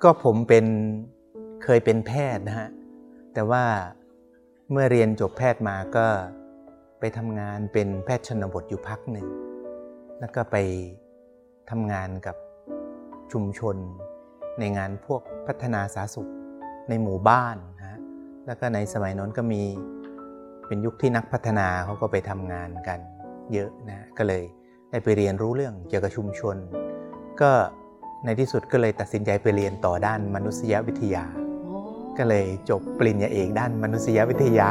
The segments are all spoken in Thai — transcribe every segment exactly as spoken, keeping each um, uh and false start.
ก็ผมเป็นเคยเป็นแพทย์นะฮะแต่ว่าเมื่อเรียนจบแพทย์มาก็ไปทำงานเป็นแพทย์ชนบทอยู่พักหนึ่งแล้วก็ไปทำงานกับชุมชนในงานพวกพัฒนาสาธารณสุขในหมู่บ้านนะฮะแล้วก็ในสมัยนั้นก็มีเป็นยุคที่นักพัฒนาเขาก็ไปทำงานกันเยอะนะก็เลยได้ไปเรียนรู้เรื่องเกี่ยวกับชุมชนก็ในที่สุดก็เลยตัดสินใจไปเรียนต่อด้านมนุษยวิทยาก็เลยจบปริญญาเอกด้านมนุษยวิทยา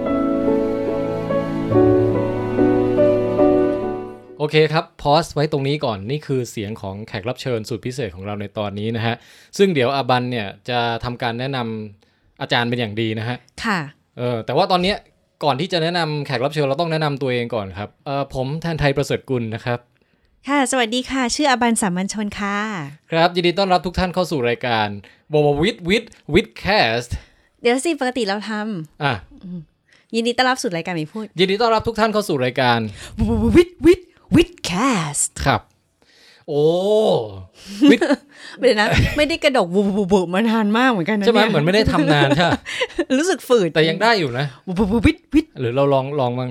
โอเคครับพอสไว้ตรงนี้ก่อนนี่คือเสียงของแขกรับเชิญสุดพิเศษของเราในตอนนี้นะฮะซึ่งเดี๋ยวอาบันเนี่ยจะทำการแนะนำอาจารย์เป็นอย่างดีนะฮะค่ะเออแต่ว่าตอนนี้ก่อนที่จะแนะนำแขกรับเชิญเราต้องแนะนำตัวเองก่อนครับเออผมแทนไทยประเสริฐกุลนะครับค่ะสวัสดีค่ะชื่ออาบันสามัญชนค่ะครับยินดีต้อนรับทุกท่านเข้าสู่รายการโบว์วิทวิทวิทแคสต์เดี๋ยวสิปกติเราทำอ่ะยินดีต้อนรับสู่รายการไม่พูดยินดีต้อนรับทุกท่านเข้าสู่รายการวิทวิทวิทแคสต์ครับโอ้วิทเดี๋ยวนะไม่ได้กระดกบุบบุบมานานมากเหมือนกันนะใช่ไหมเหมือนไม่ได้ทำนานใช่รู้สึกฝืดแต่ยังได้อยู่นะวิทวิทหรือเราลองลองมั้ง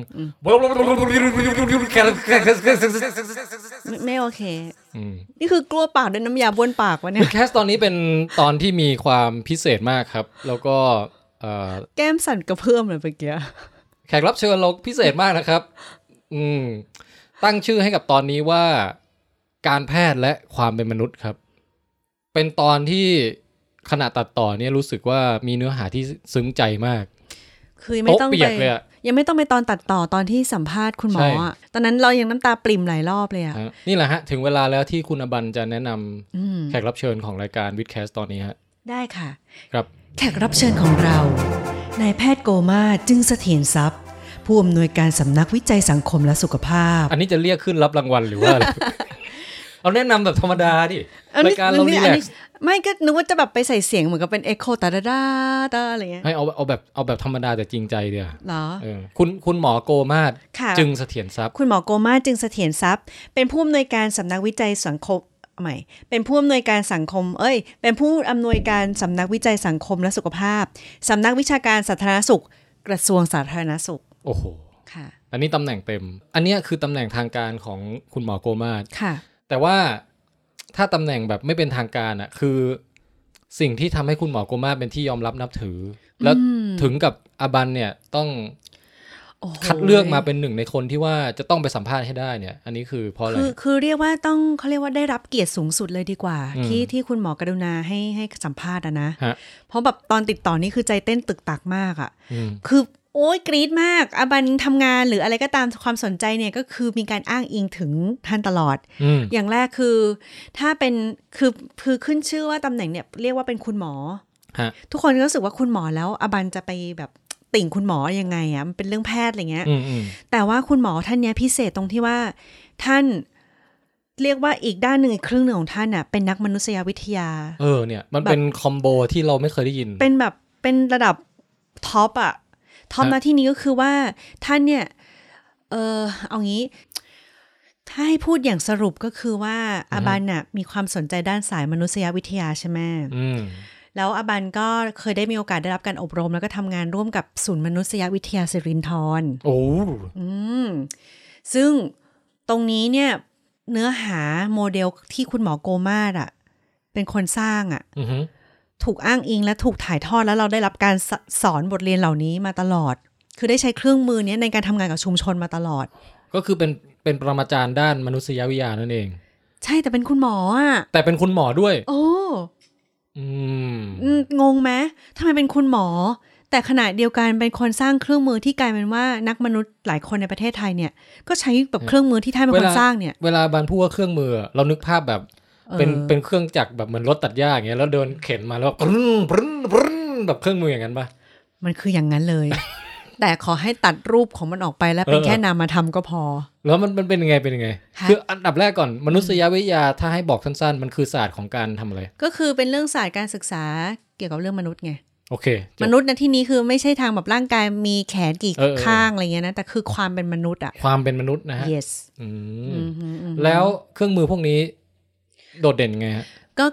ไม่โอเคนี่คือกลัวปากด้วยน้ำยาบ้วนปากวะเนี่ยวิดแคสตอนนี้เป็นตอนที่มีความพิเศษมากครับแล้วก็แก้มสั่นกระเพื่อมเลยเมื่อกี้แขกรับเชิญเราพิเศษมากนะครับอืมตั้งชื่อให้กับตอนนี้ว่าการแพทย์และความเป็นมนุษย์ครับเป็นตอนที่ขณะตัดต่อเนี่ยรู้สึกว่ามีเนื้อหาที่ซึ้งใจมากคือไม่ต้องไปยังไม่ต้องไปตอนตัดต่อตอนที่สัมภาษณ์คุณหมออ่ะตอนนั้นเรายังน้ำตาปริ่มหลายรอบเลยอ่ะนี่แหละฮะถึงเวลาแล้วที่คุณอบันจะแนะนำแขกรับเชิญของรายการวิดแคสตอนนี้ฮะได้ค่ะครับแขกรับเชิญของเรานายแพทย์โกมาจึงเสถียรทรัพย์ผู้อำนวยการสำนักวิจัยสังคมและสุขภาพอันนี้จะเรียกขึ้นรับรางวัลหรือว่าอะไร เอาแนะนำแบบธรรมดาดิรายการเรารีแลกซ์ไม่ก็นึกว่าจะแบบไปใส่เสียงเหมือนกับเป็นเอ็กโคตาดาดาตาอะไรเงี้ยให้เอาเอาแบบเอาแบบธรรมดาแต่จริงใจเดียวเหรอเออคุณคุณหมอโกมาศจึงเสถียรทรัพย์คุณหมอโกมาศจึงเสถียรทรัพย์เป็นผู้อำนวยการสำนักวิจัยสังคมใหม่เป็นผู้อำนวยการสังคมเอ้ยเป็นผู้อำนวยการสำนักวิจัยสังคมและสุขภาพสำนักวิชาการสาธารณสุขกระทรวงสาธารณสุขโอ้โหค่ะอันนี้ตำแหน่งเต็มอันนี้คือตำแหน่งทางการของคุณหมอโกมาศค่ะแต่ว่าถ้าตำแหน่งแบบไม่เป็นทางการอ่ะคือสิ่งที่ทำให้คุณหมอโกมาศเป็นที่ยอมรับนับถือแล้วถึงกับอาบันเนี่ยต้องคัดเลือกมาเป็นหนึ่งในคนที่ว่าจะต้องไปสัมภาษณ์ให้ได้เนี่ยอันนี้คือเพราะอะไรคือคือเรียกว่าต้องเขาเรียกว่าได้รับเกียรติสูงสุดเลยดีกว่าที่ที่คุณหมอกรุณาให้ให้สัมภาษณ์นะเพราะแบบตอนติดต่อนี่คือใจเต้นตึกตักมากอ่ะคือโอ้ยกรี๊ดมากอาบันทำงานหรืออะไรก็ตามความสนใจเนี่ยก็คือมีการอ้างอิงถึงท่านตลอดอ, อย่างแรกคือถ้าเป็นคือคือขึ้นชื่อว่าตำแหน่งเนี่ยเรียกว่าเป็นคุณหมอทุกคนก็รู้สึกว่าคุณหมอแล้วอาบันจะไปแบบติ่งคุณหมอยังไงอ่ะมันเป็นเรื่องแพทย์อะไรเงี้ยแต่ว่าคุณหมอท่านเนี้ยพิเศษตรงที่ว่าท่านเรียกว่าอีกด้านหนึ่งอีกครึ่งหนึ่งของท่านอ่ะเป็นนักมนุษยวิทยาเออเนี่ยมันเป็นคอมโบที่เราไม่เคยได้ยินเป็นแบบเป็นระดับท็อปอ่ะท็อปหน้าที่นี้ก็คือว่าท่านเนี่ยเออเอางี้ถ้าให้พูดอย่างสรุปก็คือว่าอาบันน่ะมีความสนใจด้านสายมนุษยวิทยาใช่ไหมแล้วอาบันก็เคยได้มีโอกาสได้รับการอบรมแล้วก็ทำงานร่วมกับศูนย์มนุษยวิทยาสิรินธรโอ้อืมซึ่งตรงนี้เนี่ยเนื้อหาโมเดลที่คุณหมอโกมาศอ่ะเป็นคนสร้างอ่ะถูกอ้างอิงและถูกถ่ายทอดแล้วเราได้รับการสอนบทเรียนเหล่านี้มาตลอดคือได้ใช้เครื่องมือนี้ในการทำงานกับชุมชนมาตลอดก็คือเป็นเป็นปรมาจารย์ด้านมนุษยวิทยานั่นเองใช่แต่เป็นคุณหมออ่ะแต่เป็นคุณหมอด้วยโอ้อืมงงไหมทำไมเป็นคุณหมอแต่ขณะเดียวกันเป็นคนสร้างเครื่องมือที่กลายเป็นว่านักมนุษย์หลายคนในประเทศไทยเนี่ยก็ใช้แบบเครื่องมือที่ท่านเป็นคนสร้างเนี่ยเวลาบรรพูดว่าเครื่องมือเรานึกภาพแบบเป็นเป็นเครื่องจักรแบบเหมือนรถตัดหญ้าอย่างเงี้ยแล้วเดินเข็นมาแล้วปรึ้นปรึ้นปรึ้นแบบเครื่องมืออย่างนั้นป่ะมันคืออย่างนั้นเลย แต่ขอให้ตัดรูปของมันออกไปแล้วเป็นแค่นามธรรมก็พอแล้วมันมันเป็นยังไงเป็นยังไงคืออันดับแรกก่อนมนุษยวิทยาถ้าให้บอกสั้นๆมันคือศาสตร์ของการทำอะไรก็คือเป็นเรื่องศาสตร์การศึกษาเกี่ยวกับเรื่องมนุษย์ไงโอเคมนุษย์ในที่นี้คือไม่ใช่ทางแบบร่างกายมีแขนกี่ข้างอะไรเงี้ยนะแต่คือความเป็นมนุษย์อะความเป็นมนุษย์นะฮะ yes อืมแล้วเครื่องมือพวกนี้โดดเด่นไงฮะก็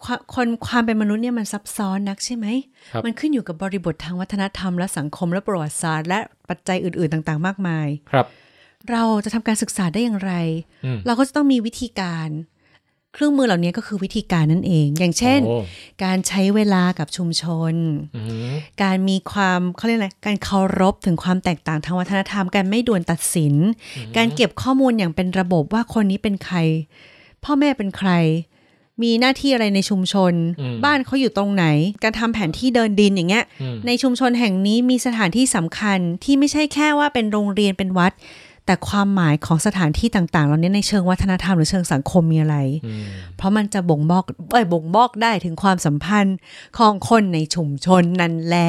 ความคนความเป็นมนุษย์เนี่ยมันซับซ้อนนักใช่ไหมมันขึ้นอยู่กับบริบททางวัฒนธรรมและสังคมและประวัติศาสตร์และปัจจัยอื่นๆต่างๆมากมายครับเราจะทำการศึกษาได้อย่างไรเราก็จะต้องมีวิธีการเครื่องมือเหล่านี้ก็คือวิธีการนั่นเองอย่างเช่นการใช้เวลากับชุมชนการมีความเขาเรียกอะไรการเคารพถึงความแตกต่างทางวัฒนธรรมการไม่ด่วนตัดสินการเก็บข้อมูลอย่างเป็นระบบว่าคนนี้เป็นใครพ่อแม่เป็นใครมีหน้าที่อะไรในชุมชนบ้านเขาอยู่ตรงไหนการทำแผนที่เดินดินอย่างเงี้ยในชุมชนแห่งนี้มีสถานที่สำคัญที่ไม่ใช่แค่ว่าเป็นโรงเรียนเป็นวัดแต่ความหมายของสถานที่ต่างๆเหล่านี้ในเชิงวัฒนธรรมหรือเชิงสังคมมีอะไรเพราะมันจะบ่งบอกเอ้ยบ่งบอกได้ถึงความสัมพันธ์ของคนในชุมชนนั่นแหละ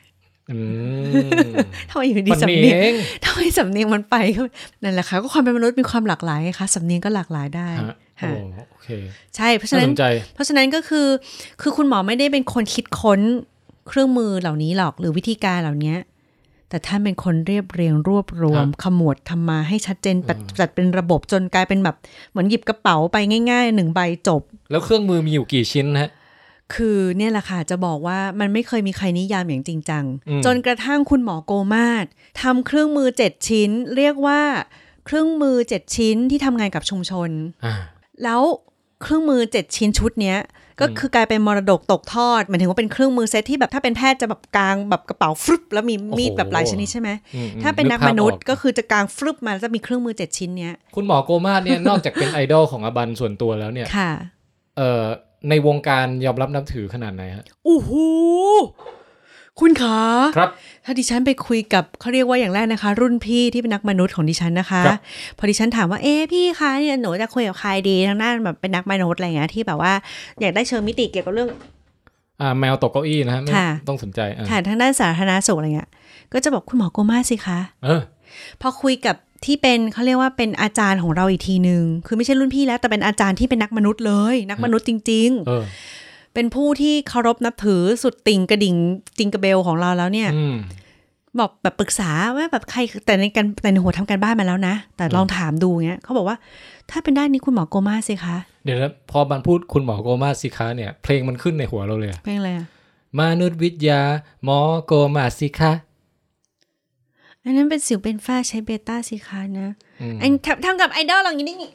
ทำไมอยู่ดีสำเนียงทำไมสำเนียงมันไปนั่นแหละค่ะก็ความเป็นมนุษย์มีความหลากหลายค่ะสำเนียงก็หลากหลายได้ค่ะโอเคใช่เพราะฉะนั้นเพราะฉะนั้นก็คือคือคุณหมอไม่ได้เป็นคนคิดค้นเครื่องมือเหล่านี้หรอกหรือวิธีการเหล่านี้แต่ท่านเป็นคนเรียบเรียงรวบรวมขมวดทำมาให้ชัดเจนจัดเป็นระบบจนกลายเป็นแบบเหมือนหยิบกระเป๋าไปง่ายๆหนึ่งใบจบแล้วเครื่องมือมีอยู่กี่ชิ้นฮะคือเนี่ยแหละค่ะจะบอกว่ามันไม่เคยมีใครนิยามอย่างจริงจังจนกระทั่งคุณหมอโกมาศทำเครื่องมือเจ็ดชิ้นเรียกว่าเครื่องมือเจ็ดชิ้นที่ทำงานกับชุมชนแล้วเครื่องมือเจ็ดชิ้นชุดเนี้ยก็คือกลายเป็นมรดกตกทอดหมายถึงว่าเป็นเครื่องมือเซตที่แบบถ้าเป็นแพทย์จะแบบกางแบบกระเป๋าฟลุปแล้วมีมีดแบบหลายชนิดใช่ไหมถ้าเป็นนักมนุษย์ก็คือจะกางฟลุปมาแล้วจะมีเครื่องมือเจ็ดชิ้นเนี้ยคุณหมอโกมาศเนี่ยนอกจากเป็นไอดอลของอบันส่วนตัวแล้วเนี่ยค่ะเอ่อในวงการยอมรับนับถือขนาดไหนฮะโอ้โหคุณคะครับถ้าดิฉันไปคุยกับเขาเรียกว่าอย่างแรกนะคะรุ่นพี่ที่เป็นนักมนุษย์ของดิฉันนะคะพอดิฉันถามว่าเอ๊ะพี่คะเนี่ยหนูจะคุยกับใครดีทางด้านแบบเป็นนักมนุษย์อะไรเงี้ยที่แบบว่าอยากได้เชิงมิติเกี่ยวกับเรื่องอ่าแมวตกเก้าอี้นะฮะไม่ต้องสนใจค่ะทางด้านสาธารณสุขอะไรเงี้ยก็จะบอกคุณหมอโกมาศสิคะเออพอคุยกับที่เป็นเขาเรียกว่าเป็นอาจารย์ของเราอีกทีนึงคือไม่ใช่รุ่นพี่แล้วแต่เป็นอาจารย์ที่เป็นนักมนุษย์เลยนักมนุษย์จริงๆเออเป็นผู้ที่เคารพนับถือสุดติ่งกระดิ่งจิงกระเบลของเราแล้วเนี่ยบอกแบบปรึกษาว่าแบบใครแต่ในการแต่ในหัวทำการบ้านมาแล้วนะแต่ลองถามดูเงี้ยเขาบอกว่าถ้าเป็นด้านนี้คุณหมอโกมาศสิคะเดี๋ยวนะพอมันพูดคุณหมอโกมาศสิคะเนี่ยเพลงมันขึ้นในหัวเราเลยเพลงอะไรอะมนุษยวิทยาหมอโกมาศสิคะอันนั้นเป็นสิวเป็นฝ้าใช้เบต้าสิคะนะอันทำกับไอดอลอย่างนี้นี่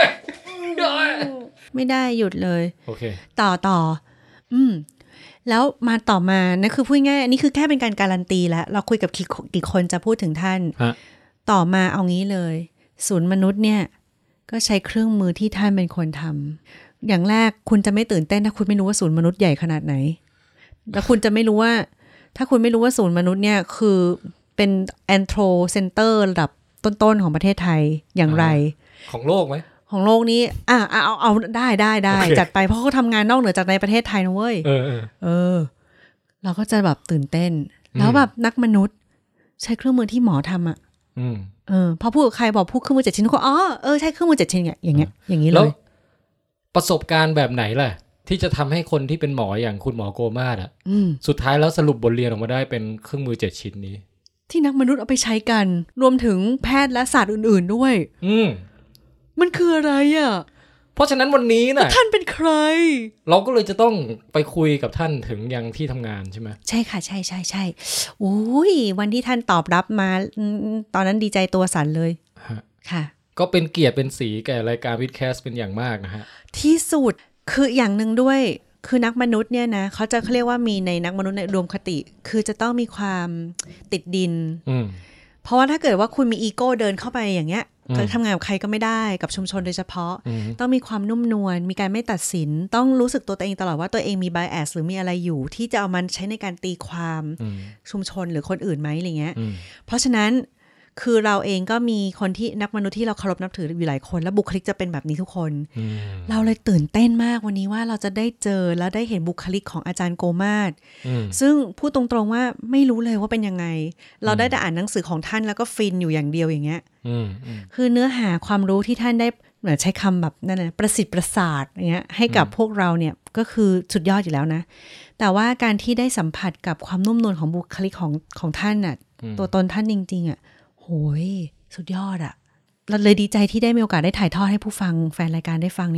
ไม่ได้หยุดเลยโอเคต่อต่ออืมแล้วมาต่อมานะคือพูดง่ายอันนี้คือแค่เป็นการการันตีแล้วเราคุยกับกี่คนจะพูดถึงท่านต่อมาเอางี้เลยศูนย์มนุษย์เนี่ยก็ใช้เครื่องมือที่ท่านเป็นคนทำอย่างแรกคุณจะไม่ตื่นเต้นถ้าคุณไม่รู้ว่าศูนย์มนุษย์ใหญ่ขนาดไหนแล้วคุณจะไม่รู้ว่าถ้าคุณไม่รู้ว่าศูนย์มนุษย์เนี่ยคือเป็นแอนโทรเซ็นเตอร์ระดับต้นๆของประเทศไทยอย่างไรของโลกไหมของโลกนี้อ่ะเอาเอาได้ได้ได้ okay. จัดไปเพราะเขาทำงานนอกเหนือจากในประเทศไทยนะเว้ยเออเออเราก็จะแบบตื่นเต้นแล้วแบบนักมนุษย์ใช้เครื่องมือที่หมอทำอ่ะเออพอพูดกับใครบอกพูดเครื่องมือเจ็ดชิ้นก็อ๋อเออใช้เครื่องมือเจ็ดชิ้นอย่างเงี้ยอย่างนี้เลยประสบการณ์แบบไหนล่ะที่จะทำให้คนที่เป็นหมออย่างคุณหมอโกมาศอ่ะสุดท้ายแล้วสรุปบทเรียนออกมาได้เป็นเครื่องมือเจ็ดชิ้นนี้ที่นักมนุษย์เอาไปใช้กันรวมถึงแพทย์และศาสตร์อื่นๆด้วยอืมมันคืออะไรอ่ะเพราะฉะนั้นวันนี้น่ะท่านเป็นใครเราก็เลยจะต้องไปคุยกับท่านถึงยังที่ทำงานใช่ไหมใช่ค่ะใช่ใช่ใช่โอ้ยวันที่ท่านตอบรับมาตอนนั้นดีใจตัวสั่นเลยค่ะก็เป็นเกียรติเป็นสีแก่รายการวิดแคสเป็นอย่างมากนะฮะที่สุดคืออย่างหนึ่งด้วยคือนักมนุษย์เนี่ยนะเขาจะเขาเรียกว่ามีในนักมนุษย์ในรวมคติคือจะต้องมีความติดดินเพราะว่าถ้าเกิดว่าคุณมีอีโก้เดินเข้าไปอย่างเงี้ยก็ทำงานกับใครก็ไม่ได้กับชุมชนโดยเฉพาะต้องมีความนุ่มนวลมีการไม่ตัดสินต้องรู้สึกตัวเองตลอดว่าตัวเองมี bias หรือมีอะไรอยู่ที่จะเอามันใช้ในการตีความชุมชนหรือคนอื่นไหมอะไรเงี้ยเพราะฉะนั้นคือเราเองก็มีคนที่นักมนุษย์ที่เราเคารพนับถืออยู่หลายคนและบุคลิกจะเป็นแบบนี้ทุกคนเราเลยตื่นเต้นมากวันนี้ว่าเราจะได้เจอและได้เห็นบุคลิกของอาจารย์โกมาศซึ่งพูดตรงๆว่าไม่รู้เลยว่าเป็นยังไงเราได้แต่อ่านหนังสือของท่านแล้วก็ฟินอยู่อย่างเดียวอย่างเงี้ยคือเนื้อหาความรู้ที่ท่านได้เหมือนใช้คำแบบนั่นนะประสิทธิ์ประสาทอย่างเงี้ยให้กับพวกเราเนี่ยก็คือสุดยอดอยู่แล้วนะแต่ว่าการที่ได้สัมผัสกับความนุ่มนวลของบุคลิกของของท่านน่ะตัวตนท่านจริงๆอ่ะโหยสุดยอดอะเราเลยดีใจที่ได้มีโอกาสได้ถ่ายทอดให้ผู้ฟังแฟนรายการได้ฟังนี่แหละ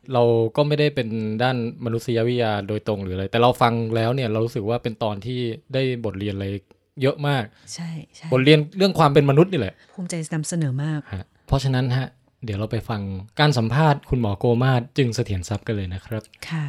เราก็ไม่ได้เป็นด้านมนุษยวิทยาโดยตรงหรืออะไรแต่เราฟังแล้วเนี่ยเรารู้สึกว่าเป็นตอนที่ได้บทเรียนอะไรเยอะมากใช่ใช่บทเรียนเรื่องความเป็นมนุษย์นี่แหละภูมิใจนำเสนอมากเพราะฉะนั้นฮะเดี๋ยวเราไปฟังการสัมภาษณ์คุณหมอโกมาศจึงเสถียรทรัพย์กันเลยนะครับค่ะ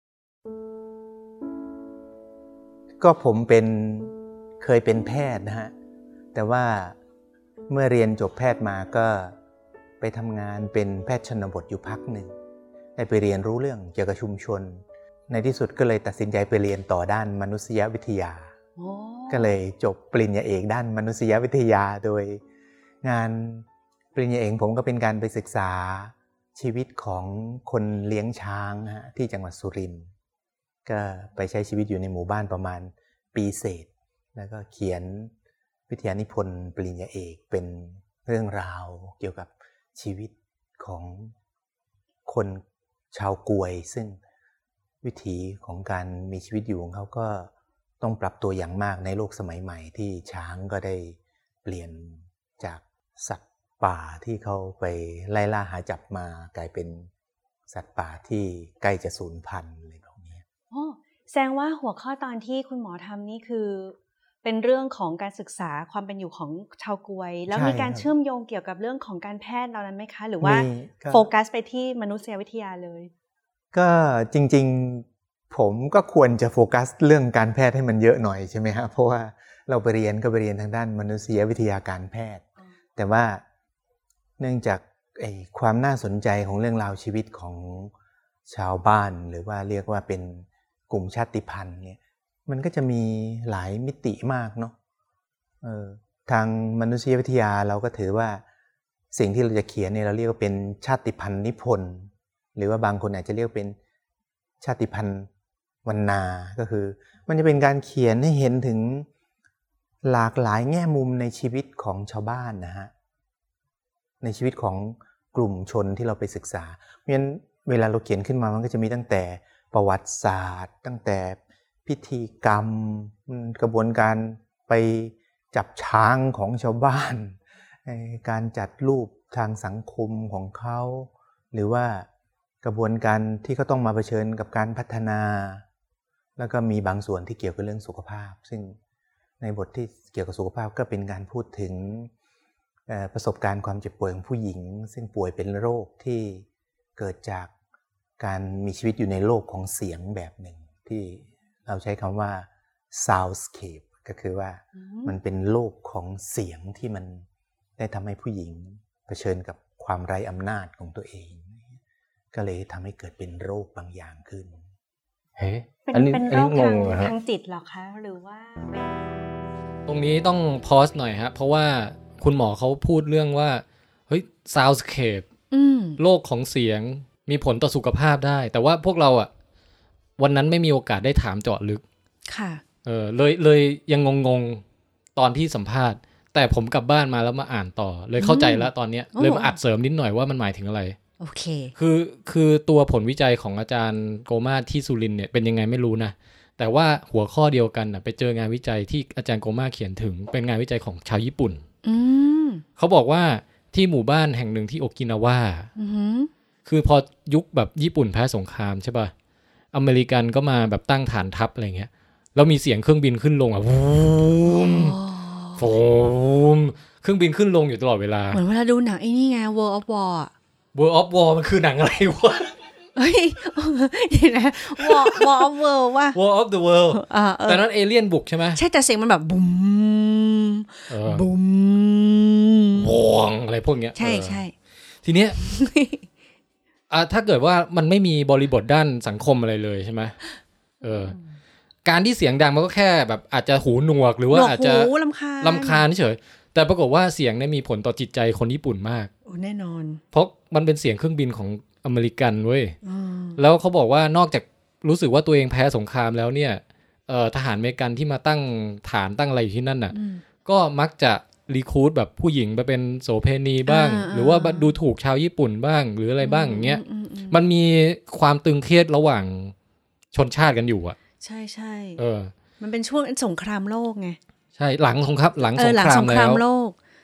ก็ผมเป็นเคยเป็นแพทย์นะฮะแต่ว่าเมื่อเรียนจบแพทย์มาก็ไปทำงานเป็นแพทย์ชนบทอยู่พักหนึ่งได้ไปเรียนรู้เรื่องเกี่ยวกับชุมชนในที่สุดก็เลยตัดสินใจไปเรียนต่อด้านมนุษยวิทยาก็เลยจบปริญญาเอกด้านมนุษยวิทยาโดยงานปริญญาเอกผมก็เป็นการไปศึกษาชีวิตของคนเลี้ยงช้างนะฮะที่จังหวัดสุรินทร์ก็ไปใช้ชีวิตอยู่ในหมู่บ้านประมาณปีเศษแล้วก็เขียนวิทยานิพนธ์ปริญญาเอกเป็นเรื่องราวเกี่ยวกับชีวิตของคนชาวกวยซึ่งวิถีของการมีชีวิตอยู่ของเขาก็ต้องปรับตัวอย่างมากในโลกสมัยใหม่ที่ช้างก็ได้เปลี่ยนจากสัตว์ป่าที่เขาไปไล่ล่าหาจับมากลายเป็นสัตว์ป่าที่ใกล้จะสูญพันธุ์อะไรแบบนี้โอ้แสดงว่าหัวข้อตอนที่คุณหมอทำนี่คือเป็นเรื่องของการศึกษาความเป็นอยู่ของชาวกวยแล้วมีการเชื่อมโยงเกี่ยวกับเรื่องของการแพทย์เรานั้นไหมคะหรือว่าโฟกัสไปที่มนุษยวิทยาเลยก็จริงๆผมก็ควรจะโฟกัสเรื่องการแพทย์ให้มันเยอะหน่อยใช่ไหมฮะเพราะว่าเราไปเรียนก็ไปเรียนทางด้านมนุษยวิทยาการแพทย์แต่ว่าเนื่องจากไอ้ความน่าสนใจของเรื่องราวชีวิตของชาวบ้านหรือว่าเรียกว่าเป็นกลุ่มชาติพันธุ์เนี่ยมันก็จะมีหลายมิติมากเนาะเออทางมนุษยวิทยาเราก็ถือว่าสิ่งที่เราจะเขียนเนี่ยเราเรียกว่าเป็นชาติพันธุ์นิพนธ์หรือว่าบางคนอาจจะเรียกเป็นชาติพันธุ์วรรณาก็คือมันจะเป็นการเขียนให้เห็นถึงหลากหลายแง่มุมในชีวิตของชาวบ้านนะฮะในชีวิตของกลุ่มชนที่เราไปศึกษาเพราะฉะนั้นเวลาเราเขียนขึ้นมามันก็จะมีตั้งแต่ประวัติศาสตร์ตั้งแต่พิธีกรรมกระบวนการไปจับช้างของชาวบ้านการจัดรูปทางสังคมของเขาหรือว่ากระบวนการที่เขาต้องมาเผชิญกับการพัฒนาแล้วก็มีบางส่วนที่เกี่ยวกับเรื่องสุขภาพซึ่งในบทที่เกี่ยวกับสุขภาพก็เป็นการพูดถึงประสบการณ์ความเจ็บป่วยของผู้หญิงซึ่งป่วยเป็นโรคที่เกิดจากการมีชีวิตอยู่ในโลกของเสียงแบบหนึ่งที่เราใช้คำว่า soundscape ก็คือว่ามันเป็นโลกของเสียงที่มันได้ทำให้ผู้หญิงเผชิญกับความไร้อำนาจของตัวเองก็เลยทำให้เกิดเป็นโรคบางอย่างขึ้นเฮ้เป็นเป็นโรคทางทางจิตหรอคะหรือว่าตรงนี้ต้องพอสหน่อยฮะเพราะว่าคุณหมอเขาพูดเรื่องว่าเฮ้ย soundscape โลกของเสียงมีผลต่อสุขภาพได้แต่ว่าพวกเราอ่ะวันนั้นไม่มีโอกาสได้ถามเจาะลึกค่ะเออเลยเลยยังงงๆตอนที่สัมภาษณ์แต่ผมกลับบ้านมาแล้วมาอ่านต่อเลยเข้าใจแล้วตอนนี้เลยมาอัดเสริมนิดหน่อยว่ามันหมายถึงอะไรโอเคคือคือตัวผลวิจัยของอาจารย์โกมาศที่สุรินทร์เนี่ยเป็นยังไงไม่รู้นะแต่ว่าหัวข้อเดียวกันนะไปเจองานวิจัยที่อาจารย์โกมาศเขียนถึงเป็นงานวิจัยของชาวญี่ปุ่นเขาบอกว่าที่หมู่บ้านแห่งหนึ่งที่โอกินาวาคือพอยุคแบบญี่ปุ่นแพ้สงครามใช่ป่ะอเมริกันก็มาแบบตั้งฐานทัพอะไรเงี้ยแล้วมีเสียงเครื่องบินขึ้นลงอ่ะวูมโฟมเครื่องบินขึ้นลงอยู่ตลอดเวลาเหมือนเวลาดูหนังไอ้นี่ไง World of War World of War มันคือหนังอะไรวะเฮ้ยเดี๋ยวนะ War War of World ว่า War of the World แต่นั้นเอเลี่ยนบุกใช่ไหมใช่แต่เสียงมันแบบบุ้มบุ้มวองอะไรพวกเนี้ยใช่ใช่ทีเนี้ยอ่ะถ้าเกิดว่ามันไม่มีบริบทด้านสังคมอะไรเลยใช่ไหมเออการที่เสียงดังมันก็แค่แบบอาจจะหูหนวกหรือว่าอาจจะรำคาญรำคาญเฉยแต่ปรากฏว่าเสียงเนี่ยมีผลต่อจิตใจคนญี่ปุ่นมากโอ้แน่นอนเพราะมันเป็นเสียงเครื่องบินของอเมริกันเว้ยแล้วเขาบอกว่านอกจากรู้สึกว่าตัวเองแพ้สงครามแล้วเนี่ยเอ่อทหารอเมริกันที่มาตั้งฐานตั้งอะไรอยู่ที่นั่นน่ะก็มักจะรีครูทแบบผู้หญิงไปเป็นโสเภณีบ้างหรือว่าดูถูกชาวญี่ปุ่นบ้างหรืออะไรบ้างอย่างเงี้ยมันมีความตึงเครียดระหว่างชนชาติกันอยู่อ่ะใช่ใช่เออมันเป็นช่วงสงครามโลกไงใช่หลังสงครามหลังสงครามแล้วโลก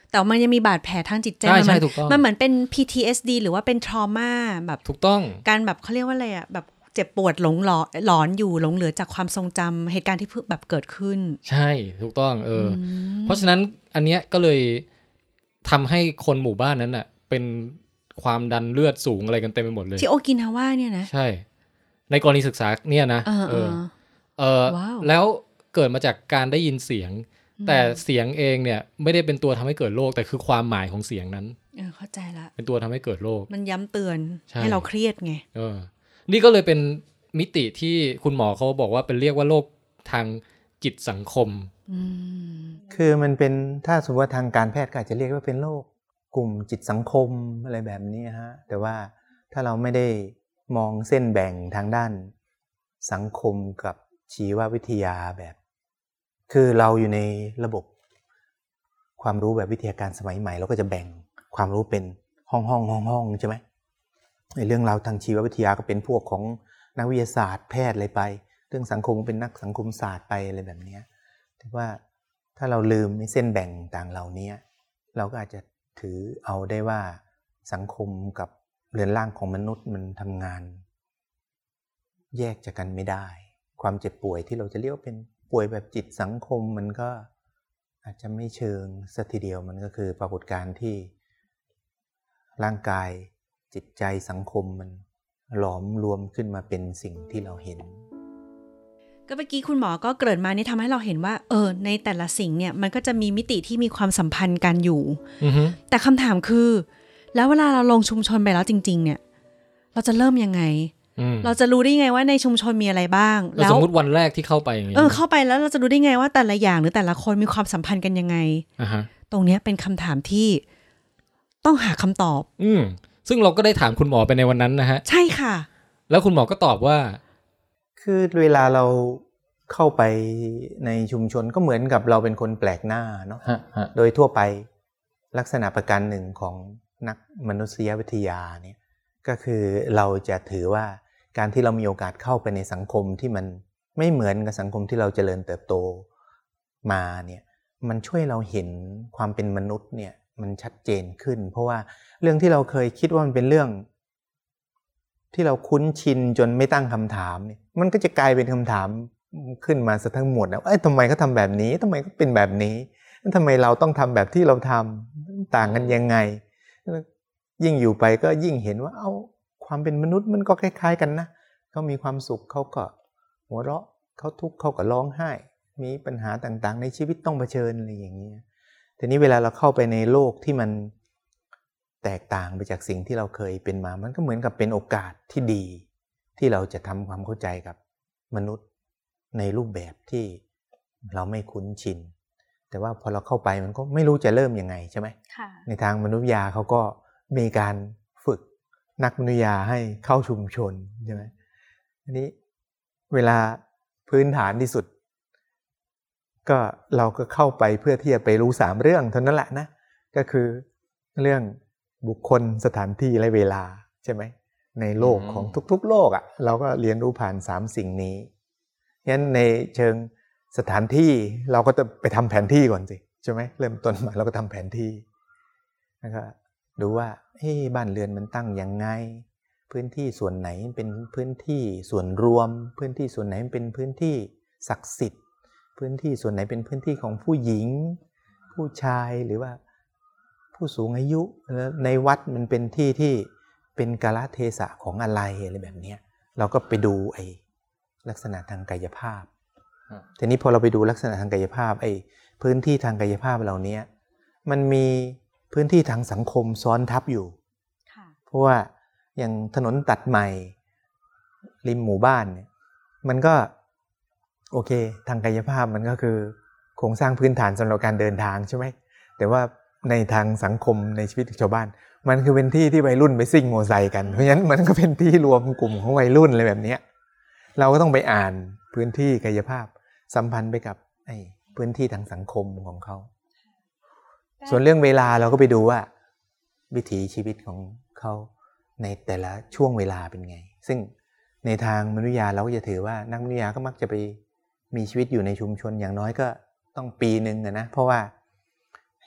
แต่มันยังมีบาดแผลทางจิตใจใช่มันใช่ถูกต้องมันเหมือนเป็น พี ที เอส ดี หรือว่าเป็น trauma แบบถูกต้องการแบบเขาเรียกว่าอะไรอ่ะแบบเจ็บปวดหลงหลอนหลอนอยู่หลงเหลือจากความทรงจำเหตุการณ์ที่เพิ่งแบบเกิดขึ้นใช่ถูกต้องเออเพราะฉะนั้นอันเนี้ยก็เลยทำให้คนหมู่บ้านนั้นน่ะเป็นความดันเลือดสูงอะไรกันเต็มไปหมดเลยที่โอกินาวาเนี่ยนะใช่ในกรณีศึกษาเนี่ยนะเออเออเออ wow. แล้วเกิดมาจากการได้ยินเสียงแต่เสียงเองเนี่ยไม่ได้เป็นตัวทำให้เกิดโรคแต่คือความหมายของเสียงนั้นเออเข้าใจละเป็นตัวทำให้เกิดโรคมันย้ำเตือนให้เราเครียดไงเออนี่ก็เลยเป็นมิติที่คุณหมอเขาบอกว่าเป็นเรียกว่าโรคทางจิตสังคมคือมันเป็นถ้าสมมติว่าทางการแพทย์ก็อาจจะเรียกว่าเป็นโรคกลุ่มจิตสังคมอะไรแบบนี้ฮะแต่ว่าถ้าเราไม่ได้มองเส้นแบ่งทางด้านสังคมกับชีววิทยาแบบคือเราอยู่ในระบบความรู้แบบวิทยาการสมัยใหม่เราก็จะแบ่งความรู้เป็นห้องห้องห้องห้องใช่ไหมในเรื่องราวทางชีววิทยาก็เป็นพวกของนักวิทยาศาสตร์แพทย์อะไรไปเรื่องสังคมก็เป็นนักสังคมศาสตร์ไปอะไรแบบนี้แต่ว่าถ้าเราลืมเส้นแบ่งต่างเหล่านี้เราก็อาจจะถือเอาได้ว่าสังคมกับเรือนร่างของมนุษย์มันทำงานแยกจากกันไม่ได้ความเจ็บป่วยที่เราจะเรียกว่าเป็นป่วยแบบจิตสังคมมันก็อาจจะไม่เชิงสัทีเดียวมันก็คือปรากฏการณ์ที่ร่างกายจิตใจสังคมมันหลอมรวมขึ้นมาเป็นสิ่งที่เราเห็นก็เมื่อกี้คุณหมอก็เกริ่นมานี่ทำให้เราเห็นว่าเออในแต่ละสิ่งเนี่ยมันก็จะมีมิติที่มีความสัมพันธ์กันอยู่ uh-huh. แต่คำถามคือแล้วเวลาเราลงชุมชนไปแล้วจริงๆเนี่ยเราจะเริ่มยังไง uh-huh. เราจะรู้ได้ไงว่าในชุมชนมีอะไรบ้างแล้วสมมติวันแรกที่เข้าไปอย่างเงี้ยเออเข้าไปแล้วเราจะรู้ได้ไงว่าแต่ละอย่างหรือแต่ละคนมีความสัมพันธ์กันยังไง uh-huh. ตรงเนี้ยเป็นคำถามที่ต้องหาคำตอบอืมซึ่งเราก็ได้ถามคุณหมอไปในวันนั้นนะฮะใช่ค่ะแล้วคุณหมอก็ตอบว่าคือเวลาเราเข้าไปในชุมชนก็เหมือนกับเราเป็นคนแปลกหน้าเนาะโดยทั่วไปลักษณะประการหนึ่งของนักมนุษยวิทยาเนี่ยก็คือเราจะถือว่าการที่เรามีโอกาสเข้าไปในสังคมที่มันไม่เหมือนกับสังคมที่เราเจริญเติบโตมาเนี่ยมันช่วยเราเห็นความเป็นมนุษย์เนี่ยมันชัดเจนขึ้นเพราะว่าเรื่องที่เราเคยคิดว่ามันเป็นเรื่องที่เราคุ้นชินจนไม่ตั้งคำถามเนี่ยมันก็จะกลายเป็นคำถามขึ้นมาซะทั้งหมดนะเอ้ยทำไมเขาทำแบบนี้ทำไมเขาเป็นแบบนี้ทำไมเราต้องทำแบบที่เราทำต่างกันยังไงยิ่งอยู่ไปก็ยิ่งเห็นว่าเอ้าความเป็นมนุษย์มันก็คล้ายๆกันนะเขามีความสุขเขาก็หัวเราะเขาทุกข์เขาก็ร้องไห้มีปัญหาต่างๆในชีวิตต้องเผชิญอะไรอย่างนี้ทีนี้เวลาเราเข้าไปในโลกที่มันแตกต่างไปจากสิ่งที่เราเคยเป็นมามันก็เหมือนกับเป็นโอกาสที่ดีที่เราจะทำความเข้าใจกับมนุษย์ในรูปแบบที่เราไม่คุ้นชินแต่ว่าพอเราเข้าไปมันก็ไม่รู้จะเริ่มยังไงใช่ไหมในทางมนุษยวิทยาเขาก็มีการฝึกนักมนุษยวิทยาให้เข้าชุมชนใช่ไหมทีนี้เวลาพื้นฐานที่สุดก็เราก็เข้าไปเพื่อที่จะไปรู้สามเรื่องเท่านั้นแหละนะก็คือเรื่องบุคคลสถานที่และเวลาใช่ไหมในโลกของทุกๆโลกอ่ะเราก็เรียนรู้ผ่านสามสิ่งนี้งั้นในเชิงสถานที่เราก็จะไปทำแผนที่ก่อนสิใช่ไหมเริ่มต้นมาเราก็ทำแผนที่แล้วก็ดูว่าเฮ้บ้านเรือนมันตั้งยังไงพื้นที่ส่วนไหนเป็นพื้นที่ส่วนรวมพื้นที่ส่วนไหนเป็นพื้นที่ศักดิ์สิทธิ์พื้นที่ส่วนไหนเป็นพื้นที่ของผู้หญิงผู้ชายหรือว่าผู้สูงอายุในวัดมันเป็นที่ที่เป็นกาลเทศะของอะไรอะไรแบบนี้เราก็ไปดูไอ้ลักษณะทางกายภาพทีนี้พอเราไปดูลักษณะทางกายภาพไอ้พื้นที่ทางกายภาพเหล่านี้มันมีพื้นที่ทางสังคมซ้อนทับอยู่เพราะว่าอย่างถนนตัดใหม่ริมหมู่บ้านเนี่ยมันก็โอเคทางกายภาพมันก็คือโครงสร้างพื้นฐานสำหรับการเดินทางใช่ไหมแต่ว่าในทางสังคมในชีวิตชาวบ้านมันคือเป็นที่ที่วัยรุ่นไปซิ่งโมอไซค์กันเพราะฉะนั้นมันก็เป็นที่รวมกลุ่มของวัยรุ่นอะไรแบบนี้เราก็ต้องไปอ่านพื้นที่กายภาพสัมพันธ์ไปกับไอ้พื้นที่ทางสังคมของเขาส่วนเรื่องเวลาเราก็ไปดูว่าวิถีชีวิตของเขาในแต่ละช่วงเวลาเป็นไงซึ่งในทางมนุษยวิทยาเราก็จะถือว่านักมนุษยวิทยาก็มักจะไปมีชีวิตอยู่ในชุมชนอย่างน้อยก็ต้องปีนึงนะเพราะว่า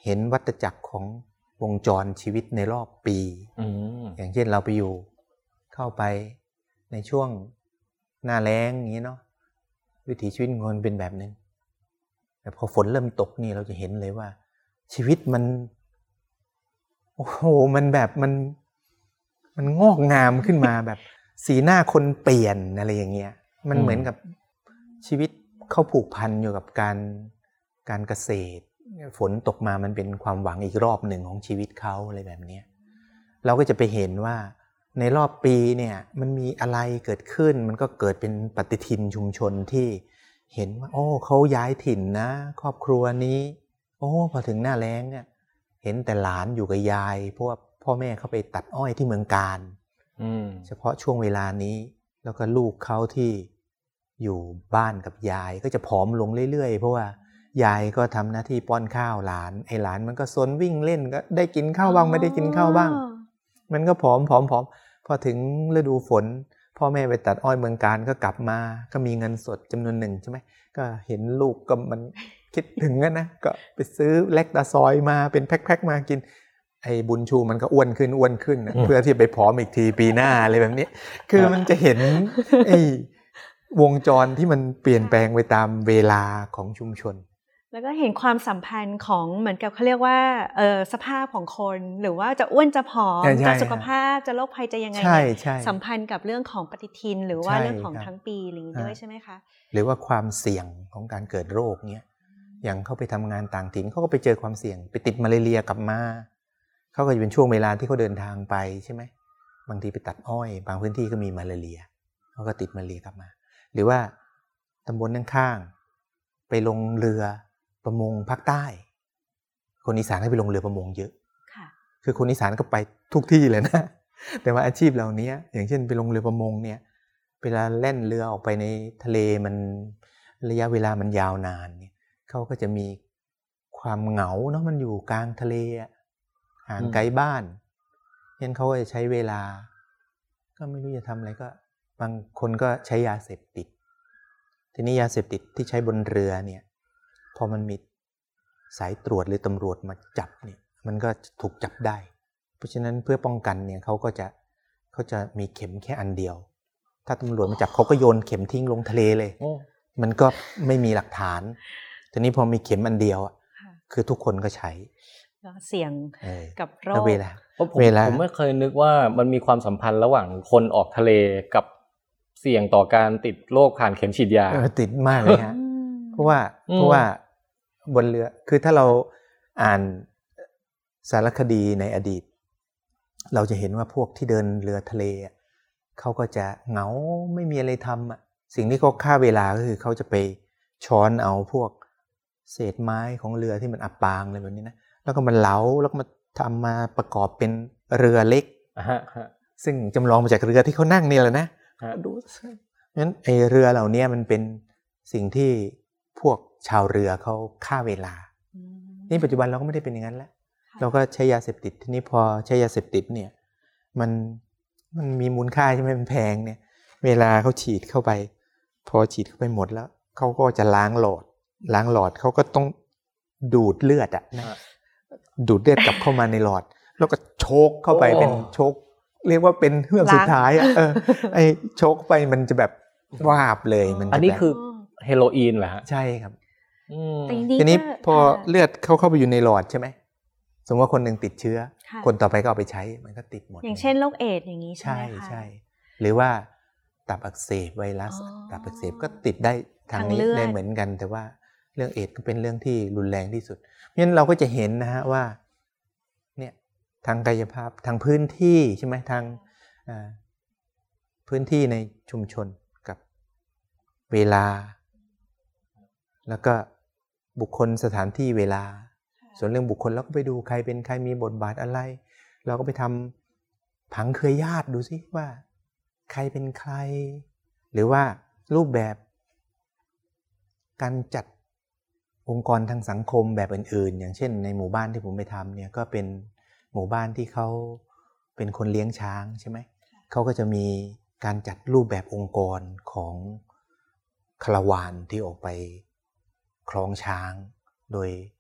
เห็นวัฏจักรของวงจรชีวิตในรอบปีอย่างเช่นเราไปอยู่เข้าไปในช่วงหน้าแล้งอย่างนี้เนาะวิถีชีวิตของคนเป็นแบบนึงแต่พอฝนเริ่มตกนี่เราจะเห็นเลยว่าชีวิตมันโอ้โหมันแบบมันมันงอกงามขึ้นมาแบบสีหน้าคนเปลี่ยนอะไรอย่างเงี้ยมันเหมือนกับชีวิตเขาผูกพันอยู่กับการการเกษตรฝนตกมามันเป็นความหวังอีกรอบหนึ่งของชีวิตเขาอะไรแบบนี้เราก็จะไปเห็นว่าในรอบปีเนี่ยมันมีอะไรเกิดขึ้นมันก็เกิดเป็นปฏิทินชุมชนที่เห็นว่าโอ้เขาย้ายถิ่นนะครอบครัวนี้โอ้พอถึงหน้าแล้งเนี่ยเห็นแต่หลานอยู่กับยายเพราะว่าพ่อแม่เขาไปตัดอ้อยที่เมืองกาญเฉพาะช่วงเวลานี้แล้วก็ลูกเขาที่อยู่บ้านกับยายก็จะผอมลงเรื่อยๆเพราะว่ายายก็ทำหน้าที่ป้อนข้าวหลานไอ้หลานมันก็ซนวิ่งเล่นก็ได้กินข้าวบ้างไม่ได้กินข้าวบ้างมันก็ผอมผอมผอมพอถึงฤดูฝนพ่อแม่ไปตัดอ้อยเมืองกาญก็กลับมาก็มีเงินสดจำนวนหนึ่งใช่ไหมก็เห็นลูกก็มันคิดถึงนะก็ไปซื้อแลคตาซอยมาเป็นแพ็คๆมากินไอ้บุญชูมันก็อ้วนขึ้นอ้วนขึ้นเพื่อที่ไปผอมอีกทีปีหน้าอะไรแบบนี้คือมันจะเห็นไอ้วงจรที่มันเปลี่ยนแปลงไปตามเวลาของชุมชนแล้วก็เห็นความสัมพันธ์ของเหมือนกับเขาเรียกว่าเออสภาพของคนหรือว่าจะอ้วนจะผอมจะสุขภาพจะโรคภัยจะยังไงสัมพันธ์กับเรื่องของปฏิทินหรือว่าเรื่องของทั้งปีอะไรอย่างนี้ด้วยใช่ไหมคะหรือว่าความเสี่ยงของการเกิดโรคเนี้ยอย่างเขาไปทำงานต่างถิ่นเขาก็ไปเจอความเสี่ยงไปติดมาลาเรียกลับมาเขาก็จะเป็นช่วงเวลาที่เขาเดินทางไปใช่ไหมบางทีไปตัดอ้อยบางพื้นที่ก็มีมาลาเรียเขาก็ติดมาลาเรียกลับมาหรือว่าตำบลข้างๆไปลงเรือประมงภาคใต้คนอีสานก็ไปลงเรือประมงเยอะคือคนอีสานก็ไปทุกที่เลยนะแต่ว่าอาชีพเหล่านี้อย่างเช่นไปลงเรือประมงเนี่ยเวลาแล่นเรือออกไปในทะเลมันระยะเวลามันยาวนานเนี่ยเขาก็จะมีความเหงาเนาะมันอยู่กลางทะเลห่างไกลบ้านงั้นเขาก็จะใช้เวลาก็ไม่รู้จะทำอะไรก็บางคนก็ใช้ยาเสพติดทีนี้ยาเสพติดที่ใช้บนเรือเนี่ยพอมันมีสายตรวจหรือตำรวจมาจับเนี่ยมันก็ถูกจับได้เพราะฉะนั้นเพื่อป้องกันเนี่ยเขาก็จะเขาจะมีเข็มแค่อันเดียวถ้าตำรวจมาจับเขาก็โยนเข็มทิ้งลงทะเลเลยมันก็ไม่มีหลักฐานทีนี้พอมีเข็มอันเดียวอ่ะคือทุกคนก็ใช้เสี่ยงกับโรคเวลาเพราะผมผมไม่เคยนึกว่ามันมีความสัมพันธ์ระหว่างคนออกทะเลกับเสี่ยงต่อการติดโรคผ่านเข็มฉีดยาติดมากเลยฮะเพราะว่าเพราะว่าบนเรือคือถ้าเราอ่านสารคดีในอดีตเราจะเห็นว่าพวกที่เดินเรือทะเลเขาก็จะเหงาไม่มีอะไรทำอ่ะสิ่งที่เขาฆ่าเวลาก็คือเขาจะไปช้อนเอาพวกเศษไม้ของเรือที่มันอับปางอะไรแบบนี้นะแล้วก็มันเหลาแล้วก็มาทำมาประกอบเป็นเรือเล็กซึ่งจำลองมาจากเรือที่เขานั่งนี่แหละนะดูงั้นไอเรือเหล่านี้มันเป็นสิ่งที่พวกชาวเรือเขาฆ่าเวลานี่ปัจจุบันเราก็ไม่ได้เป็นอย่างนั้นแล้วเราก็ใช้ยาเสพติดทีนี้พอใช้ยาเสพติดเนี่ยมันมันมีมูลค่าใช่ไหมมันแพงเนี่ยเวลาเขาฉีดเข้าไปพอฉีดเข้าไปหมดแล้วเขาก็จะล้างหลอดล้างหลอดเขาก็ต้องดูดเลือดอ่ะนะดูดเลือดกลับเข้ามาในหลอดแล้วก็โชกเข้าไปเป็นโชกเรียกว่าเป็นเฮือกสุดท้ายอ่ะเออไอโชกไปมันจะแบบวาบเลยมันอันนี้คือเฮโรอีนเหรอฮะใช่ครับทีนี้พอเลือดเข้าเข้าไปอยู่ในหลอดใช่ไหมสมมติว่าคนหนึ่งติดเชื้อคนต่อไปก็เอาไปใช้มันก็ติดหมดอย่างเช่นโรคเอดส์อย่างนี้ใช่ไหมคะใช่ใช่หรือว่าตับอักเสบไวรัสตับอักเสบก็ติดได้ทางนี้ได้เหมือนกันแต่ว่าเรื่องเอดส์ก็เป็นเรื่องที่รุนแรงที่สุดเพราะฉะนั้นเราก็จะเห็นนะฮะว่าเนี่ยทางกายภาพทางพื้นที่ใช่ไหมทางพื้นที่ในชุมชนกับเวลาแล้วก็บุคคลสถานที่เวลาส่วนเรื่องบุคคลเราก็ไปดูใครเป็นใครมีบทบาทอะไรเราก็ไปทำผังเครือญาติดูสิว่าใครเป็นใครหรือว่ารูปแบบการจัดองค์กรทางสังคมแบบอื่นๆอย่างเช่นในหมู่บ้านที่ผมไปทำเนี่ยก็เป็นหมู่บ้านที่เขาเป็นคนเลี้ยงช้างใช่ไหมเขาก็จะมีการจัดรูปแบบองค์กรของคาราวานที่ออกไปคล้องช้างโดย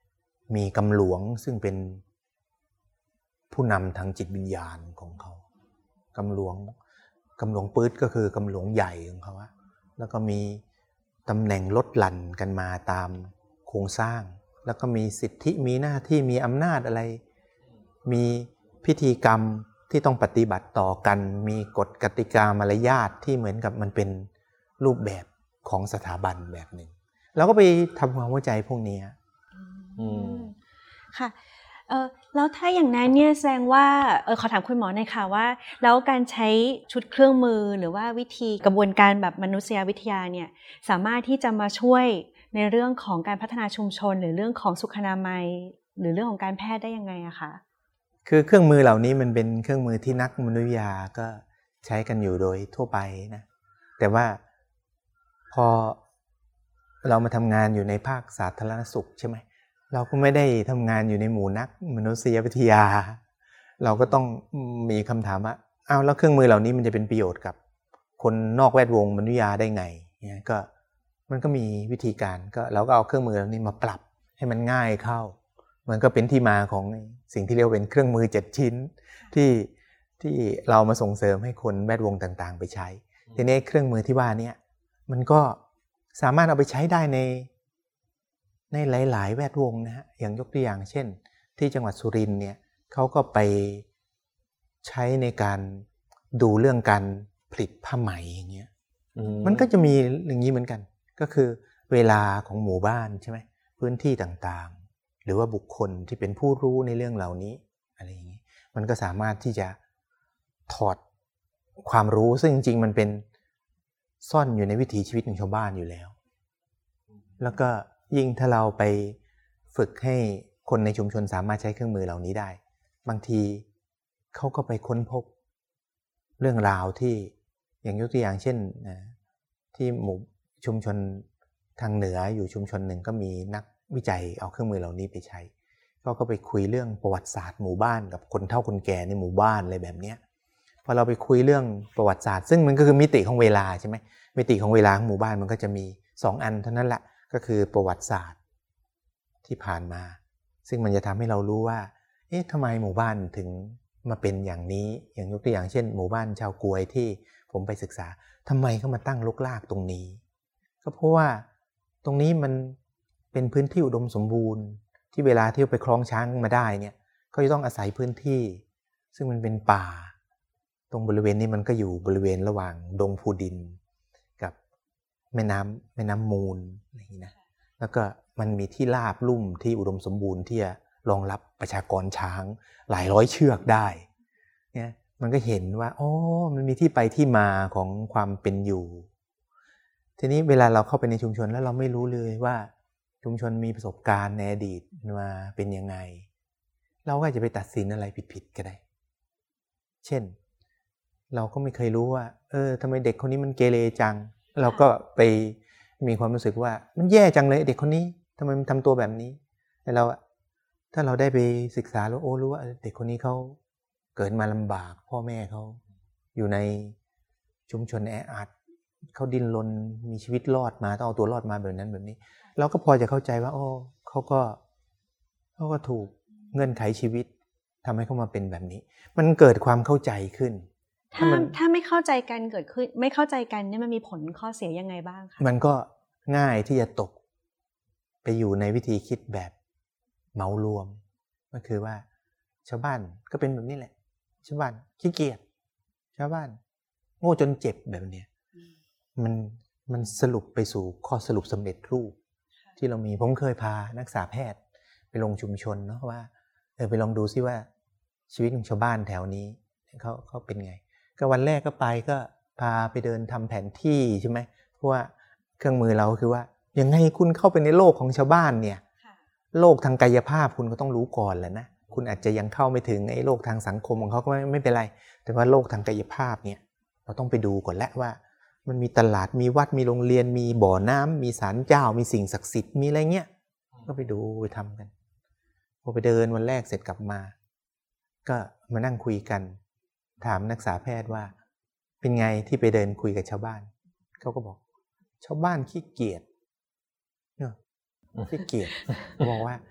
มีกำหลวงซึ่งเป็นผู้นำทางจิตวิญญาณของเขากำหลวงกำหลวงปื๊ดก็คือกำหลวงใหญ่ของเขาแล้วก็มีตำแหน่งลดหลั่นกันมาตามโครงสร้างแล้วก็มีสิทธิมีหน้าที่มีอำนาจอะไรมีพิธีกรรมที่ต้องปฏิบัติต่อกันมีกฎกติกามารยาทที่เหมือนกับมันเป็นรูปแบบของสถาบันแบบหนึ่งเราก็ไปทำความเข้าใจพวกนี้อืมค่ะเออแล้วถ้าอย่างนั้นเนี่ยแสดงว่าเออขอถามคุณหมอหน่อยค่ะว่าแล้วการใช้ชุดเครื่องมือหรือว่าวิธีกระบวนการแบบมนุษยวิทยาเนี่ยสามารถที่จะมาช่วยในเรื่องของการพัฒนาชุมชนหรือเรื่องของสุขอนามัยหรือเรื่องของการแพทย์ได้ยังไงอะคะคือเครื่องมือเหล่านี้มันเป็นเครื่องมือที่นักมนุษยวิทยาก็ใช้กันอยู่โดยทั่วไปนะแต่ว่าพอเรามาทำงานอยู่ในภาคสาธารณสุขใช่ไหมเราก็ไม่ได้ทำงานอยู่ในหมู่นักมนุษยวิทยาเราก็ต้องมีคำถามว่าอ้าวแล้วเครื่องมือเหล่านี้มันจะเป็นประโยชน์กับคนนอกแวดวงมนุษยวิทยาได้ไงเนี่ยก็มันก็มีวิธีการก็เราก็เอาเครื่องมือเหล่านี้มาปรับให้มันง่ายเข้ามันก็เป็นที่มาของสิ่งที่เรียกว่าเป็นเครื่องมือเจ็ดชิ้นที่ที่เรามาส่งเสริมให้คนแวดวงต่างๆไปใช้ทีนี้เครื่องมือที่ว่านี้มันก็สามารถเอาไปใช้ได้ในในหลายๆแวดวงนะฮะอย่างยกตัวอย่างเช่นที่จังหวัดสุรินทร์เนี่ยเขาก็ไปใช้ในการดูเรื่องการผลิตผ้าไหมอย่างเงี้ยมันก็จะมีอย่างนี้เหมือนกันก็คือเวลาของหมู่บ้านใช่ไหมพื้นที่ต่างๆหรือว่าบุคคลที่เป็นผู้รู้ในเรื่องเหล่านี้อะไรอย่างนี้มันก็สามารถที่จะถอดความรู้ซึ่งจริงๆมันเป็นซ่อนอยู่ในวิถีชีวิตของชาวบ้านอยู่แล้วแล้วก็ยิ่งถ้าเราไปฝึกให้คนในชุมชนสามารถใช้เครื่องมือเหล่านี้ได้บางทีเขาก็ไปค้นพบเรื่องราวที่อย่างยกตัวอย่างเช่นที่หมู่ชุมชนทางเหนืออยู่ชุมชนหนึ่งก็มีนักวิจัยเอาเครื่องมือเหล่านี้ไปใช้เขาก็ไปคุยเรื่องประวัติศาสตร์หมู่บ้านกับคนเฒ่าคนแก่ในหมู่บ้านอะไรแบบนี้พอเราไปคุยเรื่องประวัติศาสตร์ซึ่งมันก็คือมิติของเวลาใช่ไหมมิติของเวลาของหมู่บ้านมันก็จะมีสองอันเท่านั้นแหละก็คือประวัติศาสตร์ที่ผ่านมาซึ่งมันจะทำให้เรารู้ว่าเอ๊ะทำไมหมู่บ้านถึงมาเป็นอย่างนี้อย่างยกตัวอย่างเช่นหมู่บ้านชาวกวยที่ผมไปศึกษาทำไมเขามาตั้งลกลากตรงนี้ก็เพราะว่าตรงนี้มันเป็นพื้นที่อุดมสมบูรณ์ที่เวลาที่ไปคล้องช้างมาได้เนี่ยเขาจะต้องอาศัยพื้นที่ซึ่งมันเป็นป่าตรงบริเวณนี้มันก็อยู่บริเวณระหว่างดงพูดินกับแม่น้ำแม่น้ำมูลอะไรอย่างนี้นะแล้วก็มันมีที่ราบลุ่มที่อุดมสมบูรณ์ที่จะรองรับประชากรช้างหลายร้อยเชือกได้เนี่ยมันก็เห็นว่าอ๋อมันมีที่ไปที่มาของความเป็นอยู่ทีนี้เวลาเราเข้าไปในชุมชนแล้วเราไม่รู้เลยว่าชุมชนมีประสบการณ์ในอดีตมาเป็นยังไงเราก็จะไปตัดสินอะไรผิดๆก็ได้เช่นเราก็ไม่เคยรู้ว่าเออทำไมเด็กคนนี้มันเกเรจังเราก็ไปมีความรู้สึกว่ามันแย่จังเลยเด็กคนนี้ทำไมมันทำตัวแบบนี้แต่เราถ้าเราได้ไปศึกษาแล้วโอ้รู้ว่าเด็กคนนี้เขาเกิดมาลำบากพ่อแม่เขาอยู่ในชุมชนแออัดเขาดิ้นรนมีชีวิตรอดมาต้องเอาตัวรอดมาแบบนั้นแบบนี้เราก็พอจะเข้าใจว่าโอ้เขาก็เขาก็ถูกเงื่อนไขชีวิตทำให้เขามาเป็นแบบนี้มันเกิดความเข้าใจขึ้นถ้าถ้าไม่เข้าใจกันเกิดขึ้นไม่เข้าใจกันเนี่ยมันมีผลข้อเสียยังไงบ้างคะมันก็ง่ายที่จะตกไปอยู่ในวิธีคิดแบบเหมารวมก็คือว่าชาวบ้านก็เป็นแบบนี้แหละชาวบ้านขี้เกียจชาวบ้านโง่จนเจ็บแบบเนี้ยมันมันสรุปไปสู่ข้อสรุปสำเร็จรูปที่เรามีผมเคยพานักศึกษาแพทย์ไปลงชุมชนเนาะว่าเออไปลองดูซิว่าชีวิตของชาวบ้านแถวนี้เขาเขาเป็นไงก็วันแรกก็ไปก็พาไปเดินทำแผนที่ใช่ไหมเพราะว่าเครื่องมือเราคือว่ายังไงคุณเข้าไปในโลกของชาวบ้านเนี่ยโลกทางกายภาพคุณก็ต้องรู้ก่อนแหละนะคุณอาจจะยังเข้าไม่ถึงไอ้โลกทางสังคมของเขาก็ไม่ไม่เป็นไรแต่ว่าโลกทางกายภาพเนี่ยเราต้องไปดูก่อนแหละว่ามันมีตลาดมีวัดมีโรงเรียนมีบ่อน้ำมีศาลเจ้ามีสิ่งศักดิ์สิทธิ์มีอะไรเงี้ยก็ไปดูไปทำกันพอไปเดินวันแรกเสร็จกลับมาก็มานั่งคุยกันถามนักศึกษาแพทย์ว่าเป็นไงที่ไปเดินคุยกับชาวบ้านเขาก็บอกชาวบ้านขี้เกียจเนาะขี้เกียจบอกว่า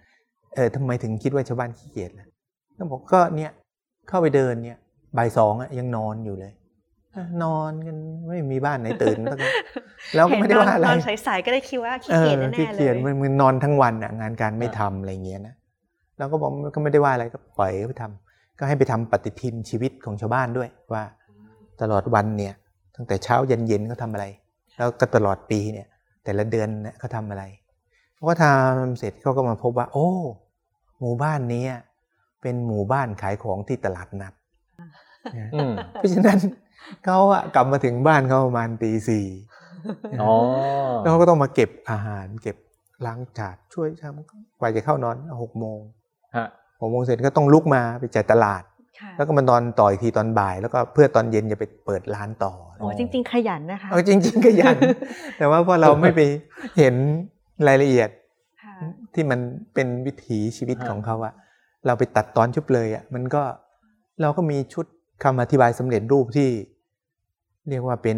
เออทำไมถึงคิดว่าชาวบ้านขี้เกียจล่ะก็บอกก็เนี่ยเข้าไปเดินเนี่ยบ่ายสองอะยังนอนอยู่เลยนอนกันไม่มีบ้านไหนตื่นแล้วก็ไม่ได้ว่าอะไรนอนสายๆก็ได้คิดว่าขี้เกียจแน่ๆเลยขี้เกียจมันนอนทั้งวันอ่ะงานการไม่ทำอะไรเงี้ยนะแล้วก็บอกก็ไม่ได้ว่าอะไรก็ปล่อยไปทำก็ให้ไปทำปฏิทินชีวิตของชาวบ้านด้วยว่าตลอดวันเนี่ยตั้งแต่เช้าเย็นเย็นเขาทำอะไรแล้วก็ตลอดปีเนี่ยแต่ละเดือนเนี่ยเขาทำอะไรเขาก็ทำเสร็จเขาก็มาพบว่าโอ้หมู่บ้านนี้เป็นหมู่บ้านขายของที่ตลาดนัดเพราะฉะนั้นเขาอะกลับมาถึงบ้านเขาประมาณตีสี่แล้วเขาก็ต้องมาเก็บอาหารเก็บล้างจานช่วยทำกว่าจะเข้านอนหกโมงหกโมงเสร็จก็ต้องลุกมาไปจ่ายตลาดแล้วก็มานอนต่ออีกทีตอนบ่ายแล้วก็เพื่อตอนเย็นจะไปเปิดร้านต่อโอ้จริงๆขยันนะคะเออจริงๆขยันแต่ว่าพอเราไม่ไปเห็นรายละเอียดที่มันเป็นวิถีชีวิตของเขาอะเราไปตัดตอนชุบเลยอะมันก็เราก็มีชุดคำอธิบายสำเร็จรูปที่เรียกว่าเป็น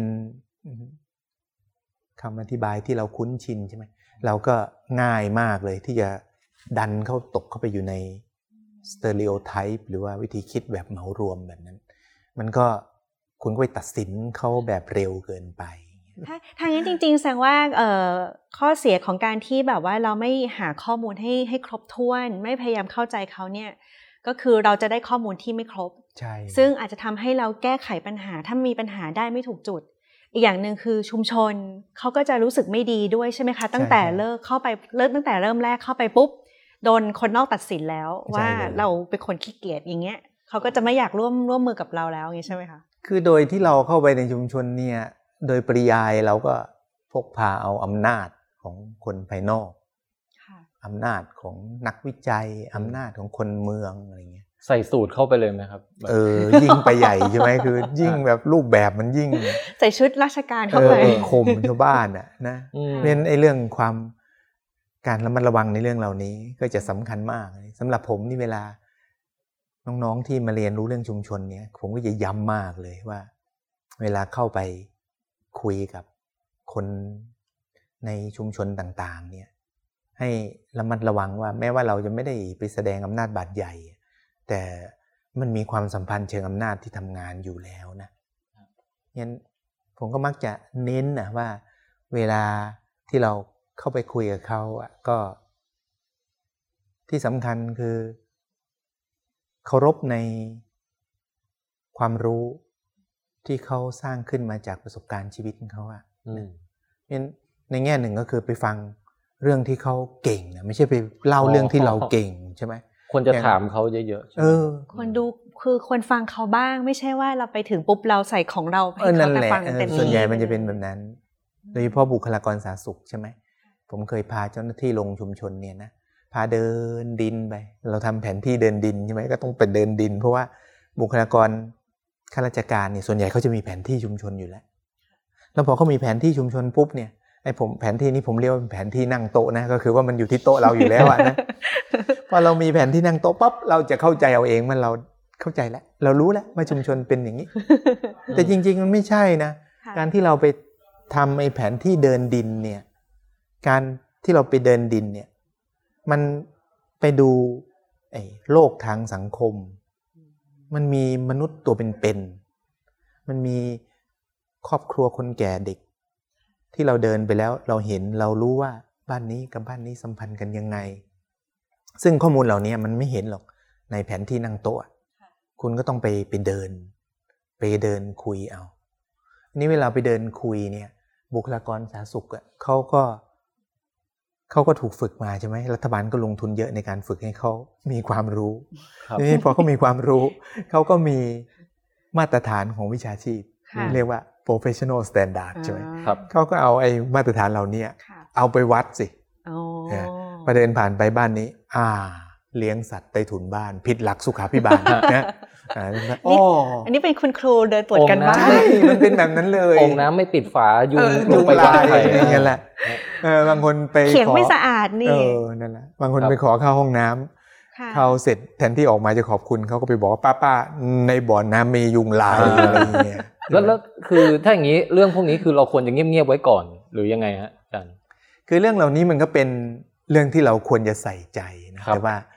คำอธิบายที่เราคุ้นชินใช่ไหมเราก็ง่ายมากเลยที่จะดันเข้าตกเข้าไปอยู่ในสเตอริโอไทป์หรือว่าวิธีคิดแบบเหมารวมแบบนั้นมันก็คุณก็ไปตัดสินเขาแบบเร็วเกินไปถ้าทางนั้นจริงๆแสดงว่าข้อเสียของการที่แบบว่าเราไม่หาข้อมูลให้ให้ครบถ้วนไม่พยายามเข้าใจเขาเนี่ยก็คือเราจะได้ข้อมูลที่ไม่ครบใช่ซึ่งอาจจะทำให้เราแก้ไขปัญหาถ้ามีปัญหาได้ไม่ถูกจุดอีกอย่างนึงคือชุมชนเขาก็จะรู้สึกไม่ดีด้วยใช่ไหมคะตั้งแต่เลิกเข้าไปเลิกตั้งแต่เริ่มแรกเข้าไปปุ๊บโดนคนนอกตัดสินแล้วว่าเราเป็นคนขี้เกียจอย่างเงี้ยเขาก็จะไม่อยากร่วมร่วมมือกับเราแล้วอย่างนี้ใช่ไหมคะคือโดยที่เราเข้าไปในชุมชนเนี่ยโดยปริยายเราก็พกพาเอาอำนาจของคนภายนอกอำนาจของนักวิจัยอำนาจของคนเมืองอะไรเงี้ยใส่สูตรเข้าไปเลยไหมครับเออยิ่งไปใหญ่ใช่ไหมคือยิ่งแบบรูปแบบมันยิ่งใส่ชุดราชการเข้าไปข่มชาวบ้านอ่ะนะเพราะฉะนั้นไอ้เรื่องความการระมัดระวังในเรื่องเหล่านี้ก็จะสำคัญมากสำหรับผมนี่เวลาน้องๆที่มาเรียนรู้เรื่องชุมชนเนี่ยผมก็จะย้ำมากเลยว่าเวลาเข้าไปคุยกับคนในชุมชนต่างๆเนี่ยให้ระมัดระวังว่าแม้ว่าเราจะไม่ได้ไปแสดงอำนาจบาดใหญ่แต่มันมีความสัมพันธ์เชิงอำนาจที่ทำงานอยู่แล้วนะงั้นผมก็มักจะเน้นนะว่าเวลาที่เราเข้าไปคุยกับเขาอ่ะก็ที่สำคัญคือเคารพในความรู้ที่เขาสร้างขึ้นมาจากประสบการณ์ชีวิตของเขาอ่ะงั้นในแง่หนึ่งก็คือไปฟังเรื่องที่เขาเก่งนะไม่ใช่ไปเล่าเรื่องที่เราเก่งใช่ไหมควรจะถามเขาเยอะๆเออควรดูคือควรฟังเขาบ้างไม่ใช่ว่าเราไปถึงปุ๊บเราใส่ของเราให้เขาแต่ฟังเต็มที่ส่วนใหญ่มันจะเป็นแบบนั้นโดยเฉพาะบุคลากรสาธารณสุขใช่ไหมผมเคยพาเจ้าหน้าที่ลงชุมชนเนี่ยนะพาเดินดินไปเราทำแผนที่เดินดินใช่ไหมก็ต้องไปเดินดินเพราะว่าบุคลากรข้าราชการเนี่ยส่วนใหญ่เขาจะมีแผนที่ชุมชนอยู่แล้วแล้วพอเขามีแผนที่ชุมชนปุ๊บเนี่ยไอ้ผมแผนที่นี้ผมเรียกว่าเป็นแผนที่นั่งโต๊ะนะก็คือว่ามันอยู่ที่โต๊ะเราอยู่แล้วอะนะพอเรามีแผนที่นั่งโต๊ะปั๊บเราจะเข้าใจเอาเองมันเราเข้าใจแล้วเรารู้แล้วว่าชุมชนเป็นอย่างนี้แต่จริงๆมันไม่ใช่นะการที่เราไปทำไอ้แผนที่เดินดินเนี่ยการที่เราไปเดินดินเนี่ยมันไปดูไอ้โลกทางสังคมมันมีมนุษย์ตัวเป็นๆมันมีครอบครัวคนแก่เด็กที่เราเดินไปแล้วเราเห็นเรารู้ว่าบ้านนี้กับบ้านนี้สัมพันธ์กันยังไงซึ่งข้อมูลเหล่านี้มันไม่เห็นหรอกในแผนที่นั่งโต๊ะคุณก็ต้องไปไปเดินไปเดินคุยเอาอันนี้เวลาไปเดินคุยเนี่ยบุคลากรสาธารณสุขอ่ะเขาก็เขาก็ถูกฝึกมาใช่ไหมรัฐบาลก็ลงทุนเยอะในการฝึกให้เขามีความรู้นี่พอเขามีความรู้เขาก็มีมาตรฐานของวิชาชีพเรียกว่า professional standard ใช่ไหมเขาก็เอาไอ้มาตรฐานเหล่านี้เอาไปวัดสิพอเดินผ่านไปบ้านนี้อ่าเลี้ยงสัตว์ใต้ถุนบ้านผิดหลักสุขาภิบาลนะอ๋ออันนี้เป็นคุณครูเดินตรวจกันบ้านมันเป็นแบบนั้นเลยองน้ำไม่ปิดฝายุงลงไปวางไข่อย่างนั้นแหละเออบางคนไปเขียงไม่สะอาดนี่เออนั่นแหละบางคนไปขอเข้าห้องน้ำเข้าเสร็จแทนที่ออกมาจะขอบคุณเขาก็ไปบอกว่าป้าๆในบ่อน้ำมียุงลายอะไรอย่างเงี้ยแล้วแล้วคือถ้าอย่างนี้เรื่องพวกนี้คือเราควรจะเงียบๆไว้ก่อนหรือยังไงฮะอาจารย์คือเรื่องเหล่านี้มันก็เป็นเรื่องที่เราควรจะใส่ใจนะแต่ว่า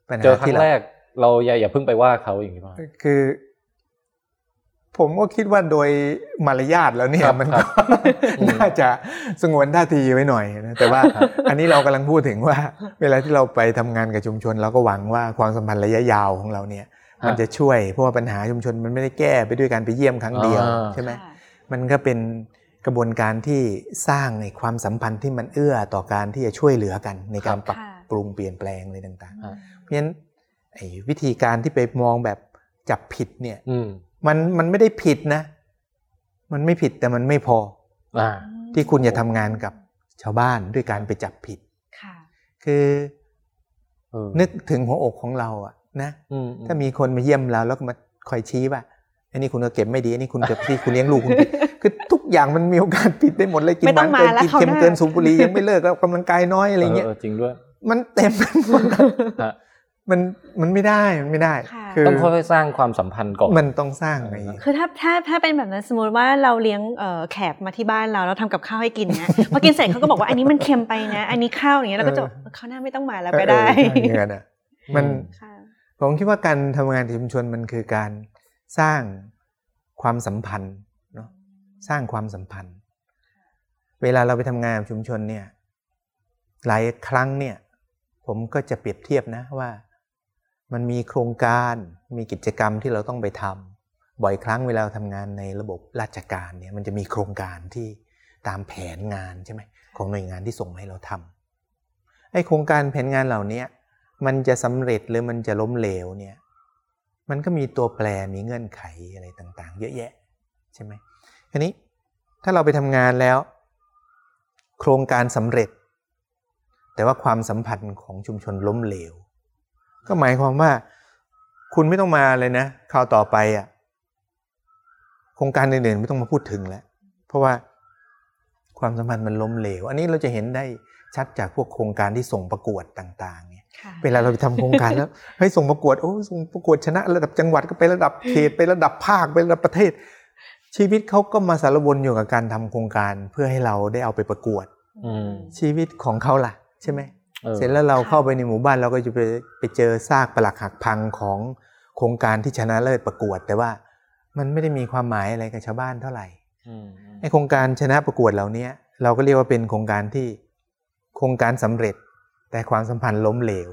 ปัญหาเจอครั้ที่งเราแรกเราอย่าอย่าเพิ่งไปว่าเขาอย่างนี้ป่ะคือ ผมก็คิดว่าโดยมารยาทแล้วเนี่ยมันก็น่าจะสงวนท่าทีไว้หน่อยนะแต่ว่าอันนี้เรากำลังพูดถึงว่าเวลาที่เราไปทำงานกับชุมชนเราก็หวังว่าความสัมพันธ์ระยะยาวของเราเนี่ยมันจะช่วยเพราะว่าปัญหาชุมชนมันไม่ได้แก้ไปด้วยการไปเยี่ยมครั้งเดียวใช่ไหมมันก็เป็นกระบวนการที่สร้างในความสัมพันธ์ที่มันเอื้อต่อการที่จะช่วยเหลือกันในการปรับปรุงเปลี่ยนแปลงอะไรต่างๆเพราะฉะนั้นไอ้วิธีการที่ไปมองแบบจับผิดเนี่ยมันมันไม่ได้ผิดนะมันไม่ผิดแต่มันไม่พอที่คุณจะทำงานกับชาวบ้านด้วยการไปจับผิดคือนึกถึงหัวอกของเราอะนะถ้ามีคนมาเยี่ยมเราแล้วก็มาคอยชี้ว่าอันนี้คุณก็เก็บไม่ดีอันนี้คุณเก็บที่คุณเลี้ยงลูกคุณผิดคือทุกอย่างมันมีโอกาสผิดได้หมดเลยกินหวานเกินกินเค็มเกินสูบบุหรี่ยังไม่เลิกแล้วกำลังกายน้อยอะไรเงี้ยจริงด้วยมันเต็มไปหมดมันมันไม่ได้มันไม่ได้คือต้องค่อยๆสร้างความสัมพันธ์ก่อนมันต้องสร้างไงคือถ้าถ้าถ้าเป็นแบบนั้นสมมติว่าเราเลี้ยงแขกมาที่บ้านเราเราทำกับข้าวให้กินเนี่ยพอกินเสร็จเขาก็บอกว่าอันนี้มันเค็มไปนะอันนี้ข้าวอย่างเงี้ยเราก็จะเขาหน้าไม่ต้องมาแล้วก็ได้เงินอ่ะมันผมคิดว่าการทำงานในชุมชนมันคือการสร้างความสัมพันธ์เนาะสร้างความสัมพันธ์เวลาเราไปทำงานชุมชนเนี่ยหลายครั้งเนี่ยผมก็จะเปรียบเทียบนะว่ามันมีโครงการมีกิจกรรมที่เราต้องไปทำบ่อยครั้งเวลาทำงานในระบบราชการเนี่ยมันจะมีโครงการที่ตามแผนงานใช่ไหมของหน่วยงานที่ส่งมาให้เราทำไอ้โครงการแผนงานเหล่านี้มันจะสำเร็จหรือมันจะล้มเหลวเนี่ยมันก็มีตัวแปรมีเงื่อนไขอะไรต่างๆเยอะแยะใช่ไหมทีนี้ถ้าเราไปทำงานแล้วโครงการสำเร็จแต่ว่าความสัมพันธ์ของชุมชนล้มเหลวก็หมายความว่าคุณไม่ต้องมาเลยนะคราวต่อไปอ่ะโครงการอื่นๆไม่ต้องมาพูดถึงแล้วเพราะว่าความสัมพันธ์มันล้มเหลวอันนี้เราจะเห็นได้ชัดจากพวกโครงการที่ส่งประกวดต่างๆเนี่ยเวลาเราไปทำโครงการแล้วเฮ้ยส่งประกวดโอ้ส่งประกวดชนะระดับจังหวัดก็ไประดับเขตไประดับภาคไประดับประเทศชีวิตเขาก็มาสารวนอยู่กับการทำโครงการเพื่อให้เราได้เอาไปประกวดชีวิตของเขาล่ะใช่ไหมเสร็จแล้วเราเข้าไปในหมู่บ้านเราก็จะไปไปเจอซากปรักหักพังของโครงการที่ชนะเลิศประกวดแต่ว่ามันไม่ได้มีความหมายอะไรกับชาวบ้านเท่าไหร่ไอ้โครงการชนะประกวดเหล่านี้เราก็เรียกว่าเป็นโครงการที่โครงการสำเร็จแต่ความสัมพันธ์ล้มเหลว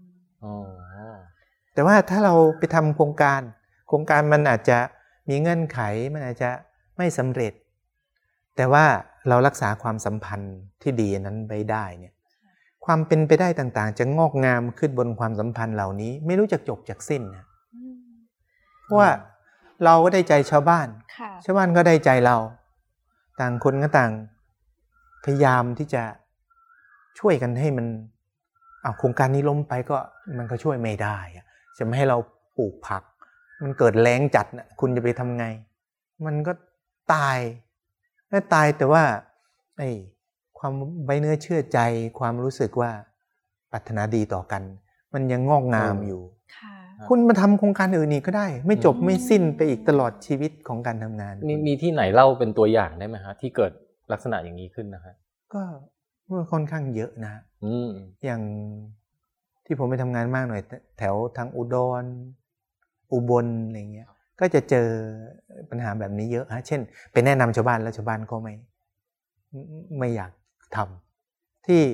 แต่ว่าถ้าเราไปทำโครงการโครงการมันอาจจะมีเงื่อนไขมันอาจจะไม่สำเร็จแต่ว่าเรารักษาความสัมพันธ์ที่ดีนั้นไว้ได้เนี่ยความเป็นไปได้ต่างๆจะงอกงามขึ้นบนความสัมพันธ์เหล่านี้ไม่รู้จักจบจากสิ้นนะเพราะว่าเราก็ได้ใจชาวบ้านชาวบ้านก็ได้ใจเราต่างคนก็ต่างพยายามที่จะช่วยกันให้มันเอาโครงการนี้ล้มไปก็มันก็ช่วยไม่ได้จะไม่ให้เราปลูกผักมันเกิดแล้งจัดนะคุณจะไปทำไงมันก็ตายถ้าตายแต่ว่าไอ้ความไว้เนื้อเชื่อใจความรู้สึกว่าปรารถนาดีต่อกันมันยังงอกงามอยู่คุณมาทำโครงการอื่นอีกก็ได้ไม่จบไม่สิ้นไปอีกตลอดชีวิตของการทำงานมีมีที่ไหนเล่าเป็นตัวอย่างได้ไหมฮะที่เกิดลักษณะอย่างนี้ขึ้นนะครับก็ค่อนข้างเยอะนะอย่างที่ผมไปทำงานมากหน่อยแถวทางอุดรอุบลอะไรเงี้ยก็จะเจอปัญหาแบบนี้เยอะฮะเช่นไปแนะนำชาวบ้านแล้วชาวบ้านก็ไม่ไม่อยากทำที่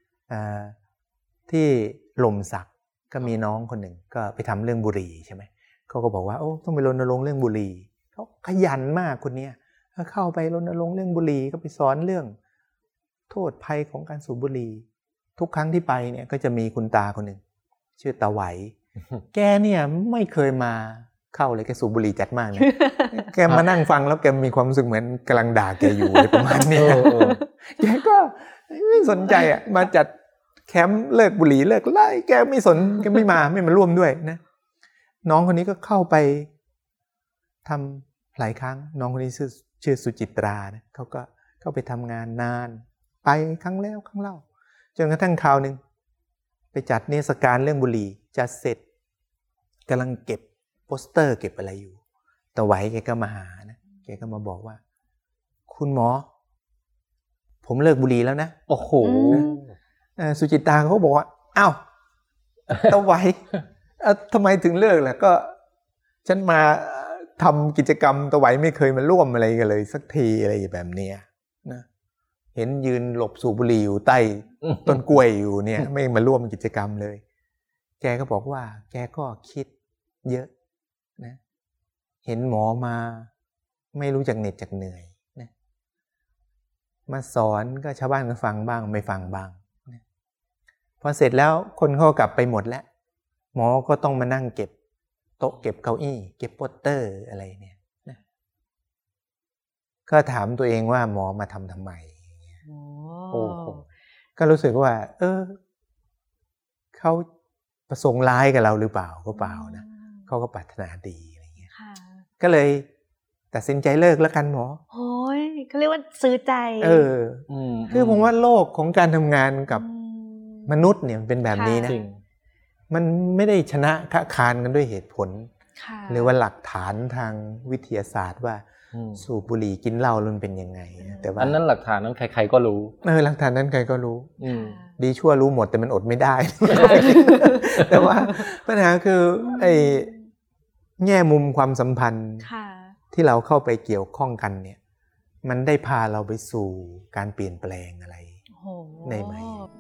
ที่หล่มสักก็มีน้องคนหนึ่งก็ไปทำเรื่องบุหรี่ใช่ไหมเขาก็บอกว่าโอ้ต้องไปรณรงค์เรื่องบุหรี่เขาขยันมากคนเนี้ยเข้าไปรณรงค์เรื่องบุหรี่ก็ไปสอนเรื่องโทษภัยของการสูบบุหรี่ทุกครั้งที่ไปเนี่ยก็จะมีคุณตาคนหนึ่งชื่อตาไหว แกเนี่ยไม่เคยมาเข้าเลยแกสูบบุหรี่จัดมากนะ แกมานั่งฟังแล้วแกมีความรู้สึกเหมือนกำลังด่าแกอยู่อะไรประมาณนี้แกก็ไม่สนใจอ่ะมาจัดแคมป์เลิกบุหรี่เลิกไล่แกไม่สนแกไม่มาไม่มาร่วมด้วยนะน้องคนนี้ก็เข้าไปทำหลายครั้งน้องคนนี้ชื่อชื่อสุจิตรานะเขาก็เข้าไปทำงานนานไปครั้งแล้วครั้งเล่าจนกระทั่งคราวนึงไปจัดเทศกาลเรื่องบุหรี่จัดเสร็จกำลังเก็บโปสเตอร์เก็บอะไรอยู่แต่ไหวแกก็มาหานะแกก็มาบอกว่าคุณหมอผมเลิกบุหรี่แล้วนะโอ้โหสุจิตราเขาบอกว่าอ้าวตะไหวเอ่อทำไมถึงเลิกล่ะก็ฉันมาทำกิจกรรมตะไหวไม่เคยมาร่วมอะไรกันเลยสักทีอะไรแบบเนี้ยนะเห็นยืนหลบสูบบุหรี่อยู่ใต้ต้นกล้วยอยู่เนี่ยไม่มาร่วมกิจกรรมเลยแกก็บอกว่าแกก็คิดเยอะนะเห็นหมอมาไม่รู้จักเหน็ดจักเหนื่อยนะมาสอนก็ชาวบ้านก็ฟังบ้างไม่ฟังบ้างนะพอเสร็จแล้วคนเขากลับไปหมดแล้วหมอก็ต้องมานั่งเก็บโต๊ะเก็บเก้าอี้เก็บโปสเตอร์อะไรเนี่ยนะก็ถามตัวเองว่าหมอมาทำทำไมโอ้โหก็รู้สึกว่า เออเขาประสงค์ร้ายกับเราหรือเปล่าก็เปล่านะเขาก็ปรารถนาดีอะไรเงี้ยก็เลยตัดสินใจเลิกแล้วกันหมอโอ้ยเขาเรียกว่าซื้อใจเออคือผมว่าโลกของการทำงานกับมนุษย์เนี่ยมันเป็นแบบนี้นะมันไม่ได้ชนะค้าคานกันด้วยเหตุผลหรือว่าหลักฐานทางวิทยาศาสตร์ว่าสูบบุหรี่กินเหล้ามันเป็นยังไงแต่ว่าอันนั้นหลักฐานนั้นใครๆก็รู้เออหลักฐานนั้นใครก็รู้ดีชั่วรู้หมดแต่มันอดไม่ได้ แต่ว่าปัญหาคือไอ้แง่มุมความสัมพันธ์ที่เราเข้าไปเกี่ยวข้องกันเนี่ยมันได้พาเราไปสู่การเปลี่ยนแปลงอะไรได้ไหม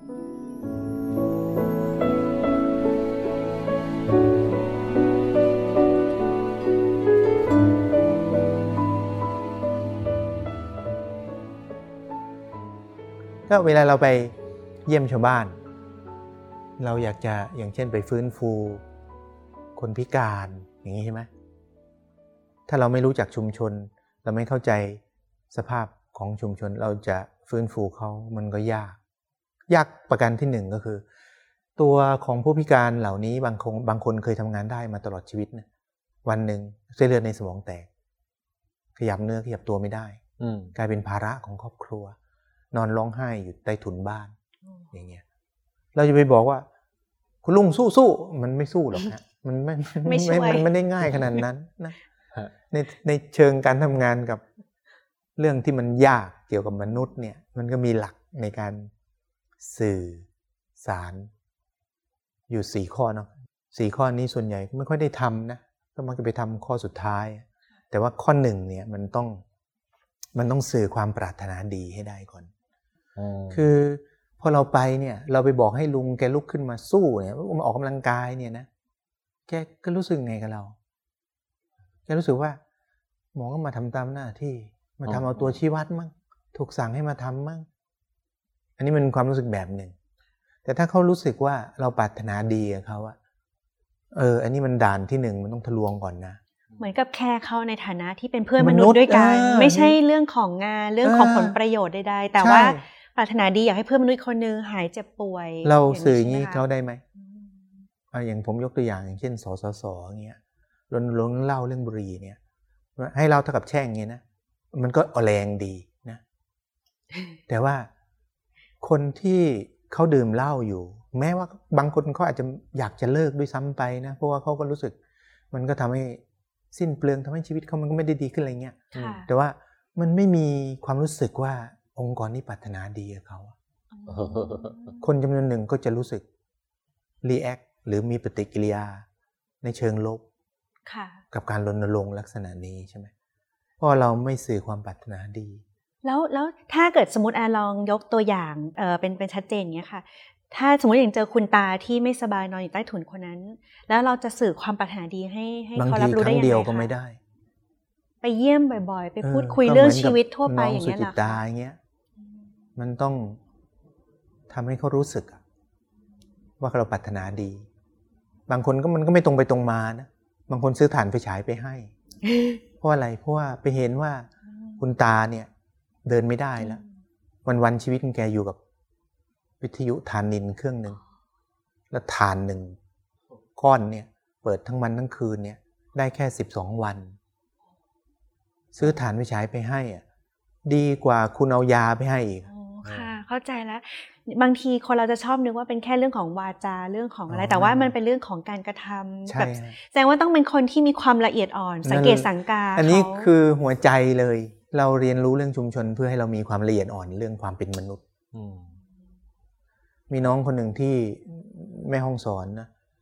ก็เวลาเราไปเยี่ยมชาวบ้านเราอยากจะอย่างเช่นไปฟื้นฟูคนพิการอย่างนี้ใช่ไหมถ้าเราไม่รู้จักชุมชนเราไม่เข้าใจสภาพของชุมชนเราจะฟื้นฟูเขามันก็ยากยากประการที่หนึ่งก็คือตัวของผู้พิการเหล่านี้บางคนบางคนเคยทำงานได้มาตลอดชีวิตนะวันหนึ่งเส้นเลือดในสมองแตกขยับเนื้อขยับตัวไม่ได้กลายเป็นภาระของครอบครัวนอนร้องไห้อยู่ใต้ถุนบ้านอย่างเงี้ยเราจะไปบอกว่าคุณลุงสู้ๆมันไม่สู้หรอกนะมันไม่ไม่มันไม่ได้ง่ายขนาดนั้นนะในในเชิงการทำงานกับเรื่องที่มันยากเกี่ยวกับมนุษย์เนี่ยมันก็มีหลักในการสื่อสารอยู่สี่ข้อเนาะสี่ข้อนี้ส่วนใหญ่ก็ไม่ค่อยได้ทำนะก็มักจะไปทำข้อสุดท้ายแต่ว่าข้อหนึ่งเนี่ยมันต้องมันต้องสื่อความปรารถนาดีให้ได้ก่อนคือพอเราไปเนี่ยเราไปบอกให้ลุงแกลุกขึ้นมาสู้เนี่ยมาออกกำลังกายเนี่ยนะแกก็รู้สึกไงกับเราแกรู้สึกว่าหมอก็มาทำตามหน้าที่มาทำเอาตัวชี้วัดมั่งถูกสั่งให้มาทำมั่งอันนี้มันความรู้สึกแบบหนึ่งแต่ถ้าเขารู้สึกว่าเราปรารถนาดีกับเขาอะเอออันนี้มันด่านที่หนึ่งมันต้องทะลวงก่อนนะเหมือนกับแค่เขาในฐานะที่เป็นเพื่อนมนุษย์ด้วยกันไม่ใช่เรื่องของงานเรื่องของผลประโยชน์ใดๆแต่ว่าปรารถนาดีอยากให้เพื่อนมนุษย์คนนึงหายเจ็บป่วยเราสื่ออย่างนี้เขาได้ไหมอย่างผมยกตัวอย่างอย่างเช่นสสสเงี้ยรณรงค์เล่าเรื่องบุหรี่เนี่ยให้เล่าเท่ากับแช่งเงี้ยนะมันก็แรงดีนะแต่ว่าคนที่เขาดื่มเหล้าอยู่แม้ว่าบางคนเขาอาจจะอยากจะเลิกด้วยซ้ำไปนะเพราะว่าเขาก็รู้สึกมันก็ทำให้สิ้นเปลืองทำให้ชีวิตเขามันก็ไม่ได้ดีขึ้นอะไรเงี้ยแต่ว่ามันไม่มีความรู้สึกว่าองค์กรนี้ปรารถนาดีกับเขาคนจำนวนหนึ่งก็จะรู้สึกรีแอคหรือมีปฏิกิริยาในเชิงลบกับการรณรงค์ลักษณะนี้ใช่ไหมเพราะเราไม่สื่อความปรารถนาดีแล้วแล้วถ้าเกิดสมมติอาลองยกตัวอย่างเออเป็นเป็นชัดเจนอย่างเงี้ยค่ะถ้าสมมติอย่างเจอคุณตาที่ไม่สบายนอนอยู่ใต้ถุนคนนั้นแล้วเราจะสื่อความปรารถนาดีให้ให้เขารับรู้ได้ยังไงคะบางทีครั้งเดียวก็ไม่ได้ไปเยี่ยมบ่อยๆไปพูดคุยเรื่องชีวิตทั่วไปอย่างเงี้ยหรอคะอย่างเงี้ยมันต้องทำให้เขารู้สึกว่าเราปรารถนาดีบางคนก็มันก็ไม่ตรงไปตรงมานะบางคนซื้อถ่านไฟฉายไปให้ เพราะอะไรเพราะว่าไปเห็นว่าคุณตาเนี่ยเดินไม่ได้แล้ววันๆชีวิตของแกอยู่กับวิทยุถ่านนิลเครื่องนึงแล้วถ่านหนึ่งก้อนเนี่ยเปิดทั้งวันทั้งคืนเนี่ยได้แค่สิบสองวันซื้อถ่านไฟฉายไปให้อ่ะดีกว่าคุณเอายาไปให้อีกอ๋อค่ะเข้าใจแล้วบางทีคนเราจะชอบนึกว่าเป็นแค่เรื่องของวาจาเรื่องของอะไรแต่ว่ามันเป็นเรื่องของการกระทำแบบแสดงว่าต้องเป็นคนที่มีความละเอียดอ่อนสังเกตสังกาอันนี้คือหัวใจเลยเราเรียนรู้เรื่องชุมชนเพื่อให้เรามีความละเอียดอ่อนเรื่องความเป็นมนุษย์มีน้องคนหนึ่งที่แม่ห้องสอนนะ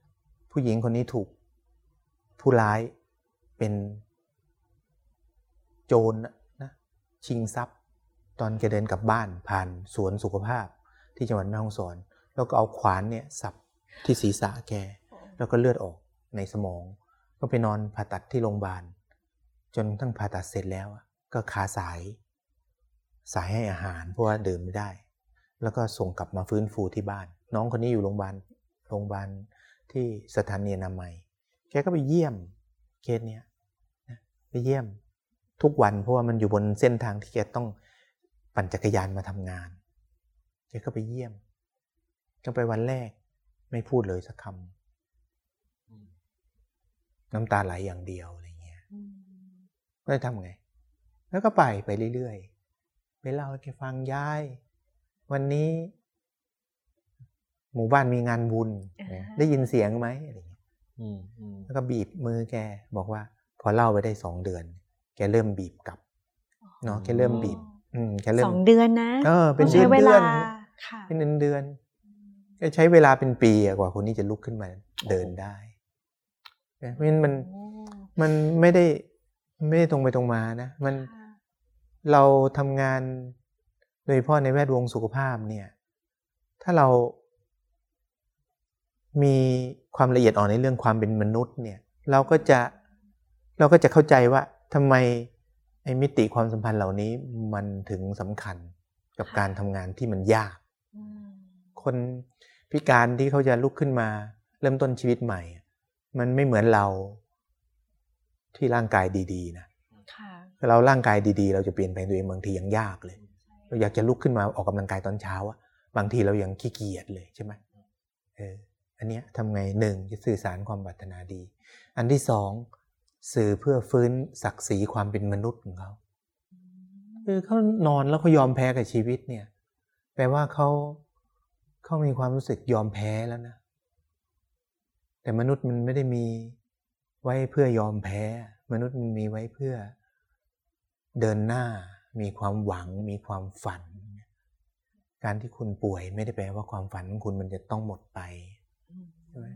ผู้หญิงคนนี้ถูกผู้ร้ายเป็นโจรนะชิงทรัพย์ตอนแกเดินกลับบ้านผ่านสวนสุขภาพที่จังหวัดแม่ฮ่องสอนแล้วก็เอาขวานเนี่ยสับที่ศีรษะแกแล้วก็เลือดออกในสมองก็ไปนอนผ่าตัดที่โรงพยาบาลจนทั้งผ่าตัดเสร็จแล้วก็ขาสายสายให้อาหารเพราะว่าเดินไม่ได้แล้วก็ส่งกลับมาฟื้นฟูที่บ้านน้องคนนี้อยู่โรงพยาบาลโรงพยาบาลที่สถานีอนามัยแกก็ไปเยี่ยมเคสเนี้ยไปเยี่ยมทุกวันเพราะว่ามันอยู่บนเส้นทางที่แกต้องปั่นจักรยานมาทำงานแกก็ไปเยี่ยมก็ไปวันแรกไม่พูดเลยสักคำน้ำตาไหลอย่างเดียวอะไรเงี้ยก็เลยทำไงแล้วก็ไปไปเรื่อยๆไปเล่าให้แกฟังยายวันนี้หมู่บ้านมีงานบุญได้ยินเสียงไหมอะไรเงี้ยแล้วก็บีบมือแกบอกว่าพอเล่าไปได้สองเดือนแกเริ่มบีบกลับเนาะแกเริ่มบีบอืมแกเริ่มสองเดือนนะเออเป็นเดือนเดือนเป็นเดือนเดือนก็ใช้เวลาเป็นปีกว่าคนนี้จะลุกขึ้นมาเดินได้เพราะฉะนั้นมันมันไม่ได้ไม่ได้ตรงไปตรงมานะมันเราทำงานโดยเฉพาะในแวดวงสุขภาพเนี่ยถ้าเรามีความละเอียดอ่อนในเรื่องความเป็นมนุษย์เนี่ยเราก็จะเราก็จะเข้าใจว่าทำไมไอ้มิติความสัมพันธ์เหล่านี้มันถึงสำคัญกับการทำงานที่มันยากคนพิการที่เขาจะลุกขึ้นมาเริ่มต้นชีวิตใหม่มันไม่เหมือนเราที่ร่างกายดีๆนะถ้าเราร่างกายดีๆเราจะเปลี่ยนแปลงตัวเองบางทียังยากเลยเราอยากจะลุกขึ้นมาออกกำลังกายตอนเช้าอะบางทีเรายังขี้เกียจเลยใช่ไหมเอออันเนี้ยทำไงหนึ่งจะสื่อสารความปรารถนาดีอันที่สองสื่อเพื่อฟื้นศักดิ์ศรีความเป็นมนุษย์ของเขาคือเขานอนแล้วเขายอมแพ้กับชีวิตเนี่ยแปลว่าเขาเขามีความรู้สึกยอมแพ้แล้วนะแต่มนุษย์มันไม่ได้มีไว้เพื่อยอมแพ้มนุษย์มันมีไว้เพื่อเดินหน้ามีความหวังมีความฝันการที่คุณป่วยไม่ได้แปลว่าความฝันของคุณมันจะต้องหมดไปใช่ไหม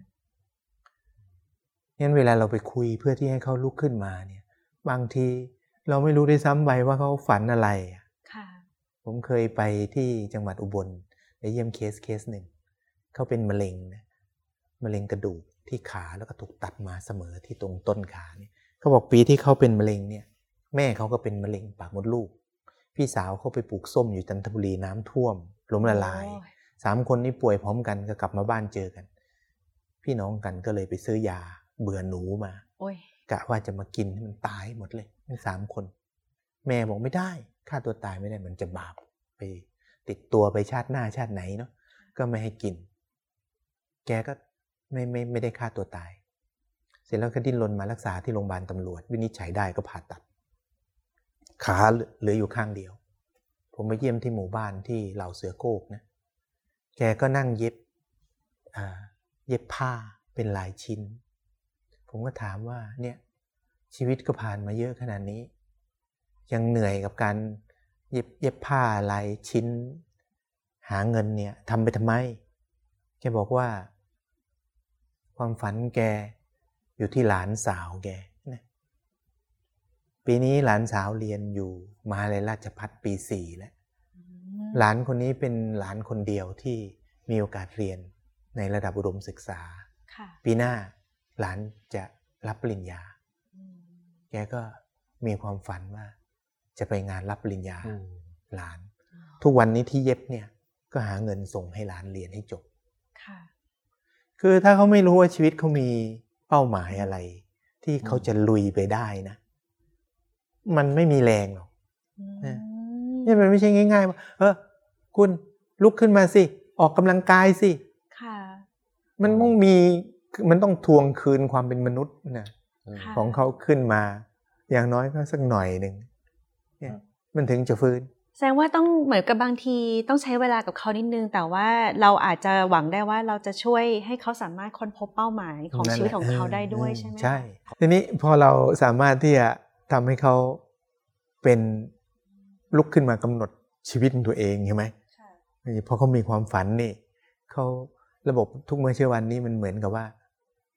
งั้นเวลาเราไปคุยเพื่อที่ให้เขาลุกขึ้นมาเนี่ยบางทีเราไม่รู้ด้วยซ้ำไปว่าเขาฝันอะไรค่ะผมเคยไปที่จังหวัดอุบลไปเยี่ยมเคสเคสหนึ่งเขาเป็นมะเร็งนะมะเร็งกระดูกที่ขาแล้วก็ถูกตัดมาเสมอที่ตรงต้นขาเนี่ยเขาบอกปีที่เขาเป็นมะเร็งเนี่ยแม่เขาก็เป็นมะเร็งปากมดลูกพี่สาวเขาไปปลูกส้มอยู่จันทบุรีน้ำท่วมล้มละลายสามคนนี้ป่วยพร้อมกันก็กลับมาบ้านเจอกันพี่น้องกันก็เลยไปซื้อยาเบื่อหนูมากะว่าจะมากินให้มันตายหมดเลยทั้งสามคนแม่บอกไม่ได้ฆ่าตัวตายไม่ได้มันจะบาปไปติดตัวไปชาติหน้าชาติไหนเนาะก็ไม่ให้กินแกก็ไม่ไม่ไม่ได้ฆ่าตัวตายเสร็จแล้วก็ดิ้นรนมารักษาที่โรงพยาบาลตำรวจวินิจฉัยได้ก็ผ่าตัดขาเหลืออยู่ข้างเดียวผมไปเยี่ยมที่หมู่บ้านที่เหล่าเสือโกกนะแกก็นั่งเย็บอ่าเย็บผ้าเป็นหลายชิ้นผมก็ถามว่าเนี่ยชีวิตก็ผ่านมาเยอะขนาดนี้ยังเหนื่อยกับการเย็บเย็บผ้าหลายชิ้นหาเงินเนี่ยทำไปทำไมแกบอกว่าความฝันแกอยู่ที่หลานสาวแกนะปีนี้หลานสาวเรียนอยู่มหาวิทยาลัยราชภัฏปีสี่แล้วหลานคนนี้เป็นหลานคนเดียวที่มีโอกาสเรียนในระดับอุดมศึกษาปีหน้าหลานจะรับปริญญาแกก็มีความฝันว่าจะไปงานรับปริญญาหลานทุกวันนี้ที่เย็บเนี่ยก็หาเงินส่งให้หลานเรียนให้จบคือถ้าเขาไม่รู้ว่าชีวิตเขามีเป้าหมายอะไรที่เขาจะลุยไปได้นะมันไม่มีแรงหรอกนี่มันไม่ใช่ง่ายๆว่าเออคุณลุกขึ้นมาสิออกกำลังกายสิมันต้องมีมันต้องทวงคืนความเป็นมนุษย์นะของเขาขึ้นมาอย่างน้อยก็สักหน่อยหนึ่งเนี่ยมันถึงจะฟื้นแสดงว่าต้องเหมือนกับบางทีต้องใช้เวลากับเขานิดนึงแต่ว่าเราอาจจะหวังได้ว่าเราจะช่วยให้เขาสามารถค้นพบเป้าหมายของชีวิตของเขาได้ด้วยใช่ไหมใช่ทีนี้พอเราสามารถที่จะทำให้เขาเป็นลุกขึ้นมากำหนดชีวิตของตัวเองใช่ไหมเพราะเขามีความฝันนี่เขาระบบทุกเมื่อเช้าวันนี้มันเหมือนกับว่า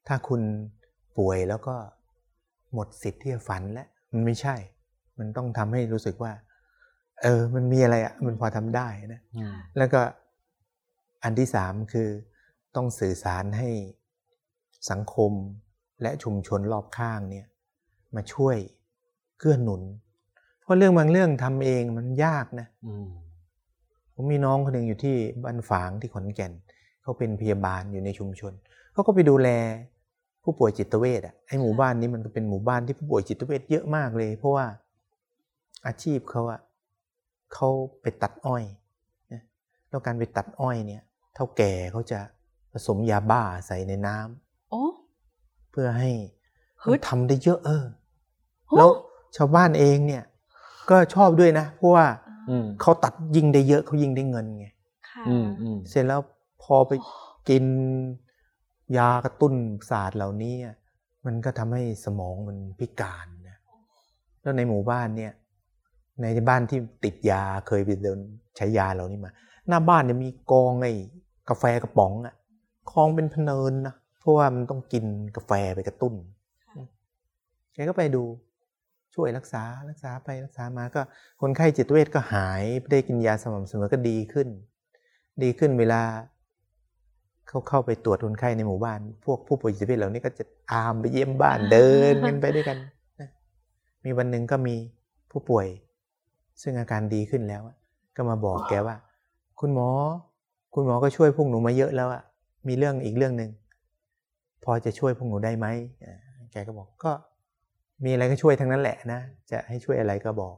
ถ้าคุณป่วยแล้วก็หมดสิทธิ์ที่จะฝันแล้วมันไม่ใช่มันต้องทำให้รู้สึกว่าเออมันมีอะไรอ่ะมันพอทำได้นะแล้วก็อันที่สามคือต้องสื่อสารให้สังคมและชุมชนรอบข้างเนี่ยมาช่วยเกื้อหนุนเพราะเรื่องบางเรื่องทำเองมันยากนะผมมีน้องคนหนึ่งอยู่ที่บ้านฝางที่ขอนแก่นเขาเป็นพยาบาลอยู่ในชุมชนเขาก็ไปดูแลผู้ป่วยจิตเวชอ่ะไอ้หมู่บ้านนี้มันก็เป็นหมู่บ้านที่ผู้ป่วยจิตเวชเยอะมากเลยเพราะว่าอาชีพเขาอ่ะเขาไปตัดอ้อยนะแล้วการไปตัดอ้อยเนี่ยเฒ่าแก่เขาจะผสมยาบ้าใส่ในน้ำโอ้เพื่อให้มันทำได้เยอะเออแล้วชาวบ้านเองเนี่ยก็ชอบด้วยนะเพราะว่าเขาตัดยิ่งได้เยอะเขายิ่งได้เงินไงเสร็จแล้วพอไปกินยากระตุ้นศาสตร์เหล่านี้มันก็ทำให้สมองมันพิการนะแล้วในหมู่บ้านเนี่ยในบ้านที่ติดยาเคยไปเดินใช้ยาเหล่านี้มาหน้าบ้านเนี่ยมีกองไอ้กาแฟกระป๋องอ่ะคลองเป็นพเนินนะเพราะว่ามันต้องกินกาแฟไปกระตุ้นแกก็ไปดูช่วยรักษารักษาไปรักษามาก็คนไข้จิตเวชก็หายได้กินยาสม่ำเสมอก็ดีขึ้นดีขึ้นเวลาเขาเข้าไปตรวจคนไข้ในหมู่บ้านพวกผู้ป่วยจิตเวชเหล่านี้ก็จะตามไปเยี่ยมบ้านเดินกันไปด้วยกันมีวันหนึ่งก็มีผู้ป่วยซึ่งอาการดีขึ้นแล้วก็มาบอกแกว่าคุณหมอคุณหมอก็ช่วยพวกหนูมาเยอะแล้วอ่ะมีเรื่องอีกเรื่องนึงพอจะช่วยพวกหนูได้ไหมแกก็บอกก็มีอะไรก็ช่วยทั้งนั้นแหละนะจะให้ช่วยอะไรก็บอก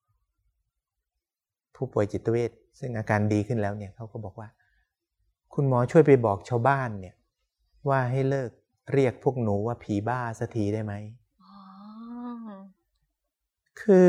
ผู้ป่วยจิตเวชซึ่งอาการดีขึ้นแล้วเนี่ยเขาก็บอกว่าคุณหมอช่วยไปบอกชาวบ้านเนี่ยว่าให้เลิกเรียกพวกหนูว่าผีบ้าสักทีได้ไหมคือ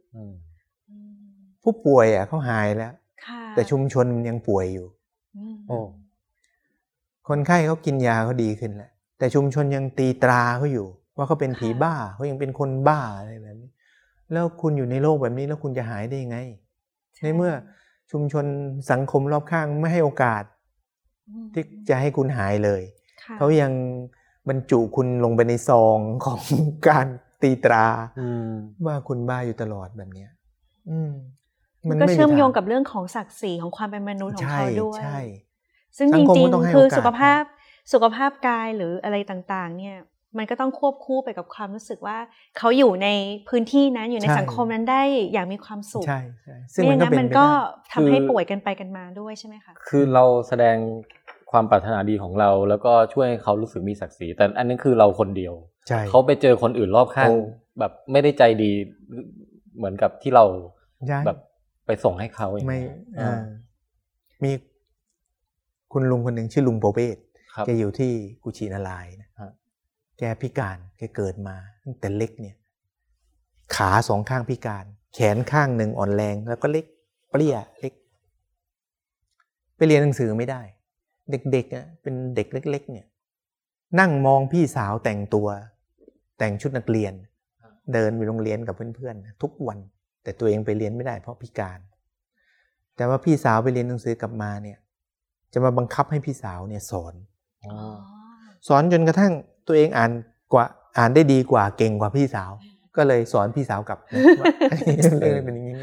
ผู้ป่วยอ่ะเขาหายแล้วแต่ชุมชนมันยังป่วยอยู่โอ้คนไข้เขากินยาเขาดีขึ้นแล้วแต่ชุมชนยังตีตราเขาอยู่ว่าเขาเป็นผีบ้าเขายังเป็นคนบ้าอะไรแบบนี้แล้วคุณอยู่ในโลกแบบนี้แล้วคุณจะหายได้ยังไงในเมื่อชุมชนสังคมรอบข้างไม่ให้โอกาสที่จะให้คุณหายเลยเขายังบรรจุคุณลงไปในซองของการตีตราว่าคุณบ้าอยู่ตลอดแบบนี้มันก็เชื่อมโยงกับเรื่องของศักดิ์ศรีของความเป็นมนุษย์ของเขาด้วยใช่ซึ่งจริงๆคือสุขภาพสุขภาพกายหรืออะไรต่างๆเนี่ยมันก็ต้องควบคู่ไปกับความรู้สึกว่าเขาอยู่ในพื้นที่นั้นอยู่ในสังคมนั้นได้อย่างมีความสุขใช่ใช่ซึ่งมันก็มันก็ทำให้ป่วยกันไปกันมาด้วยใช่ไหมคะคือเราแสดงความปรารถนาดีของเราแล้วก็ช่วยให้เขารู้สึกมีศักดิ์ศรีแต่อันนี้คือเราคนเดียวเขาไปเจอคนอื่นรอบข้างแบบไม่ได้ใจดีเหมือนกับที่เราแบบไปส่งให้เขาอย่างไม่มีคุณลุงคนหนึ่งชื่อลุงโปเบศแกอยู่ที่กุชินารายณ์นะแกพิการแกเกิดมาตั้งแต่เล็กเนี่ยขาสองข้างพิการแขนข้างหนึ่งอ่อนแรงแล้วก็เล็กเปรี้ยเล็กไปเรียนหนังสือไม่ได้เด็กๆอ่ะเป็นเด็กเล็กๆเนี่ยนั่งมองพี่สาวแต่งตัวแต่งชุดนักเรียนเดินไปโรงเรียนกับเพื่อนๆทุกวันแต่ตัวเองไปเรียนไม่ได้เพราะพิการแต่ว่าพี่สาวไปเรียนหนังสือกลับมาเนี่ยจะมาบังคับให้พี่สาวเนี่ยสอนสอนจนกระทั่งตัวเองอ่านกว่าอ่านได้ดีกว่าเก่งกว่าพี่สาวก็เลยสอนพี่สาวกลับว่าเรื่องเป็นอย่างนี้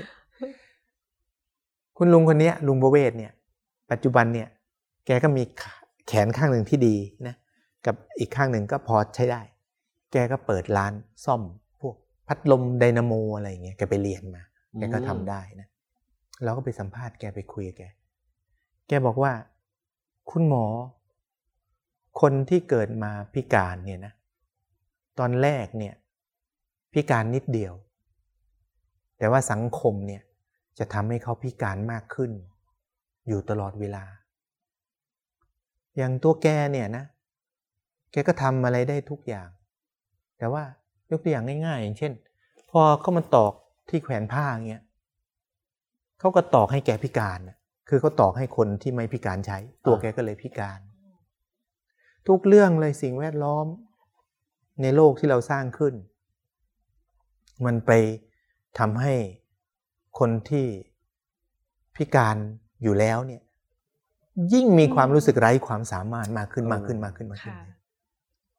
คุณลุงคนนี้ลุงโบเวศเนี่ยปัจจุบันเนี่ยแกก็มีแขนข้างหนึ่งที่ดีนะกับอีกข้างหนึ่งก็พอใช้ได้แกก็เปิดร้านซ่อมพวกพัดลมไดนาโมอะไรอย่างเงี้ยแกไปเรียนมาแกก็ทำได้นะเราก็ไปสัมภาษณ์แกไปคุยกับแกแกบอกว่าคุณหมอคนที่เกิดมาพิการเนี่ยนะตอนแรกเนี่ยพิการนิดเดียวแต่ว่าสังคมเนี่ยจะทำให้เขาพิการมากขึ้นอยู่ตลอดเวลาอย่างตัวแกเนี่ยนะแกก็ทำอะไรได้ทุกอย่างแต่ว่ายกตัวอย่างง่ายๆอย่างเช่นพอเขามาตอกที่แขวนผ้าเงี้ยเขาก็ตอกให้แกพิการคือเขาตอกให้คนที่ไม่พิการใช้ตัวแกก็เลยพิการทุกเรื่องเลยสิ่งแวดล้อมในโลกที่เราสร้างขึ้นมันไปทำให้คนที่พิการอยู่แล้วเนี่ยยิ่งมีความรู้สึกไร้ความสามารถมากขึ้นมากขึ้นมากขึ้นมากขึ้น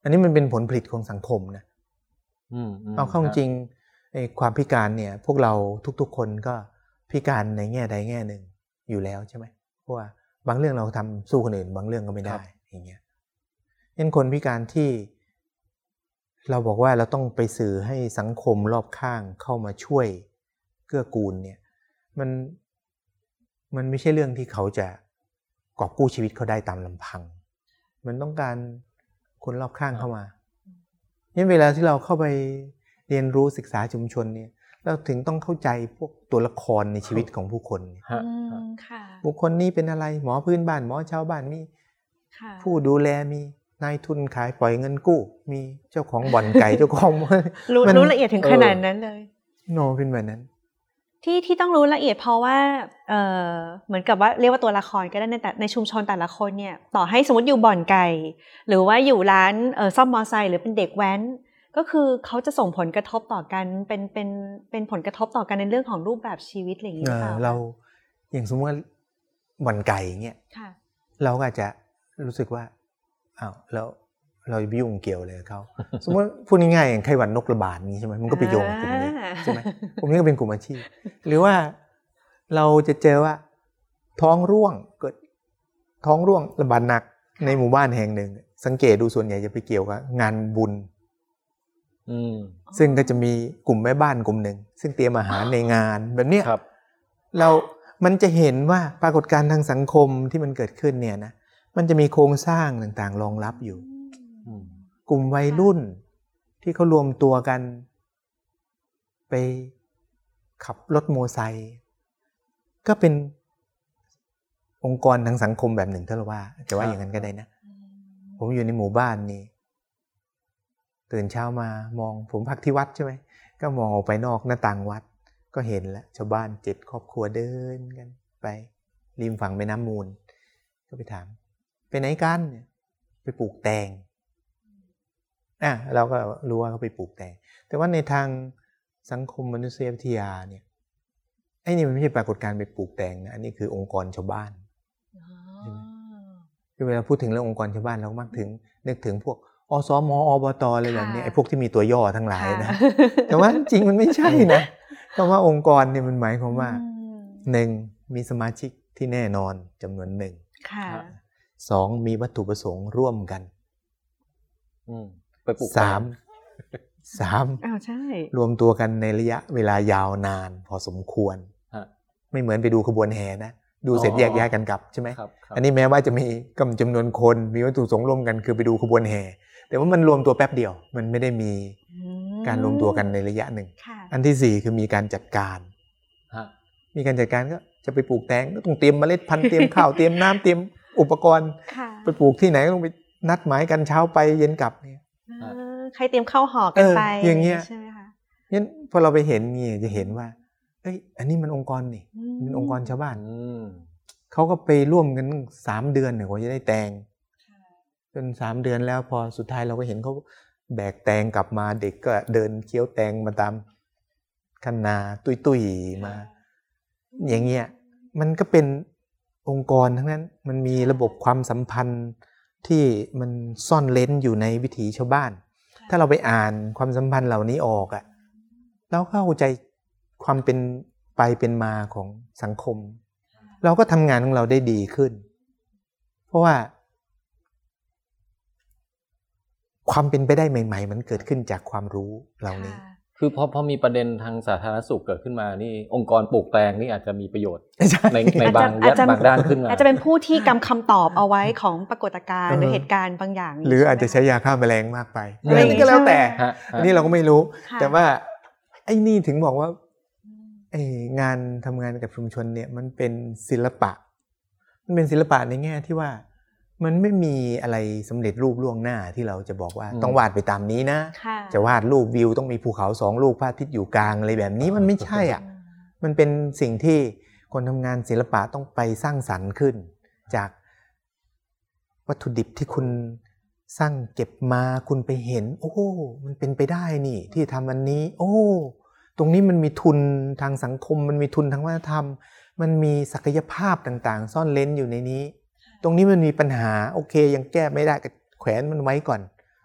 อันนี้มันเป็นผลผลิตของสังคมนะเอาเข้าจริงไอ้ความพิการเนี่ยพวกเราทุกๆคนก็พิการในแง่ใดแง่หนึ่งอยู่แล้วใช่ไหมเพราะว่าบางเรื่องเราทำสู้คนอื่นบางเรื่องก็ไม่ได้อย่างเงี้ยงั้นคนพิการที่เราบอกว่าเราต้องไปสื่อให้สังคมรอบข้างเข้ามาช่วยเกื้อกูลเนี่ยมันมันไม่ใช่เรื่องที่เขาจะกอบกู้ชีวิตเขาได้ตามลำพังมันต้องการคนรอบข้างเข้ามาเนี่ยเวลาที่เราเข้าไปเรียนรู้ศึกษาชุมชนเนี่ยเราถึงต้องเข้าใจพวกตัวละครในชีวิตของผู้คนบุคคลนี้เป็นอะไรหมอพื้นบ้านหมอชาวบ้านมีผู้ดูแลมีนายทุนขายปล่อยเงินกู้มีเจ้าของบ่อนไก่ เจ้าของรู้รู้ละเอียดถึงขนาดนั้นเลยโนเป็นแบบนั้นที่ที่ต้องรู้ละเอียดเพราะว่าเอ่อเหมือนกับว่าเรียกว่าตัวละครก็ได้ในแต่ในชุมชนแต่ละคนเนี่ยต่อให้สมมติอยู่บ่อนไก่หรือว่าอยู่ร้านเอ่อซ่อมมอเตอร์ไซค์หรือเป็นเด็กแว้นก็คือเขาจะส่งผลกระทบต่อกันเป็นเป็นเป็นผลกระทบต่อกันในเรื่องของรูปแบบชีวิตอะไรอย่างเงี้ยค่ะเราอย่างสมมติว่าบ่อนไก่เงี้ยเราก็อาจจะรู้สึกว่าอ้าวแล้วเราไปยุ่งเกี่ยวเลยกับเขาสมมติพูดง่ายๆอย่างไข้หวัดนกระบาดนี้ใช่ไหมมันก็ไปโยงกลุ่มนี้ใช่ไหมกลุ่มนี้ก็เป็นกลุ่มอาชีพหรือว่าเราจะเจอว่าท้องร่วงเกิดท้องร่วงระบาดหนักในหมู่บ้านแห่งหนึ่งสังเกตดูส่วนใหญ่จะไปเกี่ยวกับงานบุญซึ่งก็จะมีกลุ่มแม่บ้านกลุ่มหนึ่งซึ่งเตรียมอาหารในงานแบบนี้เรามันจะเห็นว่าปรากฏการณ์ทางสังคมที่มันเกิดขึ้นเนี่ยนะมันจะมีโครงสร้างต่างๆรองรับอยู่กลุ่มวัยรุ่นที่เขารวมตัวกันไปขับรถโมอไซค์ก็เป็นองค์กรทางสังคมแบบหนึ่งถ้าเราว่าจะว่าอย่างนั้นก็ได้นะผมอยู่ในหมู่บ้านนี่ตื่นเช้ามามองผมพักที่วัดใช่ไหมก็มองออกไปนอกหน้าต่างวัดก็เห็นแล้วชาวบ้านเจ็ดครอบครัวเดินกันไปริมฝั่งแม่น้ำมูลก็ไปถามไปไหนกันไปปลูกแตงอ่ะเราก็รู้ว่าเขาไปปลูกแตงแต่ว่าในทางสังคมมนุษยวิทยาเนี่ยไอ้นี่มันไม่ใช่ปรากฏการณ์ไปปลูกแตงนะอันนี้คือองค์กรชาวบ้านคือเวลาพูดถึงเรื่ององค์กรชาวบ้านเราก็มักถึงนึกถึงพวกอสมอบตอะไรแบบนี้ไอ้พวกที่มีตัวย่อทั้งหลายนะแต่ว่าจริงมันไม่ใช่นะคำว่าองค์กรเนี่ยมันหมายความว่าหนึ่งมีสมาชิกที่แน่นอนจำนวนหนึ่งสองมีวัตถุประสงค์ร่วมกันสามสามรวมตัวกันในระยะเวลายาวนานพอสมควรไม่เหมือนไปดูขบวนแห่นะดูเสร็จแยกย้ายกันกลับใช่ไหมอันนี้แม้ว่าจะมีกำจำนวนคนมีวัตถุประสงค์ร่วมกันคือไปดูขบวนแห่แต่ว่ามันรวมตัวแป๊บเดียวมันไม่ได้มีการรวมตัวกันในระยะหนึ่งอันที่สี่คือมีการจัดการมีการจัดการก็จะไปปลูกแตงก็ต้องเตรียมเมล็ดพันธุ์เตรียมข้าวเตรียมน้ำเตรียมอุปกรณ์ไปปลูกที่ไหนก็ต้องไปนัดหมายกันเช้าไปเย็นกลับเนี่ยใครเตรียมข้าวห่อกันไปอย่างเงี้ยใช่ไหมคะงั้นพอเราไปเห็นนี่จะเห็นว่าเอ้ยอันนี้มันองค์กรนี่เป็นองค์กรชาวบ้านเขาก็ไปร่วมกันสามเดือนเนี่ยกว่าจะได้แตงจนสามเดือนแล้วพอสุดท้ายเราก็เห็นเขาแบกแตงกลับมาเด็กก็เดินเคี้ยวแตงมาตามคันนาตุ้ยๆมาอย่างเงี้ยมันก็เป็นองค์กรทั้งนั้นมันมีระบบความสัมพันธ์ที่มันซ่อนเร้นอยู่ในวิถีชาวบ้านถ้าเราไปอ่านความสัมพันธ์เหล่านี้ออกอ่ะเราเข้าใจความเป็นไปเป็นมาของสังคมเราก็ทำงานของเราได้ดีขึ้นเพราะว่าความเป็นไปได้ใหม่ๆมันเกิดขึ้นจากความรู้เหล่านี้คือพอพอมีประเด็นทางสาธารณสุขเกิดขึ้นมานี่องค์กรปลูกแตงนี่อาจจะมีประโยชน์ในในบางบางด้านขึ้นมาอาจจะเป็นผู้ที่กำคำตอบเอาไว้ของปรากฏการณ์หรือเหตุการณ์บางอย่างหรืออาจจะใช้ยาฆ่าแมลงมากไปอะไรนี่ก็แล้วแต่อันนี้เราก็ไม่รู้แต่ว่าไอ้นี่ถึงบอกว่าไอ้งานทำงานกับชุมชนเนี่ยมันเป็นศิลปะมันเป็นศิลปะในแง่ที่ว่ามันไม่มีอะไรสำเร็จรูปล่วงหน้าที่เราจะบอกว่าต้องวาดไปตามนี้นะจะวาดรูปวิวต้องมีภูเขาสองลูกพระอาทิตย์อยู่กลางอะไรแบบนี้มันไม่ใช่อ่ะมันเป็นสิ่งที่คนทำงานศิลปะต้องไปสร้างสรรค์ขึ้นจากวัตถุดิบที่คุณสร้างเก็บมาคุณไปเห็นโอ้มันเป็นไปได้นี่ที่ทำอันนี้โอ้ตรงนี้มันมีทุนทางสังคมมันมีทุนทางวัฒนธรรมมันมีศักยภาพต่างๆซ่อนเร้นอยู่ในนี้ตรงนี้มันมีปัญหาโอเคยังแก้ไม่ได้ก็แขวนมันไว้ก่อน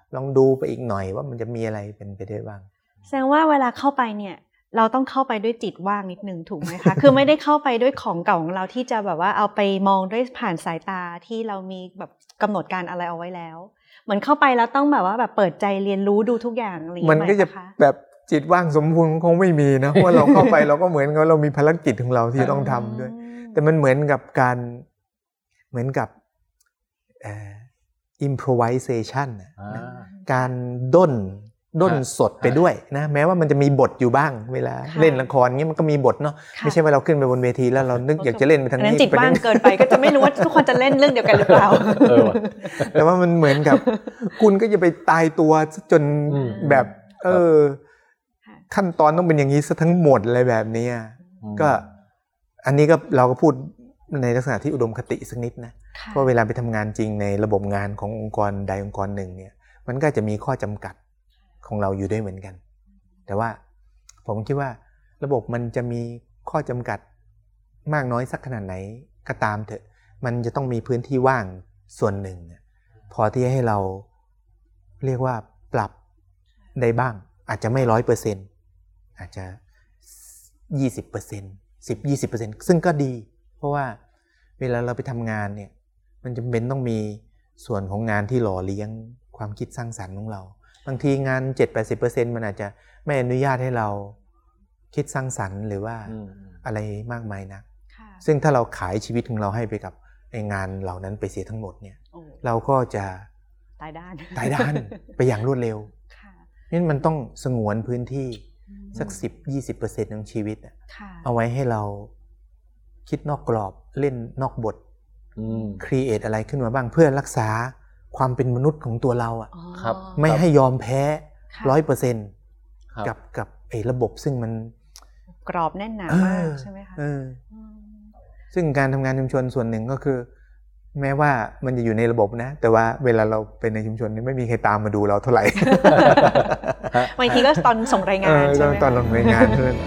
ลองดูไปอีกหน่อยว่ามันจะมีอะไรเป็นไปได้บ้างแสดงว่าเวลาเข้าไปเนี่ยเราต้องเข้าไปด้วยจิตว่างนิดนึงถูกไหมคะ คือไม่ได้เข้าไปด้วยของเก่าของเราที่จะแบบว่าเอาไปมองด้วยผ่านสายตาที่เรามีแบบกำหนดการอะไรเอาไว้แล้วเหมือนเข้าไปแล้วต้องแบบว่าแบบเปิดใจเรียนรู้ดูทุกอย่างอะไรอย่างเงี้ยมันก็จะแบบจิตว่างสมบูรณ์คงไม่มีนะเพราะเราเข้าไปเราก็เหมือนกับเรามีภารกิจของเราที่ต้องทำด้วยแต่มันเหมือนกับการเหมือนกับเอ่อ improvisation นะการด้นด้นสดไปด้วยนะแม้ว่ามันจะมีบทอยู่บ้างเวลาเล่นละครเงี้ยมันก็มีบทเนาะไม่ใช่ว่าเราขึ้นไปบนเวทีแล้วเรานึกอยากจะเล่นไปทางนี้จิตว่างเกินไปก็จะไม่รู้ว่าทุกคนจะเล่นเรื่องเดียวกันหรือเปล่าแต่ว่ามันเหมือนกับคุณก็จะไปตายตัวจนแบบเออขั้นตอนต้องเป็นอย่างนี้ซะทั้งหมดอะไรแบบนี้ก็อันนี้ก็เราก็พูดในลักษณะที่อุดมคติสักนิดนะเพราะเวลาไปทำงานจริงในระบบงานขององค์กรใดองค์กรหนึ่งเนี่ยมันก็จะมีข้อจำกัดของเราอยู่ด้วยเหมือนกันแต่ว่าผมคิดว่าระบบมันจะมีข้อจำกัดมากน้อยสักขนาดไหนก็ตามเถอะมันจะต้องมีพื้นที่ว่างส่วนหนึ่งพอที่ให้เราเรียกว่าปรับได้บ้างอาจจะไม่ร้อยเปอร์เซ็นต์อาจจะยี่สิบเปอร์เซ็นต์สิบยี่สิบเปอร์เซ็นต์ซึ่งก็ดีเพราะว่าเวลาเราไปทำงานเนี่ยมันจำเป็นต้องมีส่วนของงานที่หล่อเลี้ยงความคิดสร้างสรรค์ของเราบางทีงาน เจ็ดถึงแปดสิบเปอร์เซ็นต์ มันอาจจะไม่อนุญาตให้เราคิดสร้างสรรค์หรือว่าอะไรมากมายนักซึ่งถ้าเราขายชีวิตของเราให้ไปกับไอ้งานเหล่านั้นไปเสียทั้งหมดเนี่ยเราก็จะตายด้านตายด้านไปอย่างรวดเร็วนี่มันต้องสงวนพื้นที่สัก สิบถึงยี่สิบเปอร์เซ็นต์ ของชีวิตเอาไว้ให้เราคิดนอกกรอบเล่นนอกบทครีเอทอะไรขึ้นมาบ้างเพื่อรักษาความเป็นมนุษย์ของตัวเราอ่ะไม่ให้ยอมแพ้ ร้อยเปอร์เซ็นต์ กับกับไอ้ระบบซึ่งมันกรอบแน่นหนามากใช่ไหมคะซึ่งการทำงานชุมชนส่วนหนึ่งก็คือแม้ว่ามันจะอยู่ในระบบนะแต่ว่าเวลาเราเป็นในชุมชนนี่ไม่มีใครตามมาดูเราเท่าไหร่บางทีก็ตอนส่งรายงานใช่ไหมตอนส่งรายงานเพื่อน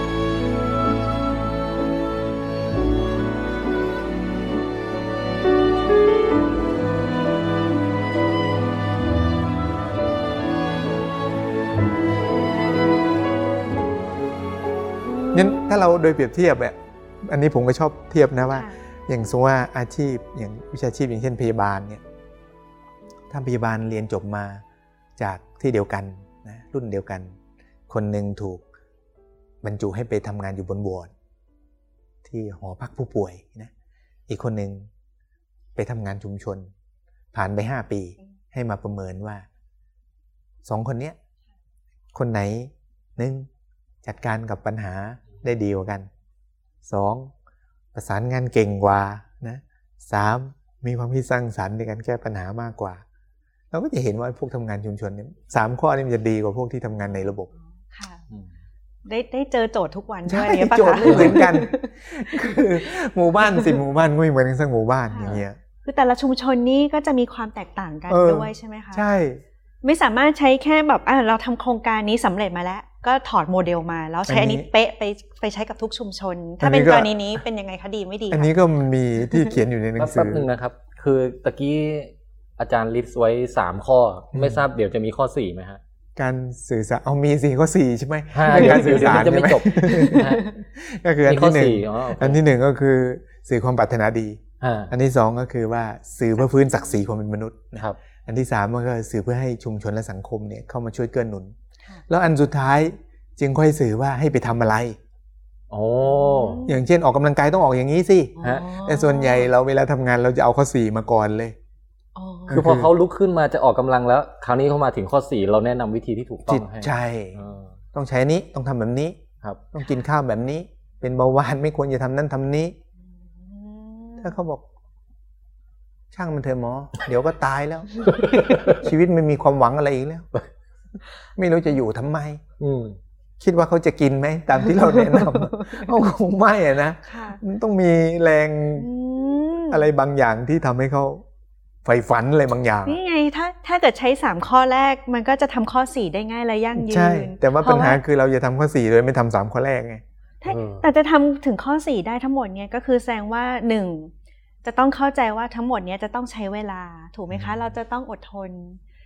งั้นถ้าเราโดยเปรียบเทียบแบบอันนี้ผมก็ชอบเทียบนะว่าอย่างสมมติว่าอาชีพอย่างวิชาชีพอย่างเช่นพยาบาลเนี่ยถ้าพยาบาลเรียนจบมาจากที่เดียวกันนะรุ่นเดียวกันคนหนึ่งถูกบรรจุให้ไปทำงานอยู่บนวอร์ดที่หอพักผู้ป่วยนะอีกคนหนึ่งไปทำงานชุมชนผ่านไปห้าปีให้มาประเมินว่าสองคนเนี้ยคนไหนหนึ่งจัดการกับปัญหาได้ดีกว่ากันสองประสานงานเก่งกว่านะสามมีความคิดสร้างสรรค์ในการแก้ปัญหามากกว่าเราก็จะเห็นว่าพวกทำงานชุมชนเนี่ยสามข้อนี้มันจะดีกว่าพวกที่ทำงานในระบบค่ะได้ได้เจอโจทย์ทุกวันด้วยเนี่ยโจทย์ไม่เหมือนกันคือหมู่บ้านสิหมู่บ้านก็ไม่เหมือนกันสักหมู่บ้านอย่างเงี้ยคือแต่ละชุมชนนี้ก็จะมีความแตกต่างกันด้วยใช่ไหมคะใช่ไม่สามารถใช้แค่แบบอ่ะเราทำโครงการนี้สำเร็จมาแล้วก็ถอดโมเดลมาแล้วใช้อันนี้เป๊ะไปไปใช้กับทุกชุมชนถ้าเป็นกรณีนี้เป็นยังไงคะดีไม่ดีอันนี้ก็มีที่เขียนอยู่ในหนังสือแป๊บนึงนะครับคือตะกี้อาจารย์ลิสต์ไว้สามข้อไม่ทราบเดี๋ยวจะมีข้อสี่ไหมฮะการสื่อสารเอามีสี่ข้อสี่ใช่ไหมการสื่อสารจะไม่จบก็คืออันที่หนึ่งอันที่หนึ่งก็คือสื่อความปรารถนาดีอันที่สองก็คือว่าสื่อเพื่อฟื้นศักดิ์ศรีความเป็นมนุษย์นะครับอันที่สามก็คือสื่อเพื่อให้ชุมชนและสังคมเนี่ยเข้ามาช่วยเกื้อหนุนแล้วอันสุดท้ายจึงค่อยสื่อว่าให้ไปทำอะไรโอ้อย่างเช่นออกกำลังกายต้องออกอย่างนี้สิแต่ส่วนใหญ่เราเวลาทำงานเราจะเอาข้อสี่มาก่อนเลยคือพอเขาลุกขึ้นมาจะออกกำลังแล้วคราวนี้เขามาถึงข้อสี่เราแนะนำวิธีที่ถูกต้องให้ใช่ต้องใช้นี้ต้องทำแบบนี้ครับต้องกินข้าวแบบนี้เป็นเบาหวานไม่ควรจะทำนั่นทำนี้ถ้าเขาบอกช่างมันเถอะหมอเดี๋ยวก็ตายแล้ว ชีวิตไม่มีความหวังอะไรอีกแล้วไม่รู้จะอยู่ทำไมคิดว่าเขาจะกินไหมตามที่เราแนะนำเขาคงไม่อะนะมันต้องมีแรงอะไรบางอย่างที่ทำให้เขาใฝ่ฝันอะไรบางอย่างนี่ไงถ้าถ้าเกิดใช้สามข้อแรกมันก็จะทำข้อสี่ได้ง่ายและยั่งยืนใช่แต่ว่าปัญหาคือเราจะทำข้อสี่โดยไม่ทำสามข้อแรกไงแต่จะทำถึงข้อสี่ได้ทั้งหมดเนี่ยก็คือแสดงว่าหนึ่งจะต้องเข้าใจว่าทั้งหมดนี้จะต้องใช้เวลาถูกไหมคะเราจะต้องอดทน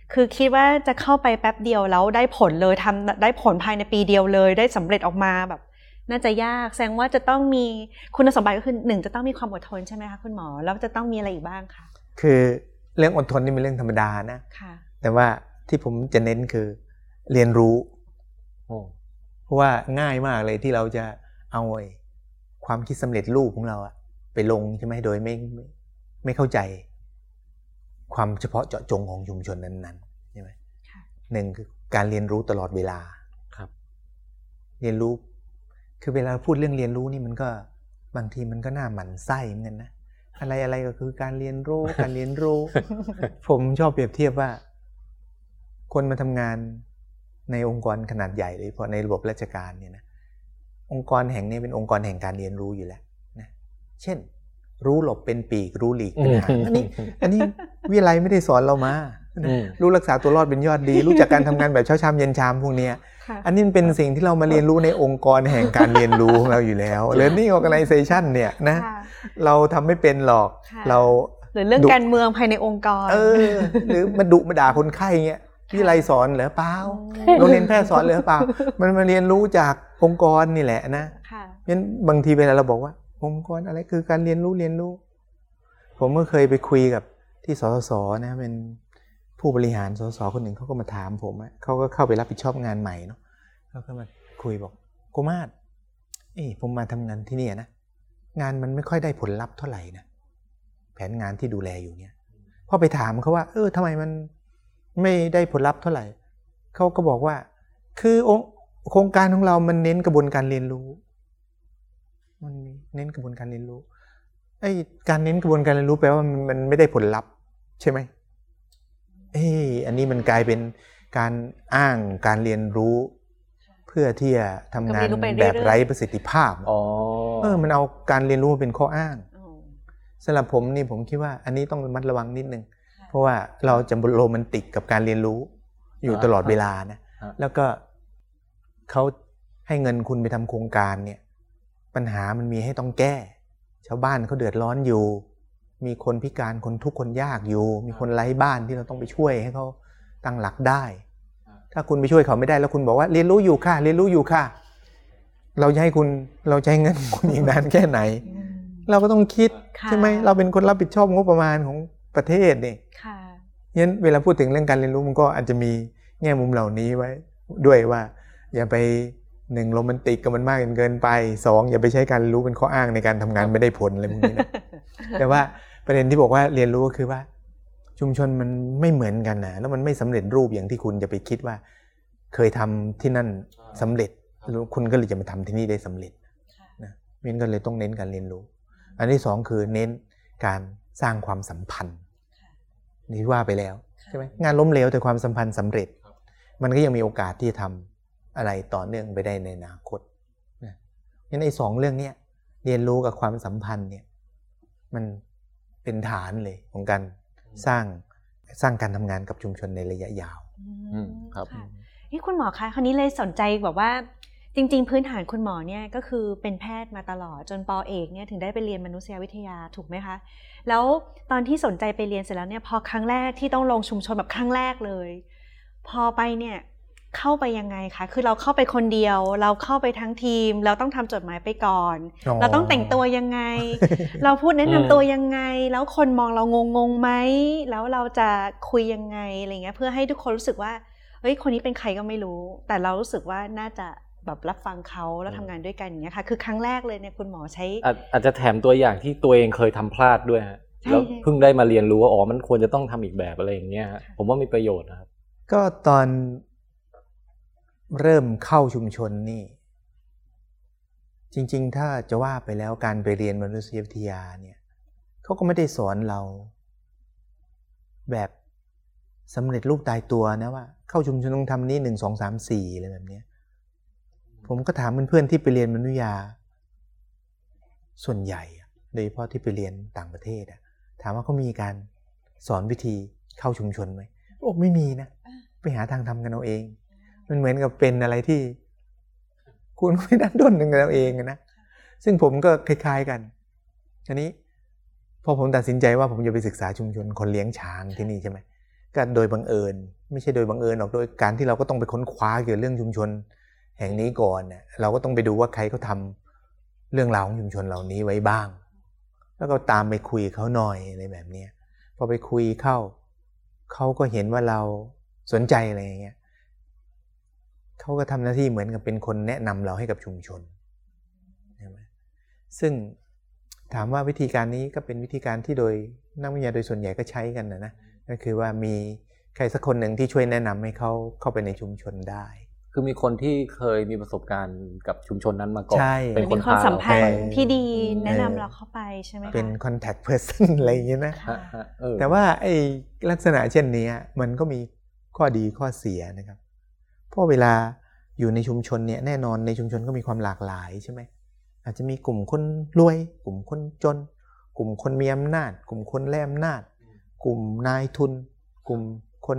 คือคิดว่าจะเข้าไปแป๊บเดียวแล้วได้ผลเลยทำได้ผลภายในปีเดียวเลยได้สำเร็จออกมาแบบน่าจะยากแสดงว่าจะต้องมีคุณสมบัติก็คือหนึ่งจะต้องมีความอดทนใช่ไหมคะคุณหมอแล้วจะต้องมีอะไรอีกบ้างคะคือเรื่องอดทนนี่เป็นเรื่องธรรมดานะแต่ว่าที่ผมจะเน้นคือเรียนรู้เพราะว่าง่ายมากเลยที่เราจะเอาความคิดสำเร็จรูปของเราอะไปลงใช่ไหมโดยไม่ไม่เข้าใจความเฉพาะเจาะจงของชุมชนนั้นๆใช่ไหมหนึ่งคือการเรียนรู้ตลอดเวลาครับเรียนรู้คือเวลาพูดเรื่องเรียนรู้นี่มันก็บางทีมันก็น่าหมั่นไส้เหมือนกันนะอะไรอะไรก็คือการเรียนรู้ การเรียนรู้ ผมชอบเปรียบเทียบว่าคนมาทำงานในองค์กรขนาดใหญ่เลยเพราะในระบบราชการเนี่ยนะองค์กรแห่งนี้เป็นองค์กรแห่งการเรียนรู้อยู่แล้วนะเช่นรู้หลบเป็นปีกรู้หลีกเป็นหางอันนี้อันนี้วิทยาลัยไม่ได้สอนเรามารู้รักษาตัวรอดเป็นยอดดีรู้จักการทำงานแบบเช้าชามเย็นชามพวกนี้อันนี้เป็นสิ่งที่เรามาเรียนรู้ในองค์กรแห่งการเรียนรู้ของเราอยู่แล้ว Learning Organization เนี่ยนะเราทำไม่เป็นหรอกเราหรือเรื่องการเมืองภายในองค์กรเออหรือมาดุมาด่าคนไข้เงี้ยวิทยาลัยสอนเหรอเปล่าโรงเรียนแพทย์สอนเหรอเปล่ามันมาเรียนรู้จากองค์กรนี่แหละนะงั้นบางทีเวลาเราบอกว่าองค์กรอะไรคือการเรียนรู้เรียนรู้ผมก็เคยไปคุยกับที่สสสนะเป็นผู้บริหารสสสคนหนึ่งเขาก็มาถามผมเขาก็เข้าไปรับผิดชอบงานใหม่เนาะเขาก็มาคุยบอกโกมาศเอ้ยผมมาทำงานที่นี่นะงานมันไม่ค่อยได้ผลลัพธ์เท่าไหร่นะแผนงานที่ดูแลอยู่เนี่ยพอไปถามเขาว่าเออทำไมมันไม่ได้ผลลัพธ์เท่าไหร่เขาก็บอกว่าคือโครงการของเรามันเน้นกระบวนการเรียนรู้มันเน้นกระบวนการเรียนรู้ไอ้การเน้นกระบวนการเรียนรู้แปลว่ามันไม่ได้ผลลัพธ์ใช่ไหมเอ้ยอันนี้มันกลายเป็นการอ้างการเรียนรู้เพื่อที่จะทำงานแบบไร้ประสิทธิภาพอ๋อเออมันเอาการเรียนรู้มาเป็นข้ออ้างสำหรับผมนี่ผมคิดว่าอันนี้ต้องระมัดระวังนิดนึงเพราะว่าเราจะโรแมนติกกับการเรียนรู้อยู่ตลอดเวลานะแล้วก็เขาให้เงินคุณไปทำโครงการเนี่ยปัญหามันมีให้ต้องแก้ชาวบ้านเขาเดือดร้อนอยู่มีคนพิการคนทุกข์คนยากอยู่มีคนไร้บ้านที่เราต้องไปช่วยให้เขาตั้งหลักได้ถ้าคุณไปช่วยเขาไม่ได้แล้วคุณบอกว่าเรียนรู้อยู่ค่ะเรียนรู้อยู่ค่ะเราจะให้คุณเราใช้เงินคุณอีกนานแค่ไหนเราก็ต้องคิดใช่ไหมเราเป็นคนรับผิดชอบงบประมาณของประเทศนี่ค่ะงั้นเวลาพูดถึงเรื่องการเรียนรู้มันก็อาจจะมีแง่มุมเหล่านี้ไว้ด้วยว่าอย่าไปหนึ่งโรแมนติกกับมันมากเกินไปสองอย่าไปใช้การรู้เป็นข้ออ้างในการทำงานไม่ได้ผลอะไรพวกนี้นะแต่ว่าประเด็นที่บอกว่าเรียนรู้ก็คือว่าชุมชนมันไม่เหมือนกันนะแล้วมันไม่สำเร็จรูปอย่างที่คุณจะไปคิดว่าเคยทำที่นั่นสำเร็จคุณก็เลยจะมาทำที่นี่ได้สำเร็จนะมินก็เลยต้องเน้นการเรียนรู้อันที่สองคือเน้นการสร้างความสัมพันธ์นี่ว่าไปแล้วใช่ไหมงานล้มเหลวแต่ความสัมพันธ์สำเร็จมันก็ยังมีโอกาสที่จะทำอะไรต่อเนื่องไปได้ในอนาคตนะงั้นไอ้สองเรื่องนี้เรียนรู้กับความสัมพันธ์เนี่ยมันเป็นฐานเลยของการสร้างสร้างการทำงานกับชุมชนในระยะยาวครับนี่คุณหมอคะคราวนี้เลยสนใจแบบว่าจริงๆพื้นฐานคุณหมอเนี่ยก็คือเป็นแพทย์มาตลอดจนป.เอกเนี่ยถึงได้ไปเรียนมนุษยวิทยาถูกไหมคะแล้วตอนที่สนใจไปเรียนเสร็จแล้วเนี่ยพอครั้งแรกที่ต้องลงชุมชนแบบครั้งแรกเลยพอไปเนี่ยเข้าไปยังไงคะคือเราเข้าไปคนเดียวเราเข้าไปทั้งทีมเราต้องทำจดหมายไปก่อนเราต้องแต่งตัวยังไง เราพูดแนะนำตัวยังไงแล้วคนมองเรางงงไหมแล้วเราจะคุยยังไงอะไรเงี้ยเพื่อให้ทุกคนรู้สึกว่าเฮ้ยคนนี้เป็นใครก็ไม่รู้แต่เรารู้สึกว่าน่าจะแบบรับฟังเขาแล้วทำงานด้วยกันอย่างเงี้ยค่ะคือครั้งแรกเลยเนี่ยคุณหมอใช้อาจจะแถมตัวอย่างที่ตัวเองเคยทำพลาดด้วยฮะแล้วเพิ่งได้มาเรียนรู้ว่าอ๋อมันควรจะต้องทำอีกแบบอะไรอย่างเงี้ยผมว่ามีประโยชน์นะครับก็ตอนเริ่มเข้าชุมชนนี่จริงๆถ้าจะว่าไปแล้วการไปเรียนมนุษยวิทยาเนี่ยเขาก็ไม่ได้สอนเราแบบสำเร็จรูปตายตัวนะว่าเข้าชุมชนต้องทำนี้หนึ่งสองสามสี่อะไรแบบนี้ผมก็ถามเพื่อนๆที่ไปเรียนมนุษยาส่วนใหญ่โดยเฉพาะที่ไปเรียนต่างประเทศถามว่าเขามีการสอนวิธีเข้าชุมชนไหมโอ้ไม่มีนะไปหาทางทำกันเอาเองมันเหมือนกับเป็นอะไรที่คุณไม่ดันด้นกันเอาเองนะซึ่งผมก็คล้ายๆกันทีนี้พอผมตัดสินใจว่าผมจะไปศึกษาชุมชนคนเลี้ยงช้างที่นี่ใช่ไหมก็โดยบังเอิญไม่ใช่โดยบังเอิญหรอกโดยการที่เราก็ต้องไปค้นคว้าเกี่ยวกับเรื่องชุมชนแห่งนี้ก่อนเนี่ยเราก็ต้องไปดูว่าใครเขาทำเรื่องราวของชุมชนเหล่านี้ไว้บ้างแล้วก็ตามไปคุยเขาหน่อยอะไรแบบนี้พอไปคุยเข้าเขาก็เห็นว่าเราสนใจอะไรอย่างเงี้ยเขาก็ทำหน้าที่เหมือนกับเป็นคนแนะนำเราให้กับชุมชนใช่ไหมซึ่งถามว่าวิธีการนี้ก็เป็นวิธีการที่โดยนักวิทยาโดยส่วนใหญ่ก็ใช้กันนะนะก็คือว่ามีใครสักคนหนึ่งที่ช่วยแนะนำให้เขาเข้าไปในชุมชนได้คือมีคนที่เคยมีประสบการณ์กับชุมชนนั้นมาก่อนเป็นคนความสัมพันธ์ที่ดีแนะนำเราเข้าไปใช่ไหมคะเป็น contact person อะไรอย่างเงี้ยนะแต่ว่าไอ้ลักษณะเช่นนี้มันก็มีข้อดีข้อเสียนะครับเพราะเวลาอยู่ในชุมชนเนี่ยแน่นอนในชุมชนก็มีความหลากหลายใช่ไหมอาจจะมีกลุ่มคนรวยกลุ่มคนจนกลุ่มคนมีอำนาจกลุ่มคนแลอำนาจกลุ่มนายทุนกลุ่มคน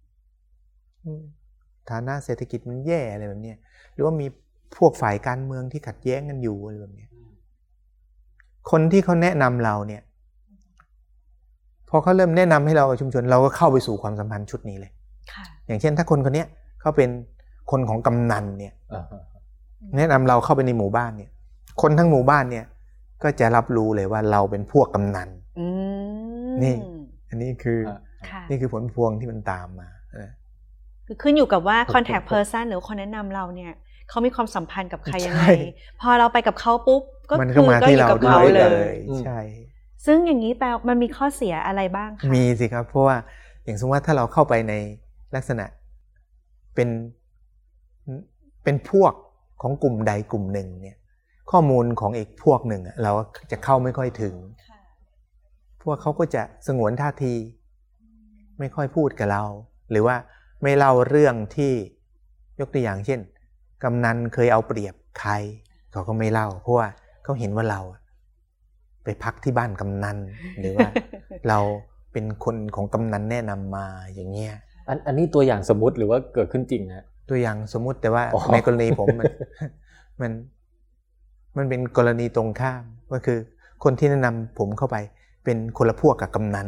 ฐานะเศรษฐกิจมันแย่อะไรแบบนี้หรือว่ามีพวกฝ่ายการเมืองที่ขัดแย้งกันอยู่อะไรแบบนี้คนที่เขาแนะนำเราเนี่ยพอเขาเริ่มแนะนำให้เรากับชุมชนเราก็เข้าไปสู่ความสัมพันธ์ชุดนี้เลยอย่างเช่นถ้าคนคนนี้เขาเป็นคนของกำนันเนี่ยแนะนำเราเข้าไปในหมู่บ้านเนี่ยคนทั้งหมู่บ้านเนี่ยก็จะรับรู้เลยว่าเราเป็นพวกกำนันนี่อันนี้คือนี่คือผลพวงที่มันตามมาคือขึ้นอยู่กับว่า contact person หรือคนแนะนำเราเนี่ยเขามีความสัมพันธ์กับใครยังไงพอเราไปกับเขาปุ๊บก็คือก็อยู่กับเขาเลยใช่ซึ่งอย่างนี้แปลมันมีข้อเสียอะไรบ้างคะมีสิครับเพราะว่าอย่างสมมติว่าถ้าเราเข้าไปในลักษณะเป็นเป็นพวกของกลุ่มใดกลุ่มหนึ่งเนี่ยข้อมูลของอีกพวกหนึ่งเราจะเข้าไม่ค่อยถึงพวกเขาก็จะสงวนท่าทีไม่ค่อยพูดกับเราหรือว่าไม่เล่าเรื่องที่ยกตัวอย่างเช่นกำนันเคยเอาเปรียบใครเขาก็ไม่เล่าเพราะว่าเขาเห็นว่าเราไปพักที่บ้านกำนันหรือว่าเราเป็นคนของกำนันแนะนำมาอย่างเงี้ยอันอันนี้ตัวอย่างสมมุติหรือว่าเกิดขึ้นจริงนะตัวอย่างสมมุติแต่ว่าในกรณีผมมันมันมันเป็นกรณีตรงข้ามก็คือคนที่แนะนำผมเข้าไปเป็นคนละพวกกับกำนัน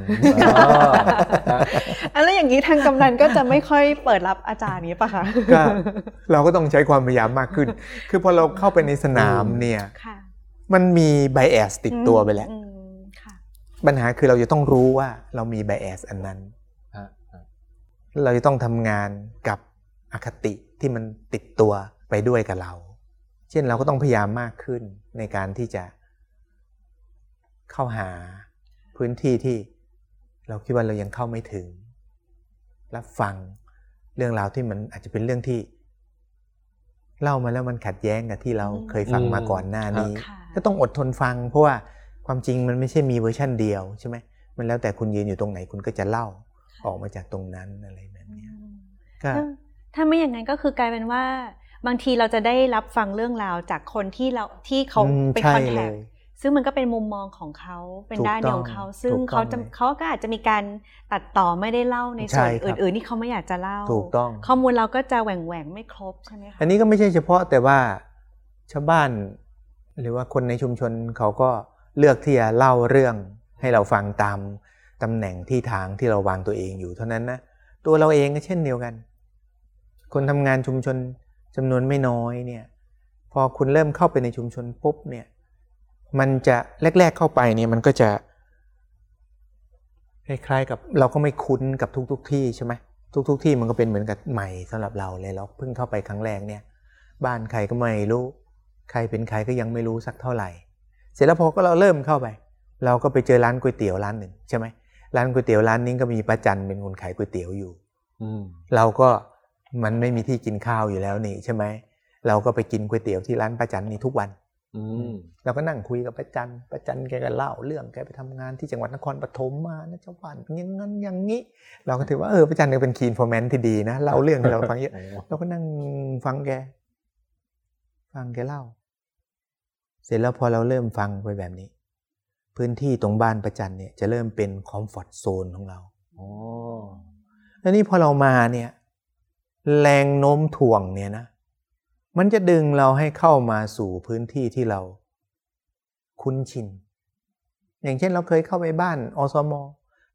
อะไรอย่างนี้ทางกำนันก็จะไม่ค่อยเปิดรับอาจารย์นี้ป่ะคะก็เราก็ต้องใช้ความพยายามมากขึ้นคือพอเราเข้าไปในสนามเนี่ยมันมีไบแอสติดตัวไปแล้วปัญหาคือเราจะต้องรู้ว่าเรามีไบแอสอันนั้นเราจะต้องทำงานกับอคติที่มันติดตัวไปด้วยกับเราเช่นเราก็ต้องพยายามมากขึ้นในการที่จะเข้าหาพื้นที่ที่เราคิดว่าเรายังเข้าไม่ถึงรับฟังเรื่องราวที่มันอาจจะเป็นเรื่องที่เล่ามาแล้วมันขัดแย้งกับที่เราเคยฟังมาก่อนหน้านี้ก็ต้องอดทนฟังเพราะว่าความจริงมันไม่ใช่มีเวอร์ชั่นเดียวใช่ไหมมันแล้วแต่คุณยืนอยู่ตรงไหนคุณก็จะเล่าออกมาจากตรงนั้นอะไรแบบนี้ก็ถ้าไม่อย่างนั้นก็คือกลายเป็นว่าบางทีเราจะได้รับฟังเรื่องราวจากคนที่เราที่เขาเป็นคอนแทคซึ่งมันก็เป็นมุมมองของเขาเป็นด้านเดียวของเขาซึ่งเขาจะเขาก็อาจจะมีการตัดต่อไม่ได้เล่าในส่วนอื่นๆที่เขาไม่อยากจะเล่าถูกต้องข้อมูลเราก็จะแหว่งแหว่งไม่ครบใช่ไหมคะอันนี้ก็ไม่ใช่เฉพาะแต่ว่าชาวบ้านหรือว่าคนในชุมชนเขาก็เลือกที่จะเล่าเรื่องให้เราฟังตามตำแหน่งที่ทางที่เราวางตัวเองอยู่เท่านั้นนะตัวเราเองก็เช่นเดียวกันคนทำงานชุมชนจำนวนไม่น้อยเนี่ยพอคุณเริ่มเข้าไปในชุมชนปุ๊บเนี่ยมันจะแรกๆเข้าไปเนี่ยมันก็จะคล้ายๆกับเราก็ไม่คุ้นกับทุกๆที่ใช่ไหมทุกๆที่มันก็เป็นเหมือนกับใหม่สำหรับเราเลยเราเพิ่งเข้าไปครั้งแรกเนี่ยบ้านใครก็ไม่รู้ใครเป็นใครก็ยังไม่รู้สักเท่าไหร่เสร็จแล้วพอก็เราเริ่มเข้าไปเราก็ไปเจอร้านก๋วยเตี๋ยวร้านหนึ่งใช่ไหมร้านก๋วยเตี๋ยวร้านนี้ก็มีป้าจันเป็นคนขายก๋วยเตี๋ยวอยู่เราก็มันไม่มีที่กินข้าวอยู่แล้วนี่ใช่ไหมเราก็ไปกินก๋วยเตี๋ยวที่ร้านป้าจันนี่ทุกวันเราก็นั่งคุยกับป้าจันป้าจันแกก็เล่าเรื่องแกไปทำงานที่จังหวัดนครปฐมมานะเจ้าบ้านอย่างนั้นอย่างนี้เราก็ถือว่าเออป้าจันเนี่ยเป็นคีนฟอร์แมนที่ดีนะเล่าเรื่องให้เราฟังเยอะเราก็นั่งฟังแกฟังแกเล่าเสร็จแล้วพอเราเริ่มฟังไปแบบนี้พื้นที่ตรงบ้านป้าจันเนี่ยจะเริ่มเป็นคอมฟอร์ตโซนของเราอ๋อแล้วนี่พอเรามาเนี่ยแรงโน้มถ่วงเนี่ยนะมันจะดึงเราให้เข้ามาสู่พื้นที่ที่เราคุ้นชินอย่างเช่นเราเคยเข้าไปบ้านอสม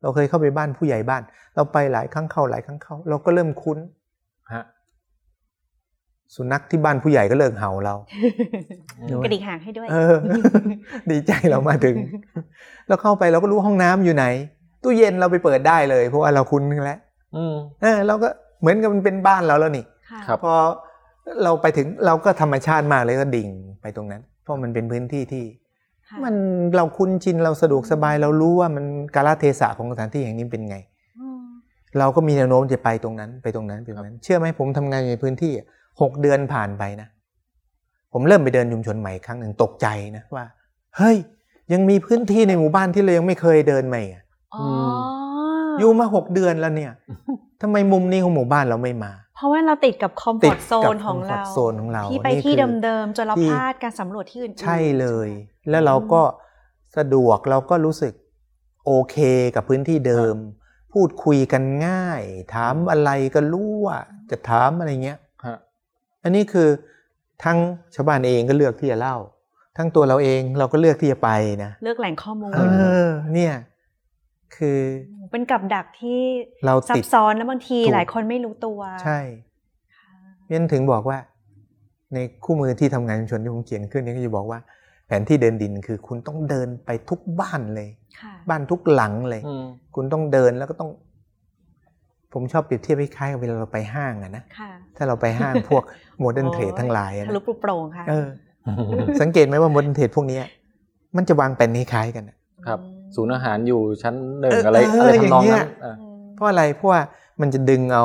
เราเคยเข้าไปบ้านผู้ใหญ่บ้านเราไปหลายครั้งเข้าหลายครั้งเข้าเราก็เริ่มคุ้นฮะสุนัขที่บ้านผู้ใหญ่ก็เลิกเห่าเรากระดิกหางให้ด้วยเออ ดีใจเรามาถึงเราเข้าไปเราก็รู้ห้องน้ำอยู่ไหนตู้เย็นเราไปเปิดได้เลยเพราะว่าเราคุ้นแล้วอืมเออเราก็เหมือนกับมันเป็นบ้านเราแล้วนี่พอเราไปถึงเราก็ธรรมชาติมากเลยก็ดิ่งไปตรงนั้นเพราะมันเป็นพื้นที่ที่มันเราคุ้นชินเราสะดวกสบายเรารู้ว่ามันกาลเทศะของสถานที่แห่งนี้เป็นไงเราก็มีแนวโน้มจะไปตรงนั้นไปตรงนั้นไปตรงนั้นเชื่อไหมผมทำงานในพื้นที่หกเดือนผ่านไปนะผมเริ่มไปเดินชุมชนใหม่ครั้งหนึ่งตกใจนะว่าเฮ้ยยังมีพื้นที่ในหมู่บ้านที่เรายังไม่เคยเดินใหม่อ่ะอยู่มาหกเดือนแล้วเนี่ยทำไมมุมนี้ของหมู่บ้านเราไม่มาเพราะว่าเราติดกับคอมฟอร์ตโซนของเราที่ไปที่เดิมๆจนเราพลาดการสำรวจที่อื่นใช่เลยแล้วเราก็สะดวกเราก็รู้สึกโอเคกับพื้นที่เดิมพูดคุยกันง่ายถามอะไรก็รู้ว่าจะถามอะไรเงี้ยอันนี้คือทั้งชาวบ้านเองก็เลือกที่จะเล่าทั้งตัวเราเองเราก็เลือกที่จะไปนะเลือกแหล่งข้อมูลเออเนี่ยคือเป็นกับดักที่ซับซ้อนแล้วบางทีหลายคนไม่รู้ตัวใช่ยันถึงบอกว่าในคู่มือที่ทำงานชุมชนที่ผมเขียนขึ้นนี่ก็จะบอกว่าแผนที่เดินดินคือคุณต้องเดินไปทุกบ้านเลยบ้านทุกหลังเลยคุณต้องเดินแล้วก็ต้องผมชอบเปรียบเทียบคล้ายๆกับเวลาเราไปห้างอะนะถ้าเราไปห้างพวกโมเดิร์นเทรดทั้งหลายอะทะลุโปร่งค่ะสังเกตไหมว่าโมเดิร์นเทรดพวกนี้มันจะวางแผนคล้ายๆกันครับศูนย์อาหารอยู่ชั้นหนึ่งอะไรอะไรทำนองนั้นเพราะอะไรเพราะว่ามันจะดึงเอา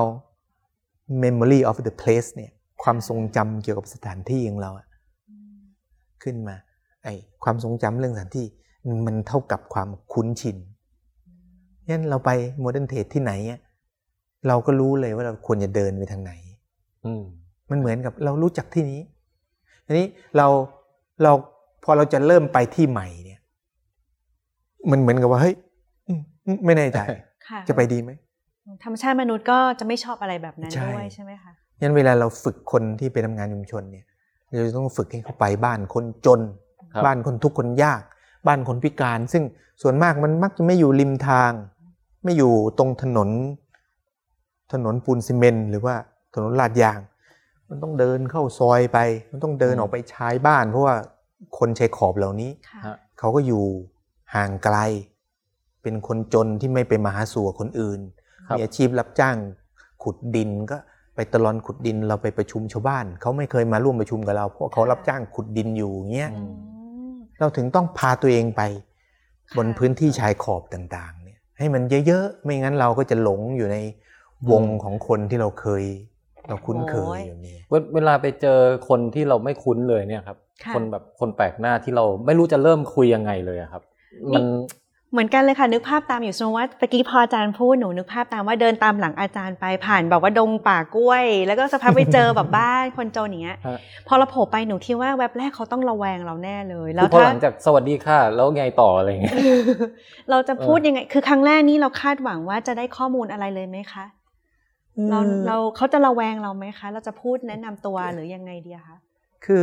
memory of the place เนี่ยความทรงจำเกี่ยวกับสถานที่ของเราขึ้นมาไอ้ความทรงจำเรื่องสถานที่มันเท่ากับความคุ้นชินงั้นเราไปโมเดิร์นเทรดที่ไหนเราก็รู้เลยว่าเราควรจะเดินไปทางไหนมันเหมือนกับเรารู้จักที่นี้ทีนี้เราเราพอเราจะเริ่มไปที่ใหม่เนี่ยมันเหมือนกับว่าเฮ้ยไม่แน่ใจจะไปดีไหมธรรมชาติมนุษย์ก็จะไม่ชอบอะไรแบบนั้นด้วยใช่ไหมคะงั้นเวลาเราฝึกคนที่ไปทำงานชุมชนเนี่ยเราต้องฝึกให้เขาไปบ้านคนจนบ้านคนทุกข์คนยากบ้านคนพิการซึ่งส่วนมากมันมักจะไม่อยู่ริมทางไม่อยู่ตรงถนนถนนปูนซีเมนต์หรือว่าถนนลาดยางมันต้องเดินเข้าซอยไปมันต้องเดินออกไปชายบ้านเพราะว่าคนชายขอบเหล่านี้เขาก็อยู่ห่างไกลเป็นคนจนที่ไม่ไปมาหาสู่กับคนอื่นมีอาชีพรับจ้างขุดดินก็ไปตะลอนขุดดินเราไปประชุมชาวบ้านเขาไม่เคยมาร่วมประชุมกับเราเพราะเขารับจ้างขุดดินอยู่เงี้ยเราถึงต้องพาตัวเองไปบนพื้นที่ชายขอบต่างๆเนี่ยให้มันเยอะๆไม่งั้นเราก็จะหลงอยู่ในวงของคนที่เราเคยเราคุ้นเคยอยู่นี่เวลาไปเจอคนที่เราไม่คุ้นเลยเนี่ยครับคนแบบคนแปลกหน้าที่เราไม่รู้จะเริ่มคุยยังไงเลยครับมันเหมือนกันเลยค่ะนึกภาพตามอยู่สมมติว่าตะกี้พออาจารย์พูดหนูนึกภาพตามว่าเดินตามหลังอาจารย์ไปผ่านแบบว่าดงป่ากล้วยแล้วก็สักพักไปเจอแบบบ้านคนจนอย่างเงี้ยพอเราโผล่ไปหนูคิดว่าแวบแรกเขาต้องระแวงเราแน่เลยแล้วพอหลังจากสวัสดีค่ะแล้วไงต่ออะไรเงี้ยเราจะพูดยังไงคือครั้งแรกนี้เราคาดหวังว่าจะได้ข้อมูลอะไรเลยไหมคะเราเราเขาจะระแวงเราไหมคะเราจะพูดแนะนำตัวหรือยังไงดีคะคือ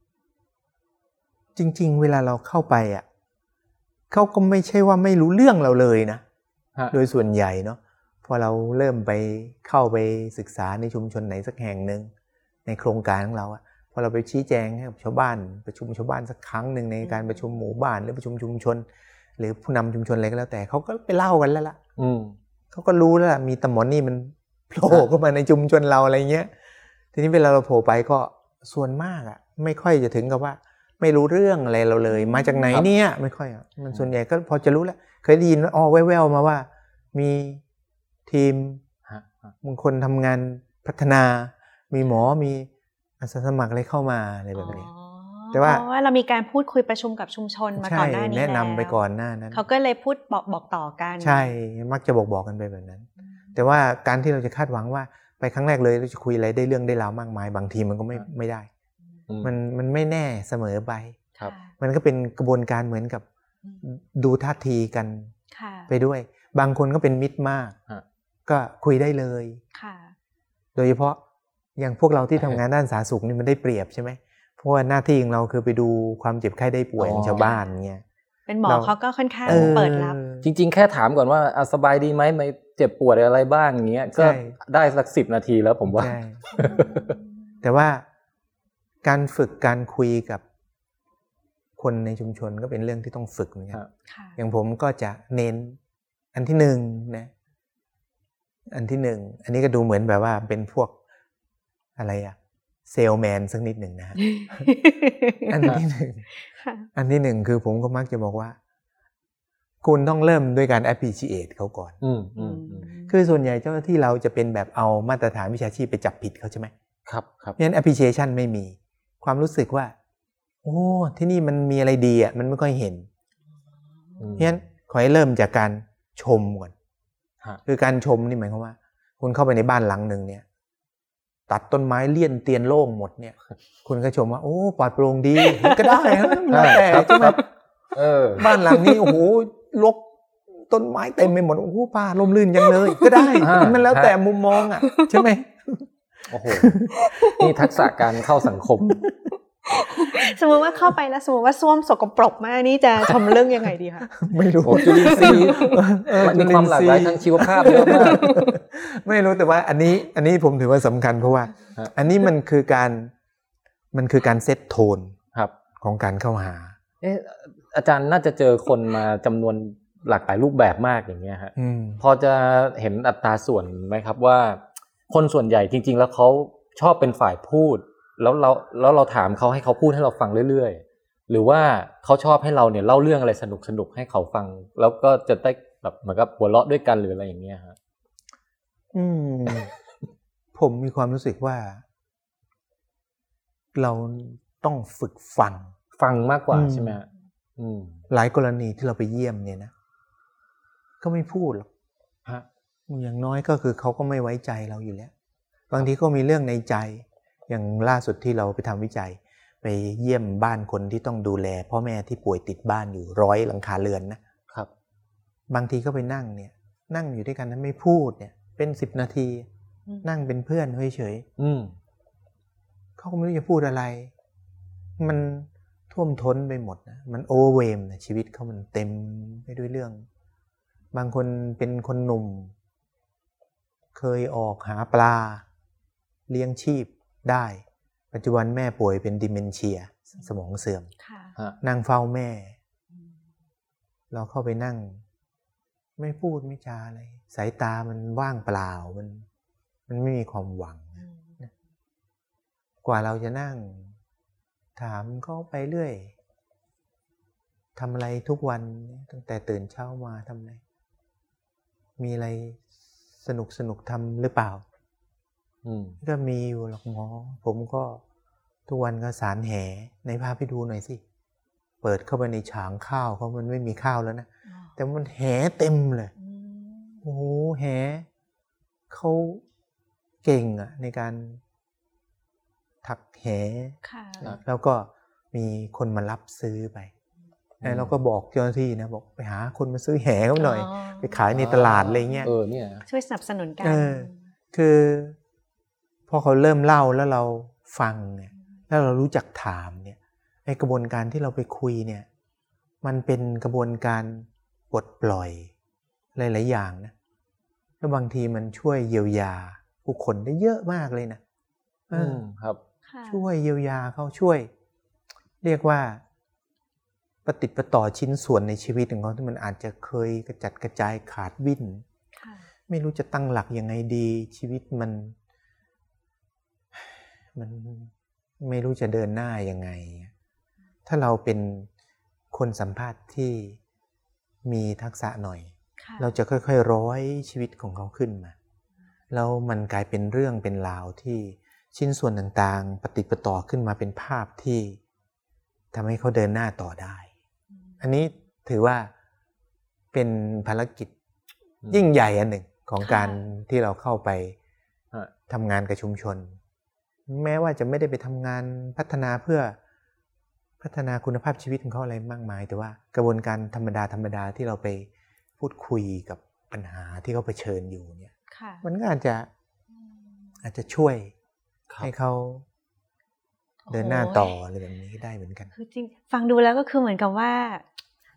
จริงๆเวลาเราเข้าไปอ่ะเขาก็ไม่ใช่ว่าไม่รู้เรื่องเราเลยนะโดยส่วนใหญ่เนาะพอเราเริ่มไปเข้าไปศึกษาในชุมชนไหนสักแห่งหนึ่งในโครงการของเราอ่ะพอเราไปชี้แจงให้กับชาวบ้านประชุมชาวบ้านสักครั้งหนึ่งในการประชุมหมู่บ้านหรือประชุมชุมชนหรือผู้นำชุมชนอะไรก็แล้วแต่เขาก็ไปเล่ากันแล้วล่ะเขาก็รู้แล้วล่ะมีตำหมอนนี่มันโผล่เข้ามาในชุมชนเราอะไรเงี้ยทีนี้เวลาเราโผล่ไปก็ส่วนมากอ่ะไม่ค่อยจะถึงกับว่าไม่รู้เรื่องอะไรเราเลยมาจากไหนเนี่ยไม่ค่อยอ่ะมันส่วนใหญ่ก็พอจะรู้แล้วเคยได้ยินว่าอ๋อแว่วๆมาว่ามีทีมบางคนทำงานพัฒนามีหมอมีอาสาสมัครอะไรเข้ามาอะไรแบบนี้แต่ว่าเพราะว่าเรามีการพูดคุยประชุมกับชุมชนมาก่อนหน้านี้แล้วแนะนำไปก่อนหน้านั้นเขาก็เลยพูดบอกบอกต่อกันใช่มักจะบอกบอกกันไปแบบนั้นแต่ว่าการที่เราจะคาดหวังว่าไปครั้งแรกเลยเราจะคุยอะไรได้เรื่องได้ราวมากมายบางทีมันก็ไม่ไม่ได้มันมันไม่แน่เสมอไปมันก็เป็นกระบวนการเหมือนกับดูท่าทีกันไปด้วยบางคนก็เป็นมิตรมากก็คุยได้เลยโดยเฉพาะอย่างพวกเราที่ทำงานด้านสาธารณสุขนี่มันได้เปรียบใช่ไหมเพราะว่าหน้าที่ของเราคือไปดูความเจ็บไข้ได้ป่วยของชาวบ้านเงี้ยเป็นหมอเขาก็ค่อนข้างเปิดรับจริงๆแค่ถามก่อนว่าสบายดีไหมไม่เจ็บปวดอะไรบ้างอย่างเงี้ยก็ได้สักสิบนาทีแล้วผมว่าแต่ว่าการฝึกการคุยกับคนในชุมชนก็เป็นเรื่องที่ต้องฝึกเหมือนกันอย่างผมก็จะเน้นอันที่หนึ่งนะอันที่หนึ่งอันนี้ก็ดูเหมือนแบบว่าเป็นพวกอะไรอะเซลแมนสักนิดหนึ่งนะ อันที่หนึ่งอันที่หนึ่งคือผมก็มักจะบอกว่าคุณต้องเริ่มด้วยการ appreciate เขาก่อนอืมอืมคือส่วนใหญ่เจ้าหน้าที่เราจะเป็นแบบเอามาตรฐานวิชาชีพไปจับผิดเขาใช่ไหมครับครับงั้น appreciation ไม่มีความรู้สึกว่าโอ้ที่นี่มันมีอะไรดีอ่ะมันไม่ค่อยเห็นงั้นขอให้เริ่มจากการชมก่อนคือการชมนี่หมายความว่าคุณเข้าไปในบ้านหลังนึงเนี่ยตัดต้นไม้เลี่ยนเตียนโล่งหมดเนี่ยคุณก็ชมว่าโอ้ปลอดโปร่งดีก็ได้แล้วแต่ใช่ไหมเออบ้านหลังนี้โอ้โหรกต้นไม้เต็มไปหมดโอ้โหป่าร่มรื่นยังเลยก็ได้มันแล้วแต่มุมมองอ่ะใช่ไหมโอ้โหนี่ทักษะการเข้าสังคมสมมติว่าเข้าไปแล้วสมมติว่าส้วมสกปรกมากนี่จะชมเรื่องยังไงดีคะไม่รู้จุลินทรีย์มันมีความหลากหลายทางชีวภาพเยอะมากไม่รู้แต่ว่าอันนี้อันนี้ผมถือว่าสำคัญเพราะว่าอันนี้มันคือการมันคือการเซตโทนของการเข้าหาเอออาจารย์น่าจะเจอคนมาจำนวนหลากหลายรูปแบบมากอย่างเงี้ยฮะพอจะเห็นอัตราส่วนไหมครับว่าคนส่วนใหญ่จริงๆแล้วเขาชอบเป็นฝ่ายพูดแล้วเราแล้วเราถามเขาให้เขาพูดให้เราฟังเรื่อยๆหรือว่าเขาชอบให้เราเนี่ยเล่าเรื่องอะไรสนุกๆให้เขาฟังแล้วก็จะได้แบบเหมือนกับหัวเราะด้วยกันหรืออะไรอย่างเงี้ยฮะอืม ผมมีความรู้สึกว่าเราต้องฝึกฟังฟังมากกว่าใช่ไหมฮะหลายกรณีที่เราไปเยี่ยมเนี่ยนะก็ไม่พูดหรอกฮะอย่างน้อยก็คือเขาก็ไม่ไว้ใจเราอยู่แล้วบางทีก็มีเรื่องในใจอย่างล่าสุดที่เราไปทำวิจัยไปเยี่ยมบ้านคนที่ต้องดูแลพ่อแม่ที่ป่วยติดบ้านอยู่ร้อยหลังคาเรือนนะครับบางทีก็ไปนั่งเนี่ยนั่งอยู่ด้วยกันนั้นไม่พูดเนี่ยเป็นสิบนาทีนั่งเป็นเพื่อนเฉยๆเขาก็ไม่รู้จะพูดอะไรมันท่วมท้นไปหมดนะมันโอเวอร์เวมนะชีวิตเขามันเต็มไปด้วยเรื่องบางคนเป็นคนหนุ่มเคยออกหาปลาเลี้ยงชีพได้ปัจจุบันแม่ป่วยเป็นดิเมนเชียสมองเสื่อมนั่งเฝ้าแม่เราเข้าไปนั่งไม่พูดไม่จาอะไรสายตามันว่างเปล่ามันมันไม่มีความหวังนะกว่าเราจะนั่งถามเขาไปเรื่อยทำอะไรทุกวันตั้งแต่ตื่นเช้ามาทำอะไรมีอะไรสนุกสนุกทำหรือเปล่าก็มีอยู่หรอกหมอผมก็ทุกวันก็สารแหในพาไปดูหน่อยสิเปิดเข้าไปในฉางข้าวเขามันไม่มีข้าวแล้วนะแต่มันแหเต็มเลยโอ้โหแหเขาเก่งอ่ะในการถักแหแล้วก็มีคนมารับซื้อไปแล้วเราก็บอกเจ้าหน้าที่นะบอกไปหาคนมาซื้อแหเขาหน่อยไปขายในตลาดอะไรเงี้ยเออเนี่ยช่วยสนับสนุนกันคือพอเขาเริ่มเล่าแล้วเราฟังเนี่ยแล้วเรารู้จักถามเนี่ยไอ้กระบวนการที่เราไปคุยเนี่ยมันเป็นกระบวนการปลดปล่อยหลายๆอย่างนะแล้วบางทีมันช่วยเยียวยาผู้คนได้เยอะมากเลยนะอืมครับช่วยเยียวยาเขาช่วยเรียกว่าปฏิปต่อชิ้นส่วนในชีวิตของเขาที่มันอาจจะเคยกระจัดกระจายขาดวิ่นไม่รู้จะตั้งหลักยังไงดีชีวิตมันมันไม่รู้จะเดินหน้ายังไงถ้าเราเป็นคนสัมภาษณ์ที่มีทักษะหน่อยเราจะค่อยๆร้อยชีวิตของเขาขึ้นมาแล้วมันกลายเป็นเรื่องเป็นราวที่ชิ้นส่วนต่างๆปฏิปต่อขึ้นมาเป็นภาพที่ทำให้เขาเดินหน้าต่อได้อันนี้ถือว่าเป็นภารกิจยิ่งใหญ่อันหนึ่งของการที่เราเข้าไปทำงานกับชุมชนแม้ว่าจะไม่ได้ไปทำงานพัฒนาเพื่อพัฒนาคุณภาพชีวิตของเขาอะไรมากมายแต่ว่ากระบวนการธรรมดาธรรมดาที่เราไปพูดคุยกับปัญหาที่เขาเผชิญอยู่เนี่ยมันก็อาจจะอาจจะช่วยให้เขาเดินหน้าต่ออะไรแบบนี้ได้เหมือนกันคือจริงฟังดูแล้วก็คือเหมือนกับว่า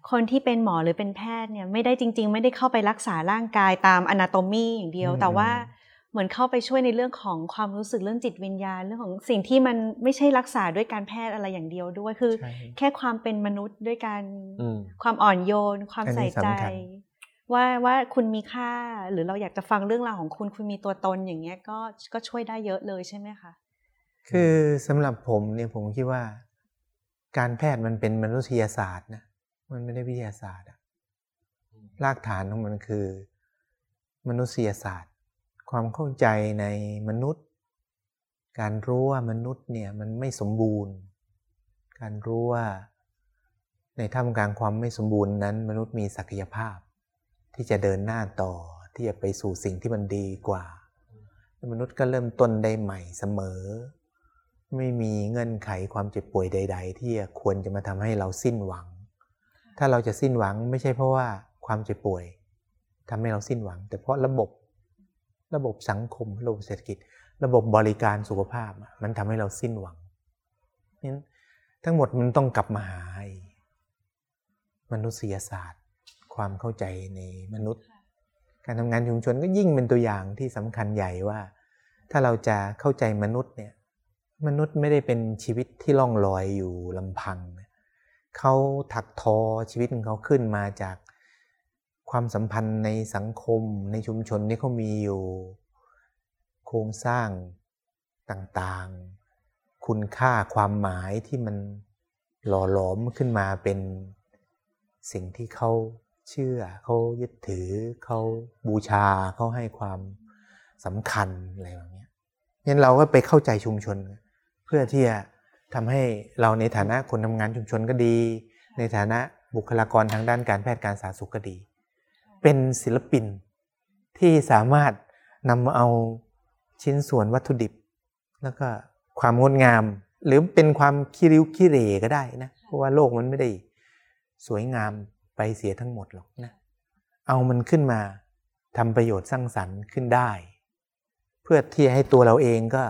คนที่เป็นหมอหรือเป็นแพทย์เนี่ยไม่ได้จริงๆไม่ได้เข้าไปรักษาร่างกายตามอนาโตมีอย่างเดียวแต่ว่าเหมือนเข้าไปช่วยในเรื่องของความรู้สึกเรื่องจิตวิญญาณเรื่องของสิ่งที่มันไม่ใช่รักษาด้วยการแพทย์อะไรอย่างเดียวด้วยคือแค่ความเป็นมนุษย์ด้วยการความอ่อนโยนความใส่ใจว่าว่าคุณมีค่าหรือเราอยากจะฟังเรื่องราวของคุณคุณมีตัวตนอย่างเงี้ยก็ก็ช่วยได้เยอะเลยใช่ไหมคะคือสำหรับผมเนี่ยผมคิดว่าการแพทย์มันเป็นมนุษยศาสตร์นะมันไม่ได้วิทยาศาสตร์อะรากฐานของมันคือมนุษยศาสตร์ความเข้าใจในมนุษย์การรู้ว่ามนุษย์เนี่ยมันไม่สมบูรณ์การรู้ว่าในท่ามกลางความไม่สมบูรณ์นั้นมนุษย์มีศักยภาพที่จะเดินหน้าต่อที่จะไปสู่สิ่งที่มันดีกว่ามนุษย์ก็เริ่มต้นได้ใหม่เสมอไม่มีเงื่อนไขความเจ็บป่วยใดๆที่ควรจะมาทำให้เราสิ้นหวังถ้าเราจะสิ้นหวังไม่ใช่เพราะว่าความเจ็บป่วยทำให้เราสิ้นหวังแต่เพราะระบบระบบสังคมระบบเศรษฐกิจระบบบริการสุขภาพมันทำให้เราสิ้นหวังนั้นทั้งหมดมันต้องกลับมาหามนุษยศาสตร์ความเข้าใจในมนุษย์การทำงานชุมชนก็ยิ่งเป็นตัวอย่างที่สำคัญใหญ่ว่าถ้าเราจะเข้าใจมนุษย์เนี่ยมนุษย์ไม่ได้เป็นชีวิตที่ล่องลอยอยู่ลำพังเขาถักทอชีวิตของเขาขึ้นมาจากความสัมพันธ์ในสังคมในชุมชนที่เขามีอยู่โครงสร้างต่างๆคุณค่าความหมายที่มันหล่อหลอมขึ้นมาเป็นสิ่งที่เขาเชื่อเขายึดถือเขาบูชาเขาให้ความสำคัญอะไรแบบนี้งั้นเราก็ไปเข้าใจชุมชนเพื่อที่จะทำให้เราในฐานะคนทำงานชุมชนก็ดีในฐานะบุคลากรทางด้านการแพทย์การสาธารณสุขก็ดีเป็นศิลปินที่สามารถนำเอาชิ้นส่วนวัตถุดิบแล้วก็ความงดงามหรือเป็นความคิริ้วคิเหร่ก็ได้นะเพราะว่าโลกมันไม่ได้สวยงามไปเสียทั้งหมดหรอกนะเอามันขึ้นมาทำประโยชน์สร้างสรรค์ขึ้นได้เพื่อที่ให้ตัวเราเองก็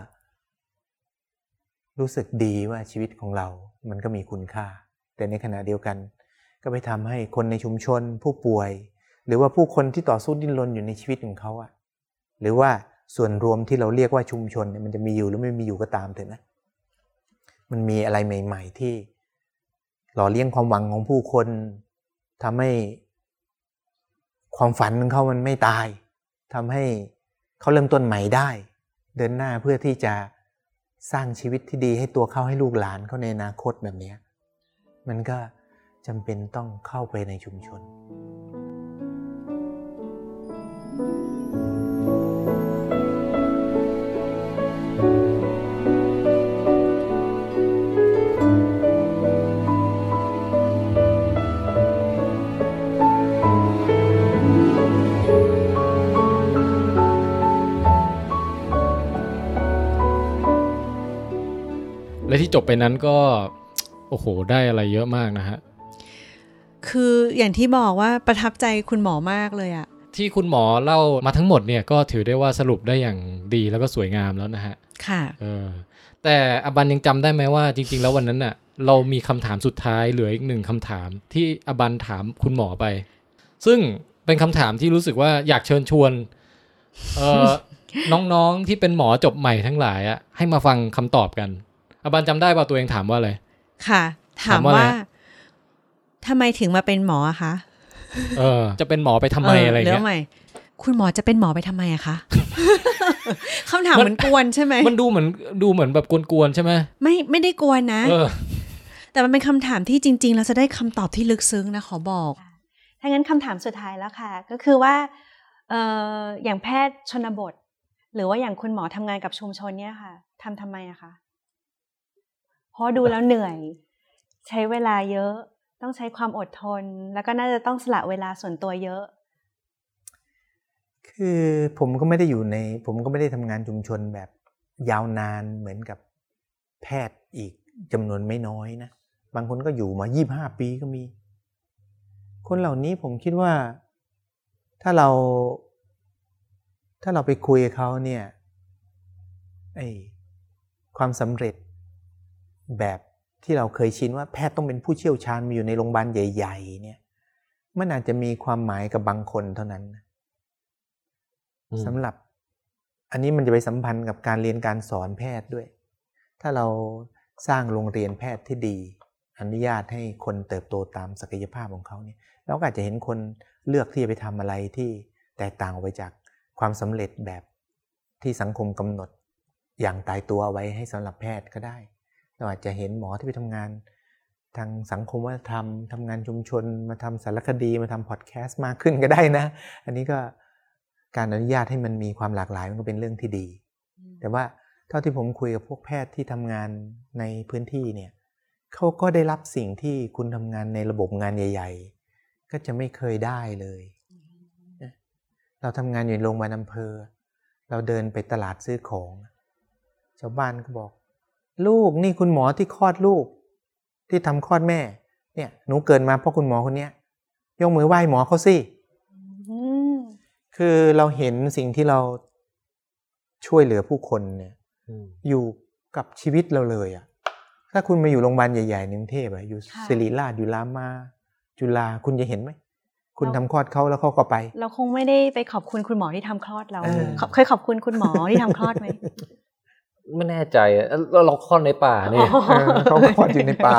รู้สึกดีว่าชีวิตของเรามันก็มีคุณค่าแต่ในขณะเดียวกันก็ไปทำให้คนในชุมชนผู้ป่วยหรือว่าผู้คนที่ต่อสู้ดิ้นรนอยู่ในชีวิตของเขาอะหรือว่าส่วนรวมที่เราเรียกว่าชุมชนเนี่ยมันจะมีอยู่หรือไม่มีอยู่ก็ตามเถอะนะมันมีอะไรใหม่ๆที่หล่อเลี้ยงความหวังของผู้คนทำให้ความฝันของเขามันไม่ตายทำให้เขาเริ่มต้นใหม่ได้เดินหน้าเพื่อที่จะสร้างชีวิตที่ดีให้ตัวเขาให้ลูกหลานเขาในอนาคตแบบนี้มันก็จำเป็นต้องเข้าไปในชุมชนและที่จบไปนั้นก็โอ้โหได้อะไรเยอะมากนะฮะคืออย่างที่บอกว่าประทับใจคุณหมอมากเลยอะที่คุณหมอเล่ามาทั้งหมดเนี่ยก็ถือได้ว่าสรุปได้อย่างดีแล้วก็สวยงามแล้วนะฮะค่ะเออแต่อบันยังจำได้ไหมว่าจริงๆแล้ววันนั้นน่ะเรามีคำถามสุดท้ายเหลืออีกหนึ่งคำถามที่อบันถามคุณหมอไปซึ่งเป็นคำถามที่รู้สึกว่าอยากเชิญชวนเอ่อ น้องๆที่เป็นหมอจบใหม่ทั้งหลายอ่ะให้มาฟังคำตอบกันอบันจำได้ป่ะตัวเองถามว่าอะไรค่ะถามว่าทำไมถึงมาเป็นหมออะคะเออจะเป็นหมอไปทำไม อ, อะไรเงี้ยคุณหมอจะเป็นหมอไปทำไมอะคะ คำถามมันกวนใช่ไหมมันดูเหมือนดูเหมือนแบบกวนๆใช่ไหมไม่ไม่ได้กวนนะแต่มันเป็นคำถามที่จริงๆแล้วจะได้คำตอบที่ลึกซึ้งนะขอบอกถ้างั้นคำถามสุดท้ายแล้วค่ะก็คือว่าเอ่ออย่างแพทย์ชนบทหรือว่าอย่างคุณหมอทำงานกับชุมชนเนี่ยค่ะทำทำไมอะคะเพราะดูแล้วเหนื่อยใช้เวลาเยอะต้องใช้ความอดทนแล้วก็น่าจะต้องสละเวลาส่วนตัวเยอะคือผมก็ไม่ได้อยู่ในผมก็ไม่ได้ทำงานชุมชนแบบยาวนานเหมือนกับแพทย์อีกจำนวนไม่น้อยนะบางคนก็อยู่มายี่สิบห้าปีก็มีคนเหล่านี้ผมคิดว่าถ้าเราถ้าเราไปคุยกับเขาเนี่ยไอ้ความสำเร็จแบบที่เราเคยชินว่าแพทย์ต้องเป็นผู้เชี่ยวชาญมีอยู่ในโรงพยาบาลใหญ่ๆเนี่ยมันอาจจะมีความหมายกับบางคนเท่านั้นสำหรับอันนี้มันจะไปสัมพันธ์กับการเรียนการสอนแพทย์ด้วยถ้าเราสร้างโรงเรียนแพทย์ที่ดีอนุญาตให้คนเติบโตตามศักยภาพของเขาเนี่ยเราก็อาจจะเห็นคนเลือกที่จะไปทำอะไรที่แตกต่างออกไปจากความสำเร็จแบบที่สังคมกำหนดอย่างตายตัวไว้ให้สำหรับแพทย์ก็ได้เราอาจจะเห็นหมอที่ไปทำงานทางสังคมวัฒนธรรมทำงานชุมชนมาทำสารคดีมาทำพอดแคสต์มากขึ้นก็ได้นะอันนี้ก็การอนุญาตให้มันมีความหลากหลายมันก็เป็นเรื่องที่ดีแต่ว่าเท่าที่ผมคุยกับพวกแพทย์ที่ทำงานในพื้นที่เนี่ยเขาก็ได้รับสิ่งที่คุณทำงานในระบบงานใหญ่ๆก็จะไม่เคยได้เลยเราทำงานอยู่ในโรงพยาบาลอำเภอเราเดินไปตลาดซื้อของชาวบ้านก็บอกลูกนี่คุณหมอที่คลอดลูกที่ทำคลอดแม่เนี่ยหนูเกิดมาเพราะคุณหมอคนนี้ยกมือไหว้หมอเขาสิคือเราเห็นสิ่งที่เราช่วยเหลือผู้คนเนี่ยอยู่กับชีวิตเราเลยอ่ะถ้าคุณมาอยู่โรงพยาบาลใหญ่ๆในกรุงเทพอะอยู่ศิริราชอยู่รามาจุฬาคุณจะเห็นไหมคุณทำคลอดเขาแล้วเขาก็ไปเราคงไม่ได้ไปขอบคุณคุณหมอที่ทำคลอดเราเคยขอบคุณคุณหมอที่ทำคลอดไหมไม่แน่ใจแล้วเราคลอดในป่าเนี่ยเขาคลอดอยู่ในป่า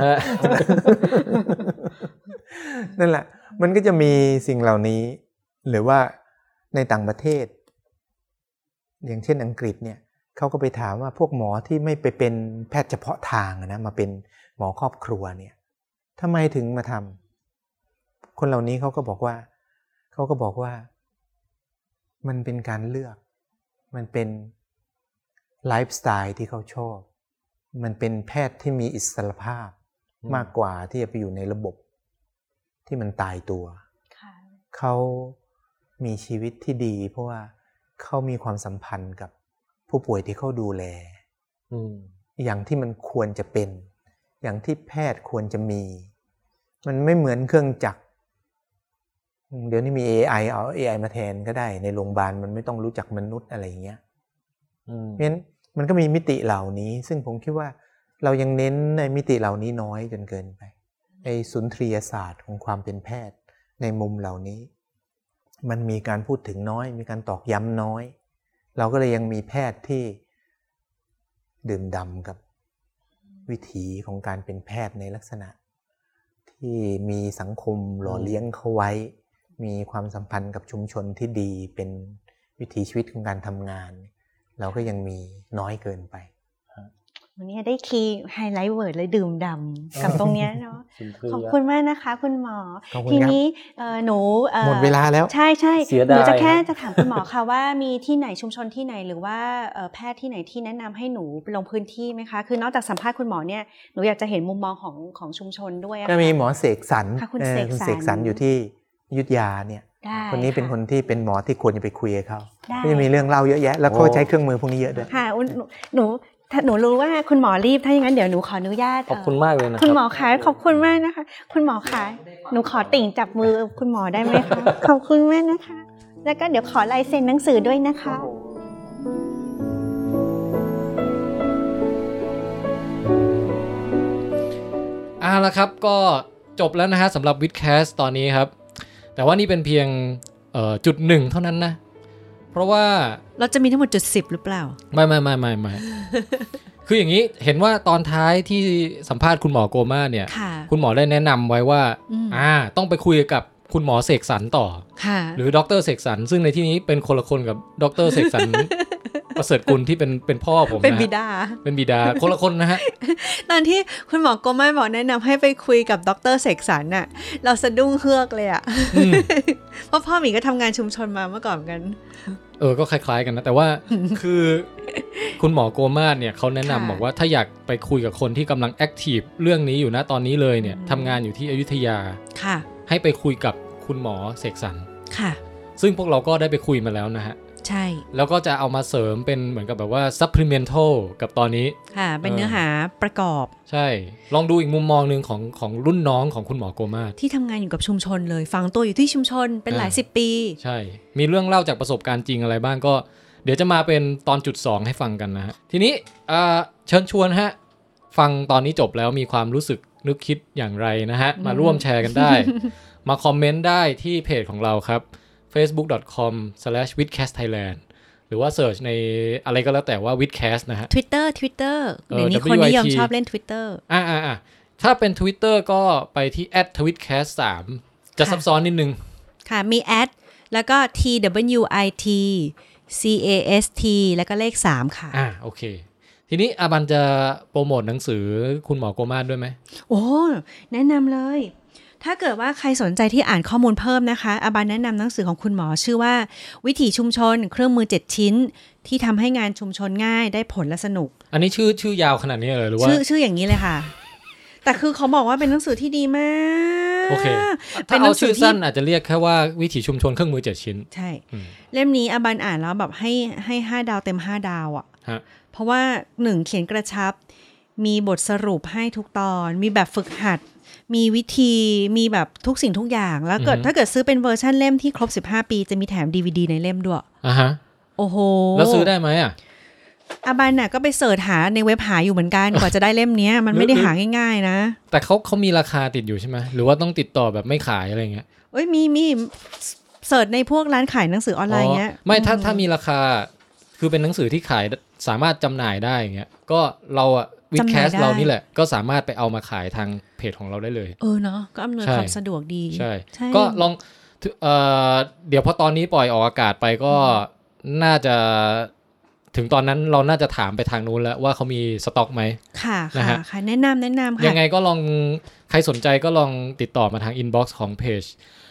นั่นแหละมันก็จะมีสิ่งเหล่านี้หรือว่าในต่างประเทศอย่างเช่นอังกฤษเนี่ยเขาก็ไปถามว่าพวกหมอที่ไม่ไปเป็นแพทย์เฉพาะทางนะมาเป็นหมอครอบครัวเนี่ยทำไมถึงมาทำคนเหล่านี้เขาก็บอกว่าเขาก็บอกว่ามันเป็นการเลือกมันเป็นไลฟ์สไตล์ที่เขาชอบมันเป็นแพทย์ที่มีอิสรภาพมากกว่าที่จะไปอยู่ในระบบที่มันตายตัวเขามีชีวิตที่ดีเพราะว่าเขามีความสัมพันธ์กับผู้ป่วยที่เขาดูแลอย่างที่มันควรจะเป็นอย่างที่แพทย์ควรจะมีมันไม่เหมือนเครื่องจักรเดี๋ยวนี้มี เอ ไอ เอา เอ ไอ มาแทนก็ได้ในโรงพยาบาลมันไม่ต้องรู้จักมนุษย์อะไรอย่างเงี้ยเพราะฉะนั้นมันก็มีมิติเหล่านี้ซึ่งผมคิดว่าเรายังเน้นในมิติเหล่านี้น้อยจนเกินไปไอ้สุนทรียศาสตร์ของความเป็นแพทย์ในมุมเหล่านี้มันมีการพูดถึงน้อยมีการตอกย้ำน้อยเราก็เลยยังมีแพทย์ที่ดื่มด่ำกับวิถีของการเป็นแพทย์ในลักษณะที่มีสังคมหล่อเลี้ยงเขาไว้มีความสัมพันธ์กับชุมชนที่ดีเป็นวิถีชีวิตของการทำงานเราก็ยังมีน้อยเกินไปวันนี้ได้คีย์ไฮไลท์เวิร์ดเลยดื่มด่ำกับตรงนี้เนาะขอบคุณมากนะคะคุณหมอทีนี้หนูหมดเวลาแล้วใช่ใช่หนูจะแค่จะถามคุณหมอค่ะว่ามีที่ไหนชุมชนที่ไหนหรือว่าแพทย์ที่ไหนที่แนะนำให้หนูลงพื้นที่ไหมคะคือนอกจากสัมภาษณ์คุณหมอเนี่ยหนูอยากจะเห็นมุมมองของของชุมชนด้วยก็มีหมอเสกสรรคุณเสกสรรอยู่ที่อยุธยาเนี่ยคนนี้เป็นคนที่เป็นหมอที่ควรจะไปคุยกับเขาก็จะมีเรื่องเล่าเยอะแยะแล้วเขาใช้เครื่องมือพวกนี้เยอะด้วยค่ะหนูหนูรู้ว่าคุณหมอรีบถ้าอย่างนั้นเดี๋ยวหนูขออนุญาตขอบคุณมากเลยนะคุณหมอคะขอบคุณมากนะคะคุณหมอคะหนูขอติ่งจับมือคุณหมอได้ไหมคะขอบคุณมากนะคะแล้วก็เดี๋ยวขอลายเซ็นหนังสือด้วยนะคะอ่าละครับก็จบแล้วนะฮะสำหรับวิดแคสตอนนี้ครับแต่ว่านี่เป็นเพียงจุดหนึ่งเท่านั้นนะเพราะว่าเราจะมีทั้งหมดจุดสิบหรือเปล่าไม่ไม่ไม่ไม่ไม่ คืออย่างนี้เห็นว่าตอนท้ายที่สัมภาษณ์คุณหมอโกม่าเนี่ยคุณหมอได้แนะนำไว้ว่าอ่าต้องไปคุยกับคุณหมอเสกสรรต่อหรือดรเสกสรรซึ่งในที่นี้เป็นคนละคนกับดรเสกสรรประเสริฐกุลที่เป็นเป็นพ่อผมนะเป็นบิดาเป็นบิดาคนละคนนะฮะตอนที่คุณหมอโกม่าบอกแนะนำให้ไปคุยกับดรเสกสรรน่ะเราสะดุ้งเฮือกเลยอ่ะเพราะพ่อหมีก็ทำงานชุมชนมาเมื่อก่อนกันเออก็คล้ายๆกันนะแต่ว่าคือคุณหมอโกม่าเนี่ยเขาแนะนำบอกว่าถ้าอยากไปคุยกับคนที่กำลังแอคทีฟเรื่องนี้อยู่นะตอนนี้เลยเนี่ยทำงานอยู่ที่อยุธยาให้ไปคุยกับคุณหมอเสกสรรซึ่งพวกเราก็ได้ไปคุยมาแล้วนะฮะใช่แล้วก็จะเอามาเสริมเป็นเหมือนกับแบบว่า supplemental กับตอนนี้ค่ะเป็นเนื้อหาประกอบใช่ลองดูอีกมุมมองนึงของของรุ่นน้องของคุณหมอโกม่าที่ทำงานอยู่กับชุมชนเลยฝังตัวอยู่ที่ชุมชนเป็นหลายสิบปีใช่มีเรื่องเล่าจากประสบการณ์จริงอะไรบ้างก็เดี๋ยวจะมาเป็นตอนจุดสองให้ฟังกันนะฮะทีนี้เชิญชวนฮะฟังตอนนี้จบแล้วมีความรู้สึกนึกคิดอย่างไรนะฮะมาร่วมแชร์กันได้มาคอมเมนต์ได้ที่เพจของเราครับ เฟซบุ๊ก ดอท คอม สแลช วิดแคสต์ ไทยแลนด์ หรือว่าเสิร์ชในอะไรก็แล้วแต่ว่า Vidcast นะฮะ Twitter Twitter เดี๋ยวนี้คนนิยมชอบเล่น Twitter อ่าๆๆถ้าเป็น Twitter ก็ไปที่ แอท ทวิตแคสต์ สาม จะซับซ้อนนิดนึงค่ะมีแอดแล้วก็ ที ดับเบิลยู ไอ ที ซี เอ เอส ที แล้วก็เลขสามค่ะอ่าโอเคทีนี้อาบันจะโปรโมทหนังสือคุณหมอโกมาศด้วยไหมโอ้แนะนำเลยถ้าเกิดว่าใครสนใจที่อ่านข้อมูลเพิ่มนะคะอาบันแนะนำหนังสือของคุณหมอชื่อว่าวิถีชุมชนเครื่องมือเจ็ดชิ้นที่ทำให้งานชุมชนง่ายได้ผลและสนุกอันนี้ชื่อชื่อยาวขนาดนี้เลยหรือว่าชื่อชื่ออย่างนี้เลยค่ะแต่คือเขาบอกว่าเป็นหนังสือที่ดีมากโอเคถ้าเอาชื่อสั้นอาจจะเรียกแค่ว่าวิถีชุมชนเครื่องมือเจ็ดชิ้นใช่เล่มนี้อาบันอ่านแล้วแบบให้ให้ห้าดาวเต็มห้าดาวอ่ะเพราะว่าหนึ่งเขียนกระชับมีบทสรุปให้ทุกตอนมีแบบฝึกหัดมีวิธีมีแบบทุกสิ่งทุกอย่างแล้วเกิดถ้าเกิดซื้อเป็นเวอร์ชันเล่มที่ครบสิบห้าปีจะมีแถม ดี วี ดี ในเล่มด้วยอ่าฮะโอ้โหแล้วซื้อได้ไหมอ่ะอาบันน่ะก็ไปเสิร์ชหาในเว็บหาอยู่เหมือนกันกว่าจะได้เล่มนี้มันไม่ได้หาง่ายๆนะแต่เขาเขามีราคาติดอยู่ใช่ไหมหรือว่าต้องติดต่อแบบไม่ขายอะไรเงี้ยเอ้ยมีมีเสิร์ชในพวกร้านขายหนังสือออนไลน์เงี้ยไม่ถ้าถ้ามีราคาคือเป็นหนังสือที่ขายสามารถจำหน่ายได้เงี้ยก็เราอะวิดแคสเรานี่แหละก็สามารถไปเอามาขายทางเพจของเราได้เลยเออเนาะก็อำนวยความสะดวกดีใช่ก็ลองเอ่อเดี๋ยวพอตอนนี้ปล่อยออกอากาศไปก็น่าจะถึงตอนนั้นเราน่าจะถามไปทางนู้นแล้วว่าเขามีสต็อกไหมค่ะนะฮะค่ะแนะนำแนะนำค่ะยังไงก็ลองใครสนใจก็ลองติดต่อมาทางอินบ็อกซ์ของเพจ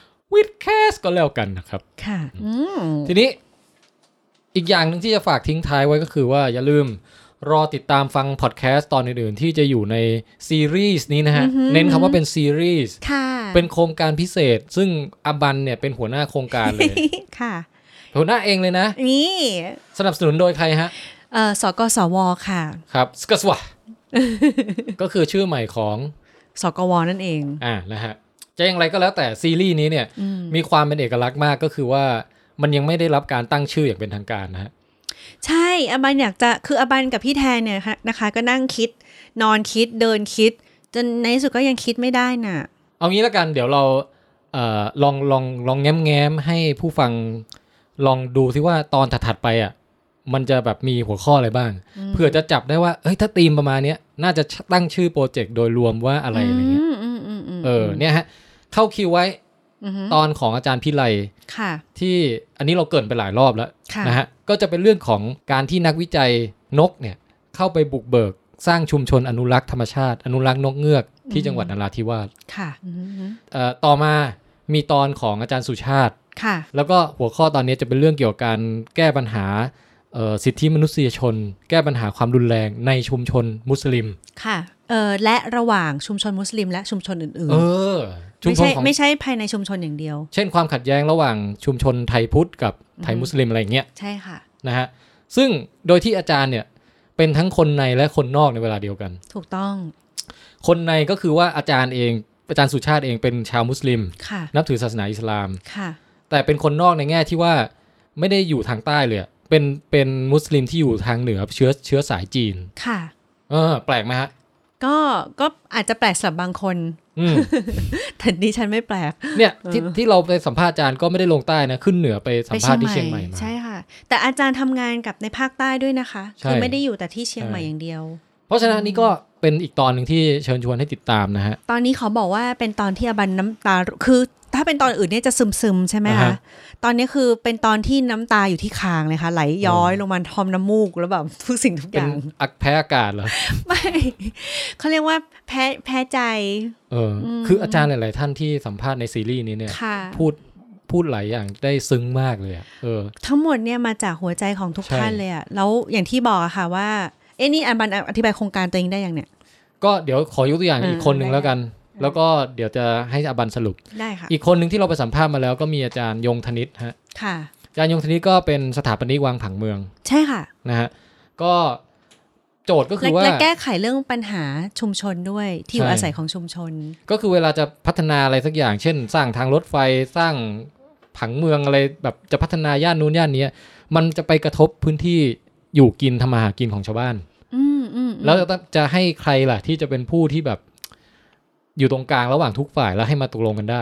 Vidcast ก็แล้วกันนะครับค่ะทีนี้อีกอย่างนึงที่จะฝากทิ้งท้ายไว้ก็คือว่าอย่าลืมรอติดตามฟังพอดแคสต์ตอนอื่นๆที่จะอยู่ในซีรีส์นี้นะฮะเน้นคำว่าเป็นซีรีส์เป็นโครงการพิเศษซึ่งอาบันเนี่ยเป็นหัวหน้าโครงการเลยค่ะหัวหน้าเองเลยนะนี่สนับสนุนโดยใครฮะเอ่อสกสวค่ะครับสกสวก็คือชื่อใหม่ของสกวนั่นเองอ่านะฮะจะอย่างไรก็แล้วแต่ซีรีส์นี้เนี่ยมีความเป็นเอกลักษณ์มากก็คือว่ามันยังไม่ได้รับการตั้งชื่ออย่างเป็นทางการนะฮะใช่อาบันอยากจะคืออาบันกับพี่แทนเนี่ยนะคะก็นั่งคิดนอนคิดเดินคิดจนในที่สุดก็ยังคิดไม่ได้น่ะเอางี้แล้วกันเดี๋ยวเราเอ่อลองลองลองแง้มๆให้ผู้ฟังลองดูซิว่าตอนถัดๆไปอ่ะมันจะแบบมีหัวข้ออะไรบ้างเพื่อจะจับได้ว่าเอ้ยถ้าธีมประมาณนี้น่าจะตั้งชื่อโปรเจกต์โดยรวมว่าอะไรอะไรเงี้ยเออเนี่ยฮะเข้าคิวไว้ตอนของอาจารย์พิไลที่อันนี้เราเกริ่นไปหลายรอบแล้วนะฮะก็จะเป็นเรื่องของการที่นักวิจัยนกเนี่ยเข้าไปบุกเบิกสร้างชุมชนอนุรักษ์ธรรมชาติอนุรักษ์นกเงือกที่จังหวัดนราธิวาสค่ะเอ่อต่อมามีตอนของอาจารย์สุชาติค่ะแล้วก็หัวข้อตอนนี้จะเป็นเรื่องเกี่ยวกับการแก้ปัญหาเอ่อสิทธิมนุษยชนแก้ปัญหาความรุนแรงในชุมชนมุสลิมค่ะเอ่อและระหว่างชุมชนมุสลิมและชุมชนอื่นๆเออไม่ใช่ไม่ใช่ภายในชุมชนอย่างเดียวเช่นความขัดแย้งระหว่างชุมชนไทยพุทธกับไทยมุสลิมอะไรอย่างเงี้ยใช่ค่ะนะฮะซึ่งโดยที่อาจารย์เนี่ยเป็นทั้งคนในและคนนอกในเวลาเดียวกันถูกต้องคนในก็คือว่าอาจารย์เองอาจารย์สุชาติเองเป็นชาวมุสลิมนับถือศาสนาอิสลามแต่เป็นคนนอกในแง่ที่ว่าไม่ได้อยู่ทางใต้เลยเป็นเป็นมุสลิมที่อยู่ทางเหนือเชื้อเชื้อสายจีนค่ะเออแปลกไหมฮะก็ก็อาจจะแปลกสำหรับบางคนแต่ดิฉันไม่แปลกเนี่ยที่ที่เราไปสัมภาษณ์อาจารย์ก็ไม่ได้ลงใต้นะขึ้นเหนือไปสัมภาษณ์ที่เชียงใหม่มาใช่ค่ะแต่อาจารย์ทำงานกับในภาคใต้ด้วยนะคะคือไม่ได้อยู่แต่ที่เชียงใหม่อย่างเดียวเพราะฉะนั้นนี่ก็เป็นอีกตอนหนึ่งที่เชิญชวนให้ติดตามนะฮะตอนนี้เขาบอกว่าเป็นตอนที่อาบันน้ำตาคือถ้าเป็นตอนอื่นเนี่ยจะซึมๆใช่ไหมคะตอนนี้คือเป็นตอนที่น้ำตาอยู่ที่คางเลยค่ะไหลย้อยลงมาทอมน้ำมูกแล้วแบบทุกสิ่งทุกอย่างเป็นอักแพ้อากาศเหรอไม่เขาเรียกว่าแพ้แพ้ใจเออคืออาจารย์หลายๆท่านที่สัมภาษณ์ในซีรีส์นี้เนี่ยพูดพูดหลายอย่างได้ซึ้งมากเลยอ่ะเออทั้งหมดเนี่ยมาจากหัวใจของทุกท่านเลยอ่ะแล้วอย่างที่บอกอะค่ะว่าเอ้นี่อันบันอธิบายโครงการตัวเองได้ยังเนี่ยก็เดี๋ยวขอยกตัวอย่างอีกคนนึงแล้วกันแล้วก็เดี๋ยวจะให้อาบันสรุปได้ค่ะอีกคนนึงที่เราไปสัมภาษณ์มาแล้วก็มีอาจารย์ยงธนิตฮะค่ะอาจารย์ยงธนิตก็เป็นสถาปนิกวางผังเมืองใช่ค่ะนะฮะก็โจทย์ก็คือว่าและแก้ไขเรื่องปัญหาชุมชนด้วยที่อยู่อาศัยของชุมชนก็คือเวลาจะพัฒนาอะไรสักอย่างเช่นสร้างทางรถไฟสร้างผังเมืองอะไรแบบจะพัฒนาย่านนู้นย่านนี้มันจะไปกระทบพื้นที่อยู่กินทำมาหากินของชาวบ้านแล้วจะให้ใครล่ะที่จะเป็นผู้ที่แบบอยู่ตรงกลางระหว่างทุกฝ่ายแล้วให้มาตกลงกันได้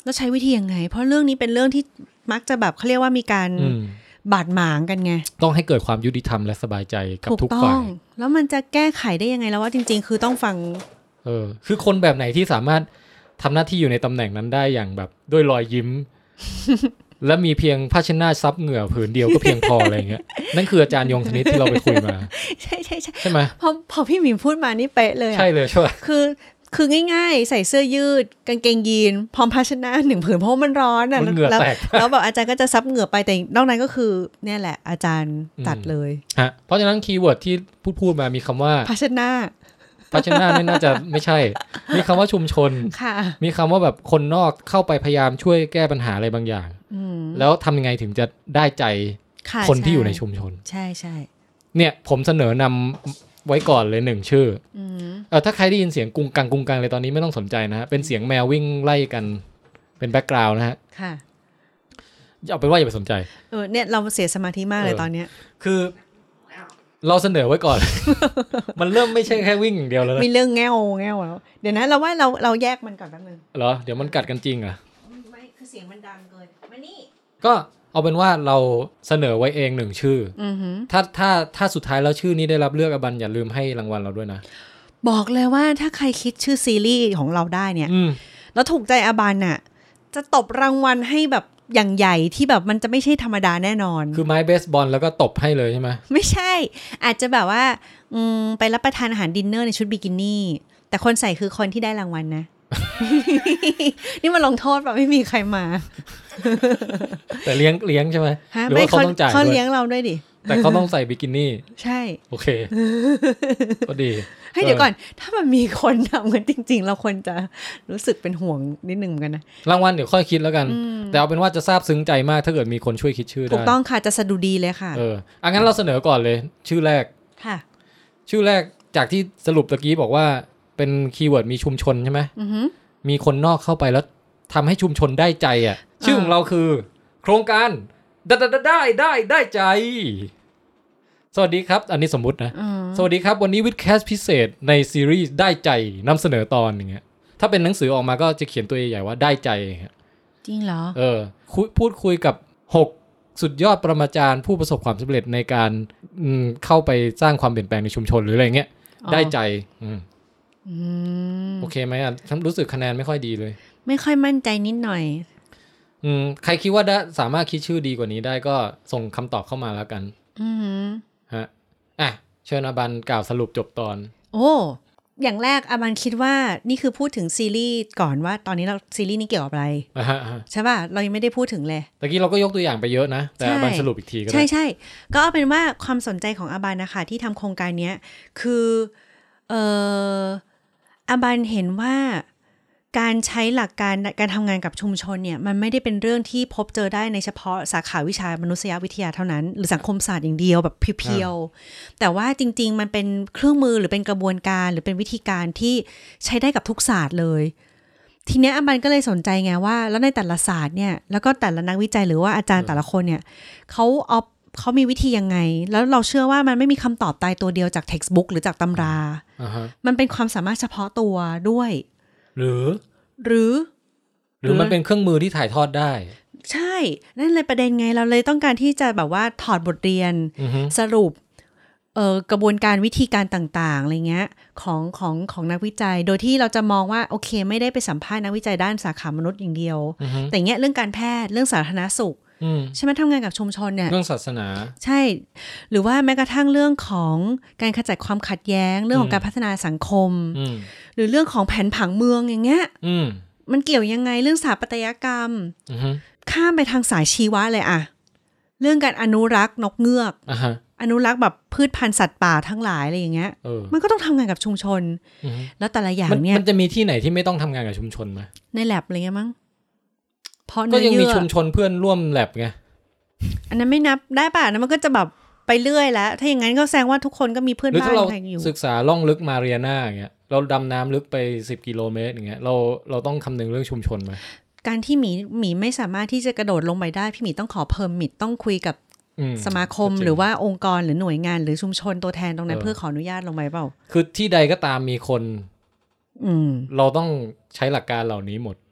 แล้วใช้วิธียังไงเพราะเรื่องนี้เป็นเรื่องที่มักจะแบบเขาเรียกว่ามีการบาดหมางกันไงต้องให้เกิดความยุติธรรมและสบายใจกับทุกฝ่ายแล้วมันจะแก้ไขได้ยังไงแล้วว่าจริงๆคือต้องฟังเออคือคนแบบไหนที่สามารถทำหน้าที่อยู่ในตำแหน่งนั้นได้อย่างแบบด้วยรอยยิ้ม และมีเพียงผ้าเช็ดหน้าซับเหงื่อผืนเดียวก็เพียงพออะไรเงี้ยนั่นคืออาจารย์ยงธนิตที่เราไปคุยมาใช่ใช่ใช่ใช่ไหมพอพอพี่หมิมพูดมานี่เป๊ะเลยใช่เลยใช่คือคือง่ายๆใส่เสื้อยืดกางเกงยีนพร้อมผ้าเช็ดหน้าหนึ่งผืนเพราะมันร้อนอ่ะแล้วแล้วแบบอาจารย์ก็จะซับเหงื่อไปแต่นอกนั้นก็คือเนี่ยแหละอาจารย์จัดเลยฮะเพราะฉะนั้นคีย์เวิร์ดที่พูดพูดมามีคำว่าผ้าเช็ดหน้าผ้าเช็ดหน้านี่น่าจะไม่ใช่มีคำว่าชุมชนมีคำว่าแบบคนนอกเข้าไปพยายามช่วยแก้ปัญหาอะไรบางอย่างแล้วทำยังไงถึงจะได้ใจคนที่อยู่ในชุมชนใช่ใช่เนี่ยผมเสนอนำไว้ก่อนเลยหนึ่งชื่อเออถ้าใครได้ยินเสียงกุงกังกุงกังเลยตอนนี้ไม่ต้องสนใจนะฮะเป็นเสียงแมววิ่งไล่กันเป็นแบ็คกราวด์นะฮะค่ะเอาเป็นว่าอย่าไปสนใจเออเนี่ยเราเสียสมาธิมากเลยตอนเนี้ยคือเราเสนอไว้ก่อน มันเริ่มไม่ใช่แค่วิ่งอย่างเดียวแล้วมีเรื่องแง่วแง่วแล้วเดี๋ยวนะเราว่าเราเราแยกมันก่อนแป๊บนึงเหรอเดี๋ยวมันกัดกันจริงอ่ะไม่คือเสียงมันดังเกินมานี่ก็เอาเป็นว่าเราเสนอไว้เองหนึ่งชื่อถ้าถ้าถ้าสุดท้ายแล้วชื่อนี้ได้รับเลือกอบันอย่าลืมให้รางวัลเราด้วยนะบอกเลยว่าถ้าใครคิดชื่อซีรีส์ของเราได้เนี่ยแล้วถูกใจอบันน่ะจะตบรางวัลให้แบบอย่างใหญ่ที่แบบมันจะไม่ใช่ธรรมดาแน่นอนคือไม้เบสบอลแล้วก็ตบให้เลยใช่ไหมไม่ใช่อาจจะแบบว่าอืมไปรับประทานอาหารดินเนอร์ในชุดบิกินี่แต่คนใส่คือคนที่ได้รางวัล นะ นี่มันลงโทษแบบไม่มีใครมาแต่เลี้ยงเลี้ยงใช่ไหมหรือว่าเขาต้องจ่ายเขาเลี้ยงเราด้วยดิแต่เขาต้องใส่บิกินี่ใช่โอเคก็ดีให้เดี๋ยวก่อนถ้ามันมีคนทำกันจริงๆเราควรจะรู้สึกเป็นห่วงนิดนึงเหมือนกันนะรางวัลเดี๋ยวค่อยคิดแล้วกันแต่เอาเป็นว่าจะซาบซึ้งใจมากถ้าเกิดมีคนช่วยคิดชื่อได้ถูกต้องค่ะจะสะดุดีเลยค่ะเอออ่ะงั้นเราเสนอก่อนเลยชื่อแรกค่ะชื่อแรกจากที่สรุปตะกี้บอกว่าเป็นคีย์เวิร์ดมีชุมชนใช่ไหมมีคนนอกเข้าไปแล้วทำให้ชุมชนได้ใจอ่ะชื่อของเราคือโครงการได้ได้ได้ได้ใจสวัสดีครับอันนี้สมมุตินะสวัสดีครับวันนี้วิดแคสพิเศษในซีรีส์ได้ใจนำเสนอตอนอย่างเงี้ยถ้าเป็นหนังสือออกมาก็จะเขียนตัวใหญ่ๆว่าได้ใจจริงเหรอเออพูดคุยกับหกสุดยอดปรมาจารย์ผู้ประสบความสำเร็จในการเข้าไปสร้างความเปลี่ยนแปลงในชุมชนหรืออะไรเงี้ยได้ใจโอเคไหมอ่ะรู้สึกคะแนนไม่ค่อยดีเลยไม่ค่อยมั่นใจนิดหน่อยอืมใครคิดว่าได้สามารถคิดชื่อดีกว่านี้ได้ก็ส่งคำตอบเข้ามาแล้วกันอือฮะอ่ะเชิญอบันกล่าวสรุปจบตอนโอ้อย่างแรกอบันคิดว่านี่คือพูดถึงซีรีส์ก่อนว่าตอนนี้เราซีรีส์นี้เกี่ยวกับอะไรใช่ป่ะเรายังไม่ได้พูดถึงเลยตะกี้เราก็ยกตัวอย่างไปเยอะนะแต่อบันสรุปอีกทีก็ได้ใช่ใช่ก็เอาเป็นว่าความสนใจของอบันนะคะที่ทำโครงการนี้คือเอ่ออบันเห็นว่าการใช้หลักการการทำงานกับชุมชนเนี่ยมันไม่ได้เป็นเรื่องที่พบเจอได้ในเฉพาะสาขาวิชามนุษยวิทยาเท่านั้นหรือสังคมศาสตร์อย่างเดียวแบบเพียวๆแต่ว่าจริงๆมันเป็นเครื่องมือหรือเป็นกระบวนการหรือเป็นวิธีการที่ใช้ได้กับทุกศาสตร์เลยทีเนี้ยอบันก็เลยสนใจไงว่าแล้วในแต่ละศาสตร์เนี่ยแล้วก็แต่ละนักวิจัยหรือว่าอาจารย์แต่ละคนเนี่ยเขาเอาเขามีวิธียังไงแล้วเราเชื่อว่ามันไม่มีคำตอบตายตัวเดียวจาก textbook หรือจากตำรา uh-huh. มันเป็นความสามารถเฉพาะตัวด้วยหรือหรือหรือมันเป็นเครื่องมือที่ถ่ายทอดได้ใช่นั่นเลยประเด็นไงเราเลยต้องการที่จะแบบว่าถอดบทเรียน uh-huh. สรุปเอ่อกระบวนการวิธีการต่างๆอะไรเงี้ยของของของนักวิจัยโดยที่เราจะมองว่าโอเคไม่ได้ไปสัมภาษณ์นักวิจัยด้านสาขามนุษย์อย่างเดียว uh-huh. แต่เงี้ยเรื่องการแพทย์เรื่องสาธารณสุขใช่ไหมทำงานกับชุมชนเนี่ยเรื่องศาสนาใช่หรือว่าแม้กระทั่งเรื่องของการขจัดความขัดแย้งเรื่องของการพัฒนาสังคมหรือเรื่องของแผนผังเมืองอย่างเงี้ยมันเกี่ยวยังไงเรื่องสถาปัตยกรรมข้ามไปทางสายชีวะเลยอะเรื่องการอนุรักษ์นกเงือกอนุรักษ์แบบพืชพันธุ์สัตว์ป่าทั้งหลายอะไรอย่างเงี้ยมันก็ต้องทำงานกับชุมชนแล้วแต่ละอย่างเนี่ยมันจะมีที่ไหนที่ไม่ต้องทำงานกับชุมชนไหมในแลบอะไรเงี้ยมั้งก็ยังมีชุมชนเพื่อนร่วมแลบไงอันนั้นไม่นับได้ป่ะนะมันก็จะแบบไปเรื่อยแล้วถ้าอย่างนั้นก็แสดงว่าทุกคนก็มีเพื่อนบ้านใครอยู่ศึกษาล่องลึกมาเรียนาอย่างเงี้ยเราดำน้ำลึกไปสิบกิโลเมตรอย่างเงี้ยเราเราต้องคำนึงเรื่องชุมชนไหมการที่หมีหมีไม่สามารถที่จะกระโดดลงไปได้พี่หมีต้องขอเพิ่มมิดต้องคุยกับสมาคมหรือว่าองค์กรหรือหน่วยงานหรือชุมชนตัวแทนตรงนั้นเพื่อขออนุญาตลงไปเปล่าคือที่ใดก็ตามมีคนเราต้องใช้หลักการเหล่านี้หมด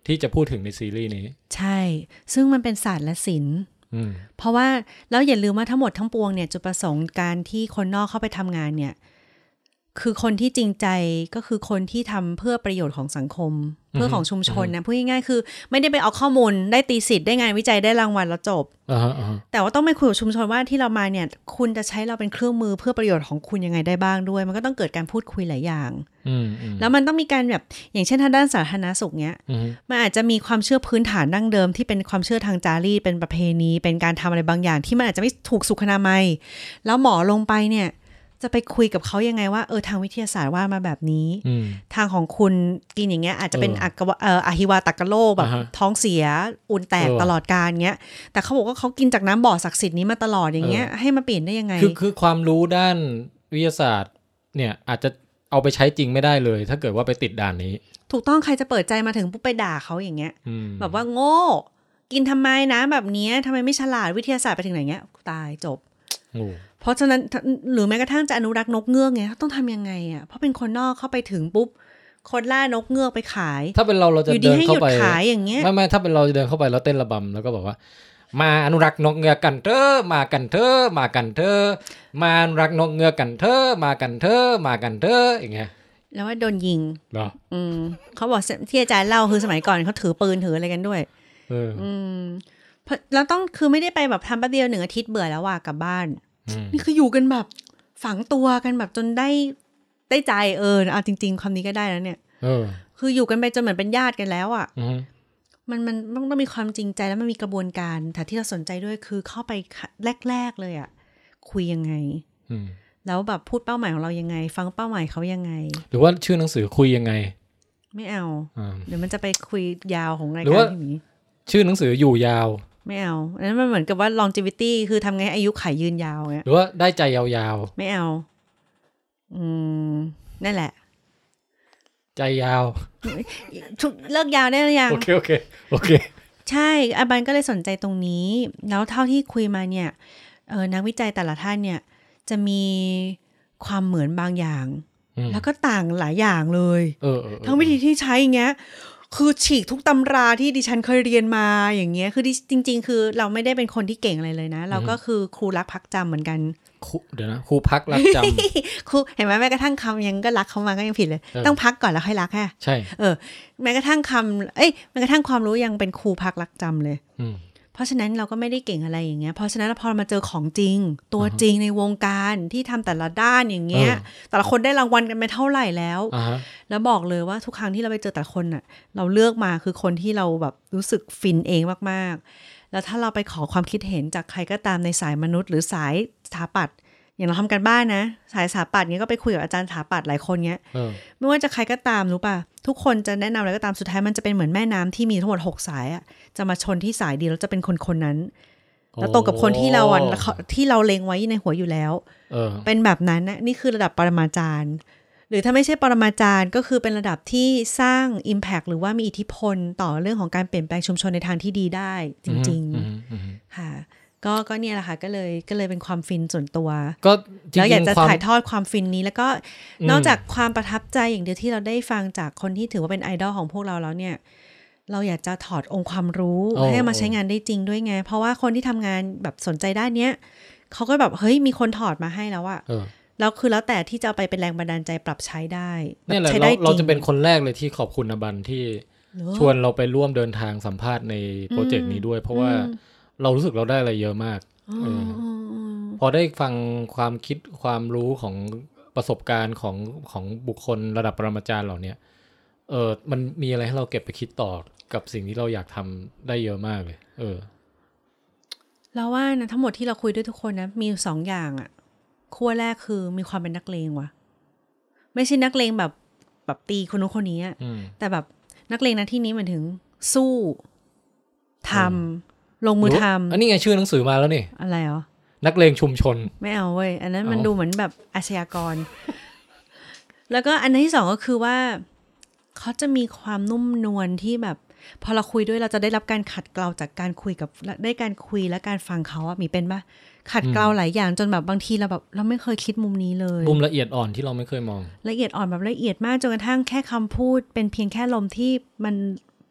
ที่จะพูดถึงในซีรีส์นี้ใช่ซึ่งมันเป็นศาสตร์และศิลป์เพราะว่าแล้วอย่าลืมว่าทั้งหมดทั้งปวงเนี่ยจุดประสงค์การที่คนนอกเข้าไปทำงานเนี่ยคือคนที่จริงใจก็คือคนที่ทำเพื่อประโยชน์ของสังคมเพื่อของชุมชนนะพูดง่ายๆคือไม่ได้ไปเอาข้อมูลได้ตีสิทธิ์ได้งานวิจัยได้รางวัลแล้วจบ uh-huh, uh-huh. แต่ว่าต้องไปคุยกับชุมชนว่าที่เรามาเนี่ยคุณจะใช้เราเป็นเครื่องมือเพื่อประโยชน์ของคุณยังไงได้บ้างด้วยมันก็ต้องเกิดการพูดคุยหลายอย่างแล้วมันต้องมีการแบบอย่างเช่นทางด้านสาธารณสุขเนี้ยมันอาจจะมีความเชื่อพื้นฐานดั้งเดิมที่เป็นความเชื่อทางจารีตเป็นประเพณีเป็นการทำอะไรบางอย่างที่มันอาจจะไม่ถูกสุขอนามัยแล้วหมอลงไปเนี่ยจะไปคุยกับเขายังไงว่าเออทางวิทยาศาสตร์ว่ามาแบบนี้ทางของคุณกินอย่างเงี้ยอาจจะเป็นอักเอ่ออะฮิวาตากโรคแบบท้องเสียอุ่นแตกตลอดกาลเงี้ยแต่เขาบอกว่าเขากินจากน้ำบ่อศักดิ์สิทธิ์นี้มาตลอดอย่างเงี้ยให้มาเปลี่ยนได้ยังไงคือคือความรู้ด้านวิทยาศาสตร์เนี่ยอาจจะเอาไปใช้จริงไม่ได้เลยถ้าเกิดว่าไปติดด่านนี้ถูกต้องใครจะเปิดใจมาถึงปุ๊บไปด่าเขาอย่างเงี้ยแบบว่าโง่กินทำไมนะแบบนี้ทำไมไม่ฉลาดวิทยาศาสตร์ไปถึงไหนเงี้ยตายจบเพราะฉะนั้นหรือแม้กระทั่งจะอนุรักษ์นกเงือกไงต้องทำยังไงอ่ะเพราะเป็นคนนอกเข้าไปถึงปุ๊บคนล่านกเงือกไปขายถ้าเป็นเราเราจะเดินเข้าไปขายอย่างเงี้ยไม่ไม่ถ้าเป็นเราจะเดินเข้าไปแล้วเต้นระบำแล้วก็บอกว่ามาอนุรักษ์นกเงือกกันเถอะมากันเถอะมากันเถอะมาอนุรักษ์นกเงือกกันเถอะมากันเถอะมากันเถอะอย่างเงี้ยแล้วว่าโดนยิงเหรออืมเขาบอกที่อาจารย์เล่าคือสมัยก่อนเขาถือปืนถืออะไรกันด้วยเอออืมแล้วต้องคือไม่ได้ไปแบบทำแป๊บเดียวหนึ่งอาทิตย์เบื่อแล้วว่ะกลับบ้านนี่คืออยู่กันแบบฝังตัวกันแบบจนได้ได้ใจเออเอาจริงๆคำนี้ก็ได้แล้วเนี่ยเออคืออยู่กันไปจนเหมือนเป็นญาติกันแล้วอ่ะมันมันต้องมีความจริงใจแล้วมันมีกระบวนการแต่ที่เราสนใจด้วยคือเข้าไปแรกๆเลยอ่ะคุยยังไงแล้วแบบพูดเป้าหมายของเรายังไงฟังเป้าหมายเขายังไงหรือว่าชื่อหนังสือคุยยังไงไม่เอาเดี๋ยวมันจะไปคุยยาวของรายการที่นี้ชื่อหนังสืออยู่ยาวไม่เอาอันนั้นมันเหมือนกับว่า longevity คือทำไงอายุขัยยืนยาวเงี้ยหรือว่าได้ใจยาวๆไม่เอาอืมนั่นแหละใจยาวเลิกยาวได้หรือยังโอเคโอเคโอเคใช่อาบันก็เลยสนใจตรงนี้แล้วเท่าที่คุยมาเนี่ยเออนักวิจัยแต่ละท่านเนี่ยจะมีความเหมือนบางอย่างแล้วก็ต่างหลายอย่างเลยเออทั้งวิธีที่ใช้อย่างเงี้ยคือฉีกทุกตำราที่ดิฉันเคยเรียนมาอย่างเงี้ยคือจริงๆคือเราไม่ได้เป็นคนที่เก่งอะไรเลยนะเราก็คือครูรักพักจำเหมือนกันครูเดี๋ยวนะครูพักรักจำ ครูเห็นไหมแม้กระทั่งคำยังก็รักเขามาก็ยังผิดเลยต้องพักก่อนแล้วค่อยรักแค่ใช่เออแม้กระทั่งคำเอ้ยแม้กระทั่งความรู้ยังเป็นครูพักรักจำเลยเพราะฉะนั้นเราก็ไม่ได้เก่งอะไรอย่างเงี้ยเพราะฉะนั้นพอมาเจอของจริงตัวจริงในวงการที่ทำแต่ละด้านอย่างเงี้ยแต่ละคนได้รางวัลกันไปเท่าไหร่แล้วแล้วบอกเลยว่าทุกครั้งที่เราไปเจอแต่คนน่ะเราเลือกมาคือคนที่เราแบบรู้สึกฟินเองมากๆแล้วถ้าเราไปขอความคิดเห็นจากใครก็ตามในสายมนุษย์หรือสายสถาปัตย์อย่างเราทำกันบ้านนะสายสถาปัตย์เงี้ยก็ไปคุยกับอาจารย์สถาปัตย์หลายคนเงี้ยไม่ว่าจะใครก็ตามรู้ป่ะทุกคนจะแนะนำอะไรก็ตามสุดท้ายมันจะเป็นเหมือนแม่น้ำที่มีทั้งหมดหกสายอ่ะจะมาชนที่สายเดียวแล้วจะเป็นคนคนนั้นแล้วตรงกับคนที่เราที่เราเล็งไว้ในหัวอยู่แล้วเป็นแบบนั้นนะนี่คือระดับปรมาจารย์หรือถ้าไม่ใช่ปรมาจารย์ก็คือเป็นระดับที่สร้าง impact หรือว่ามีอิทธิพลต่อเรื่องของการเปลี่ยนแปลงชุมชนในทางที่ดีได้จริงๆค่ะก็ก็เนี่ยแหละค่ะก็เลยก็เลยเป็นความฟินส่วนตัวก็แล้วอยากจะถ่ายทอดความฟินนี้แล้วก็นอกจากความประทับใจอย่างเดียวที่เราได้ฟังจากคนที่ถือว่าเป็นไอดอลของพวกเราแล้วเนี่ยเราอยากจะถอดองค์ความรู้ให้มาใช้งานได้จริงด้วยไงเพราะว่าคนที่ทำงานแบบสนใจด้านเนี้ยเขาก็แบบเฮ้ยมีคนถอดมาให้แล้วอะแล้วคือแล้วแต่ที่จะไปเป็นแรงบันดาลใจปรับใช้ได้เนี่ยแหละเราเราจะเป็นคนแรกเลยที่ขอบคุณอบันที่ชวนเราไปร่วมเดินทางสัมภาษณ์ในโปรเจกต์นี้ด้วยเพราะว่าเรารู้สึกเราได้อะไรเยอะมากออพอได้ฟังความคิดความรู้ของประสบการณ์ของของบุคคลระดับปรมาจารย์เหล่านี้เออมันมีอะไรให้เราเก็บไปคิดต่อกับสิ่งที่เราอยากทำได้เยอะมากเลยเออเราว่านะทั้งหมดที่เราคุยด้วยทุกคนนะมีสองอย่างอะขั้วแรกคือมีความเป็นนักเลงว่ะไม่ใช่นักเลงแบบแบบตีคนนู้นคนนี้แต่แบบนักเลงนะที่นี้หมายถึงสู้ทำลงมือทำอันนี้ไงชื่อหนังสือมาแล้วนี่อะไรเหรอนักเลงชุมชนไม่เอาเว้ยอันนั้นมันดูเหมือนแบบอาชญากร แล้วก็อันที่สองก็คือว่าเขาจะมีความนุ่มนวลที่แบบพอเราคุยด้วยเราจะได้รับการขัดเกลาจากการคุยกับได้การคุยและการฟังเขาอะมีเป็นปะขัดเกลาหลายอย่างจนแบบบางทีเราแบบเราไม่เคยคิดมุมนี้เลยมุมละเอียดอ่อนที่เราไม่เคยมองละเอียดอ่อนแบบละเอียดมากจนกระทั่งแค่คำพูดเป็นเพียงแค่ลมที่มัน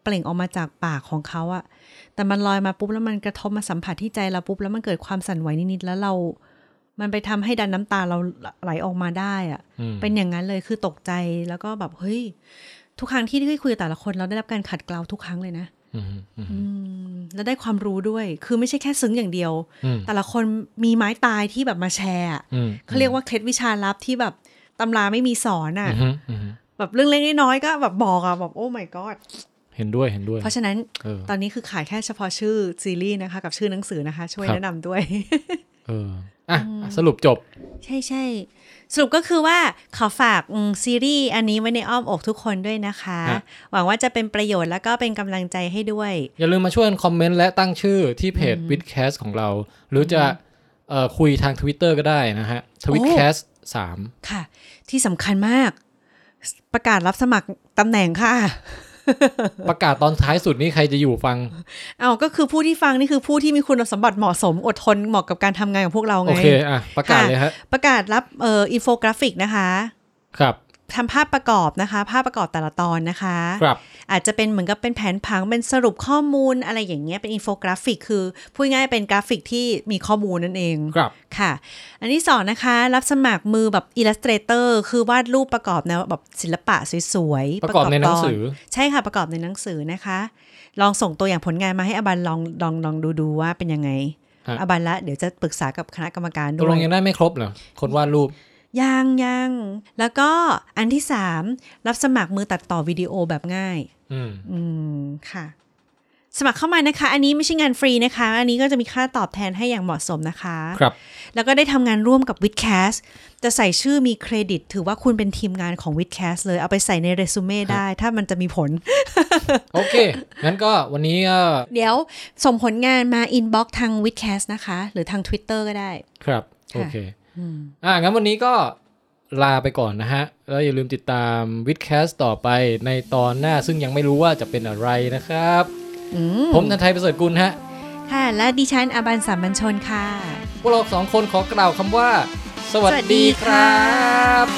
เปล่งออกมาจากปากของเขาอะแต่มันลอยมาปุ๊บแล้วมันกระทบมาสัมผัสที่ใจเราปุ๊บแล้วมันเกิดความสั่นไหวนิดๆแล้วเรามันไปทำให้ดันน้ำตาเราไหลออกมาได้อะเป็นอย่างนั้นเลยคือตกใจแล้วก็แบบเฮ้ยทุกครั้งที่ได้คุยกับแต่ละคนเราได้รับการขัดเกลาทุกครั้งเลยนะแล้วได้ความรู้ด้วยคือไม่ใช่แค่ซึ้งอย่างเดียวแต่ละคนมีไม้ตายที่แบบมาแชร์เขาเรียกว่าเคล็ดวิชาลับที่แบบตำราไม่มีสอนอ่ะแบบเรื่องเล็กน้อยก็แบบบอกอ่ะแบบโอ้ my god เห็นด้วยเห็นด้วยเพราะฉะนั้นตอนนี้คือขายแค่เฉพาะชื่อซีรีส์นะคะกับชื่อหนังสือนะคะช่วยแนะนำด้วยเอออ่ะสรุปจบใช่ใช่สรุปก็คือว่าขอฝากซีรีส์อันนี้ไว้ในอ้อมอกทุกคนด้วยนะคะหวังว่าจะเป็นประโยชน์แล้วก็เป็นกำลังใจให้ด้วยอย่าลืมมาช่วยคอมเมนต์และตั้งชื่อที่เพจ Witcast ของเราหรือจะเอ่อคุยทาง Twitter ก็ได้นะฮะ Witcast สามค่ะที่สำคัญมากประกาศรับสมัครตำแหน่งค่ะประกาศตอนท้ายสุดนี่ใครจะอยู่ฟังเอาก็คือผู้ที่ฟังนี่คือผู้ที่มีคุณสมบัติเหมาะสมอดทนเหมาะกับการทำงานของพวกเราไงโอเคอ่ะประกาศเลยฮะประกาศรับเอ่ออินโฟกราฟิกนะคะครับทำภาพประกอบนะคะภาพประกอบแต่ละตอนนะคะครับอาจจะเป็นเหมือนกับเป็นแผนผังเป็นสรุปข้อมูลอะไรอย่างเงี้ยเป็นอินโฟกราฟิกคือพูดง่ายเป็นกราฟิกที่มีข้อมูลนั่นเองครับค่ะอันที่สองนะคะรับสมัครมือแบบอิลลัสเตรเตอร์คือวาดรูปประกอบแนวแบบศิลปะสวยๆประกอบในหนังสือใช่ค่ะประกอบในหนังสือนะคะลองส่งตัวอย่างผลงานมาให้อบันลองลองลองดูดูว่าเป็นยังไงอบันละเดี๋ยวจะปรึกษากับคณะกรรมการด้วยตกลงยังได้ไม่ครบเหรอคนวาดรูปยังยังแล้วก็อันที่สามรับสมัครมือตัดต่อวิดีโอแบบง่ายอืมอืมค่ะสมัครเข้ามานะคะอันนี้ไม่ใช่งานฟรีนะคะอันนี้ก็จะมีค่าตอบแทนให้อย่างเหมาะสมนะคะครับแล้วก็ได้ทำงานร่วมกับ Witcast จะใส่ชื่อมีเครดิตถือว่าคุณเป็นทีมงานของ Witcast เลยเอาไปใส่ในเรซูเม่ได้ถ้ามันจะมีผลโอเคงั้นก็วันนี้ก็เดี๋ยวส่งผลงานมา inbox ทาง Witcast นะคะหรือทาง Twitter ก็ได้ครับโอเคอ่างั้นวันนี้ก็ลาไปก่อนนะฮะแล้วอย่าลืมติดตาม Witcast ต่อไปในตอนหน้าซึ่งยังไม่รู้ว่าจะเป็นอะไรนะครับผมธนทัยประเสริฐกุลฮะค่ะและดิฉันอบันสามัญชนค่ะพวกเราสองคนขอกล่าวคำว่าสวัสดีครับ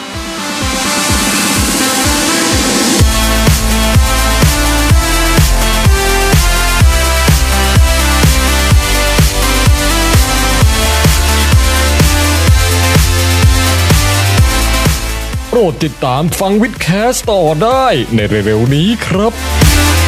โปรดติดตามฟัง Witcast ต่อได้ในเร็วๆนี้ครับ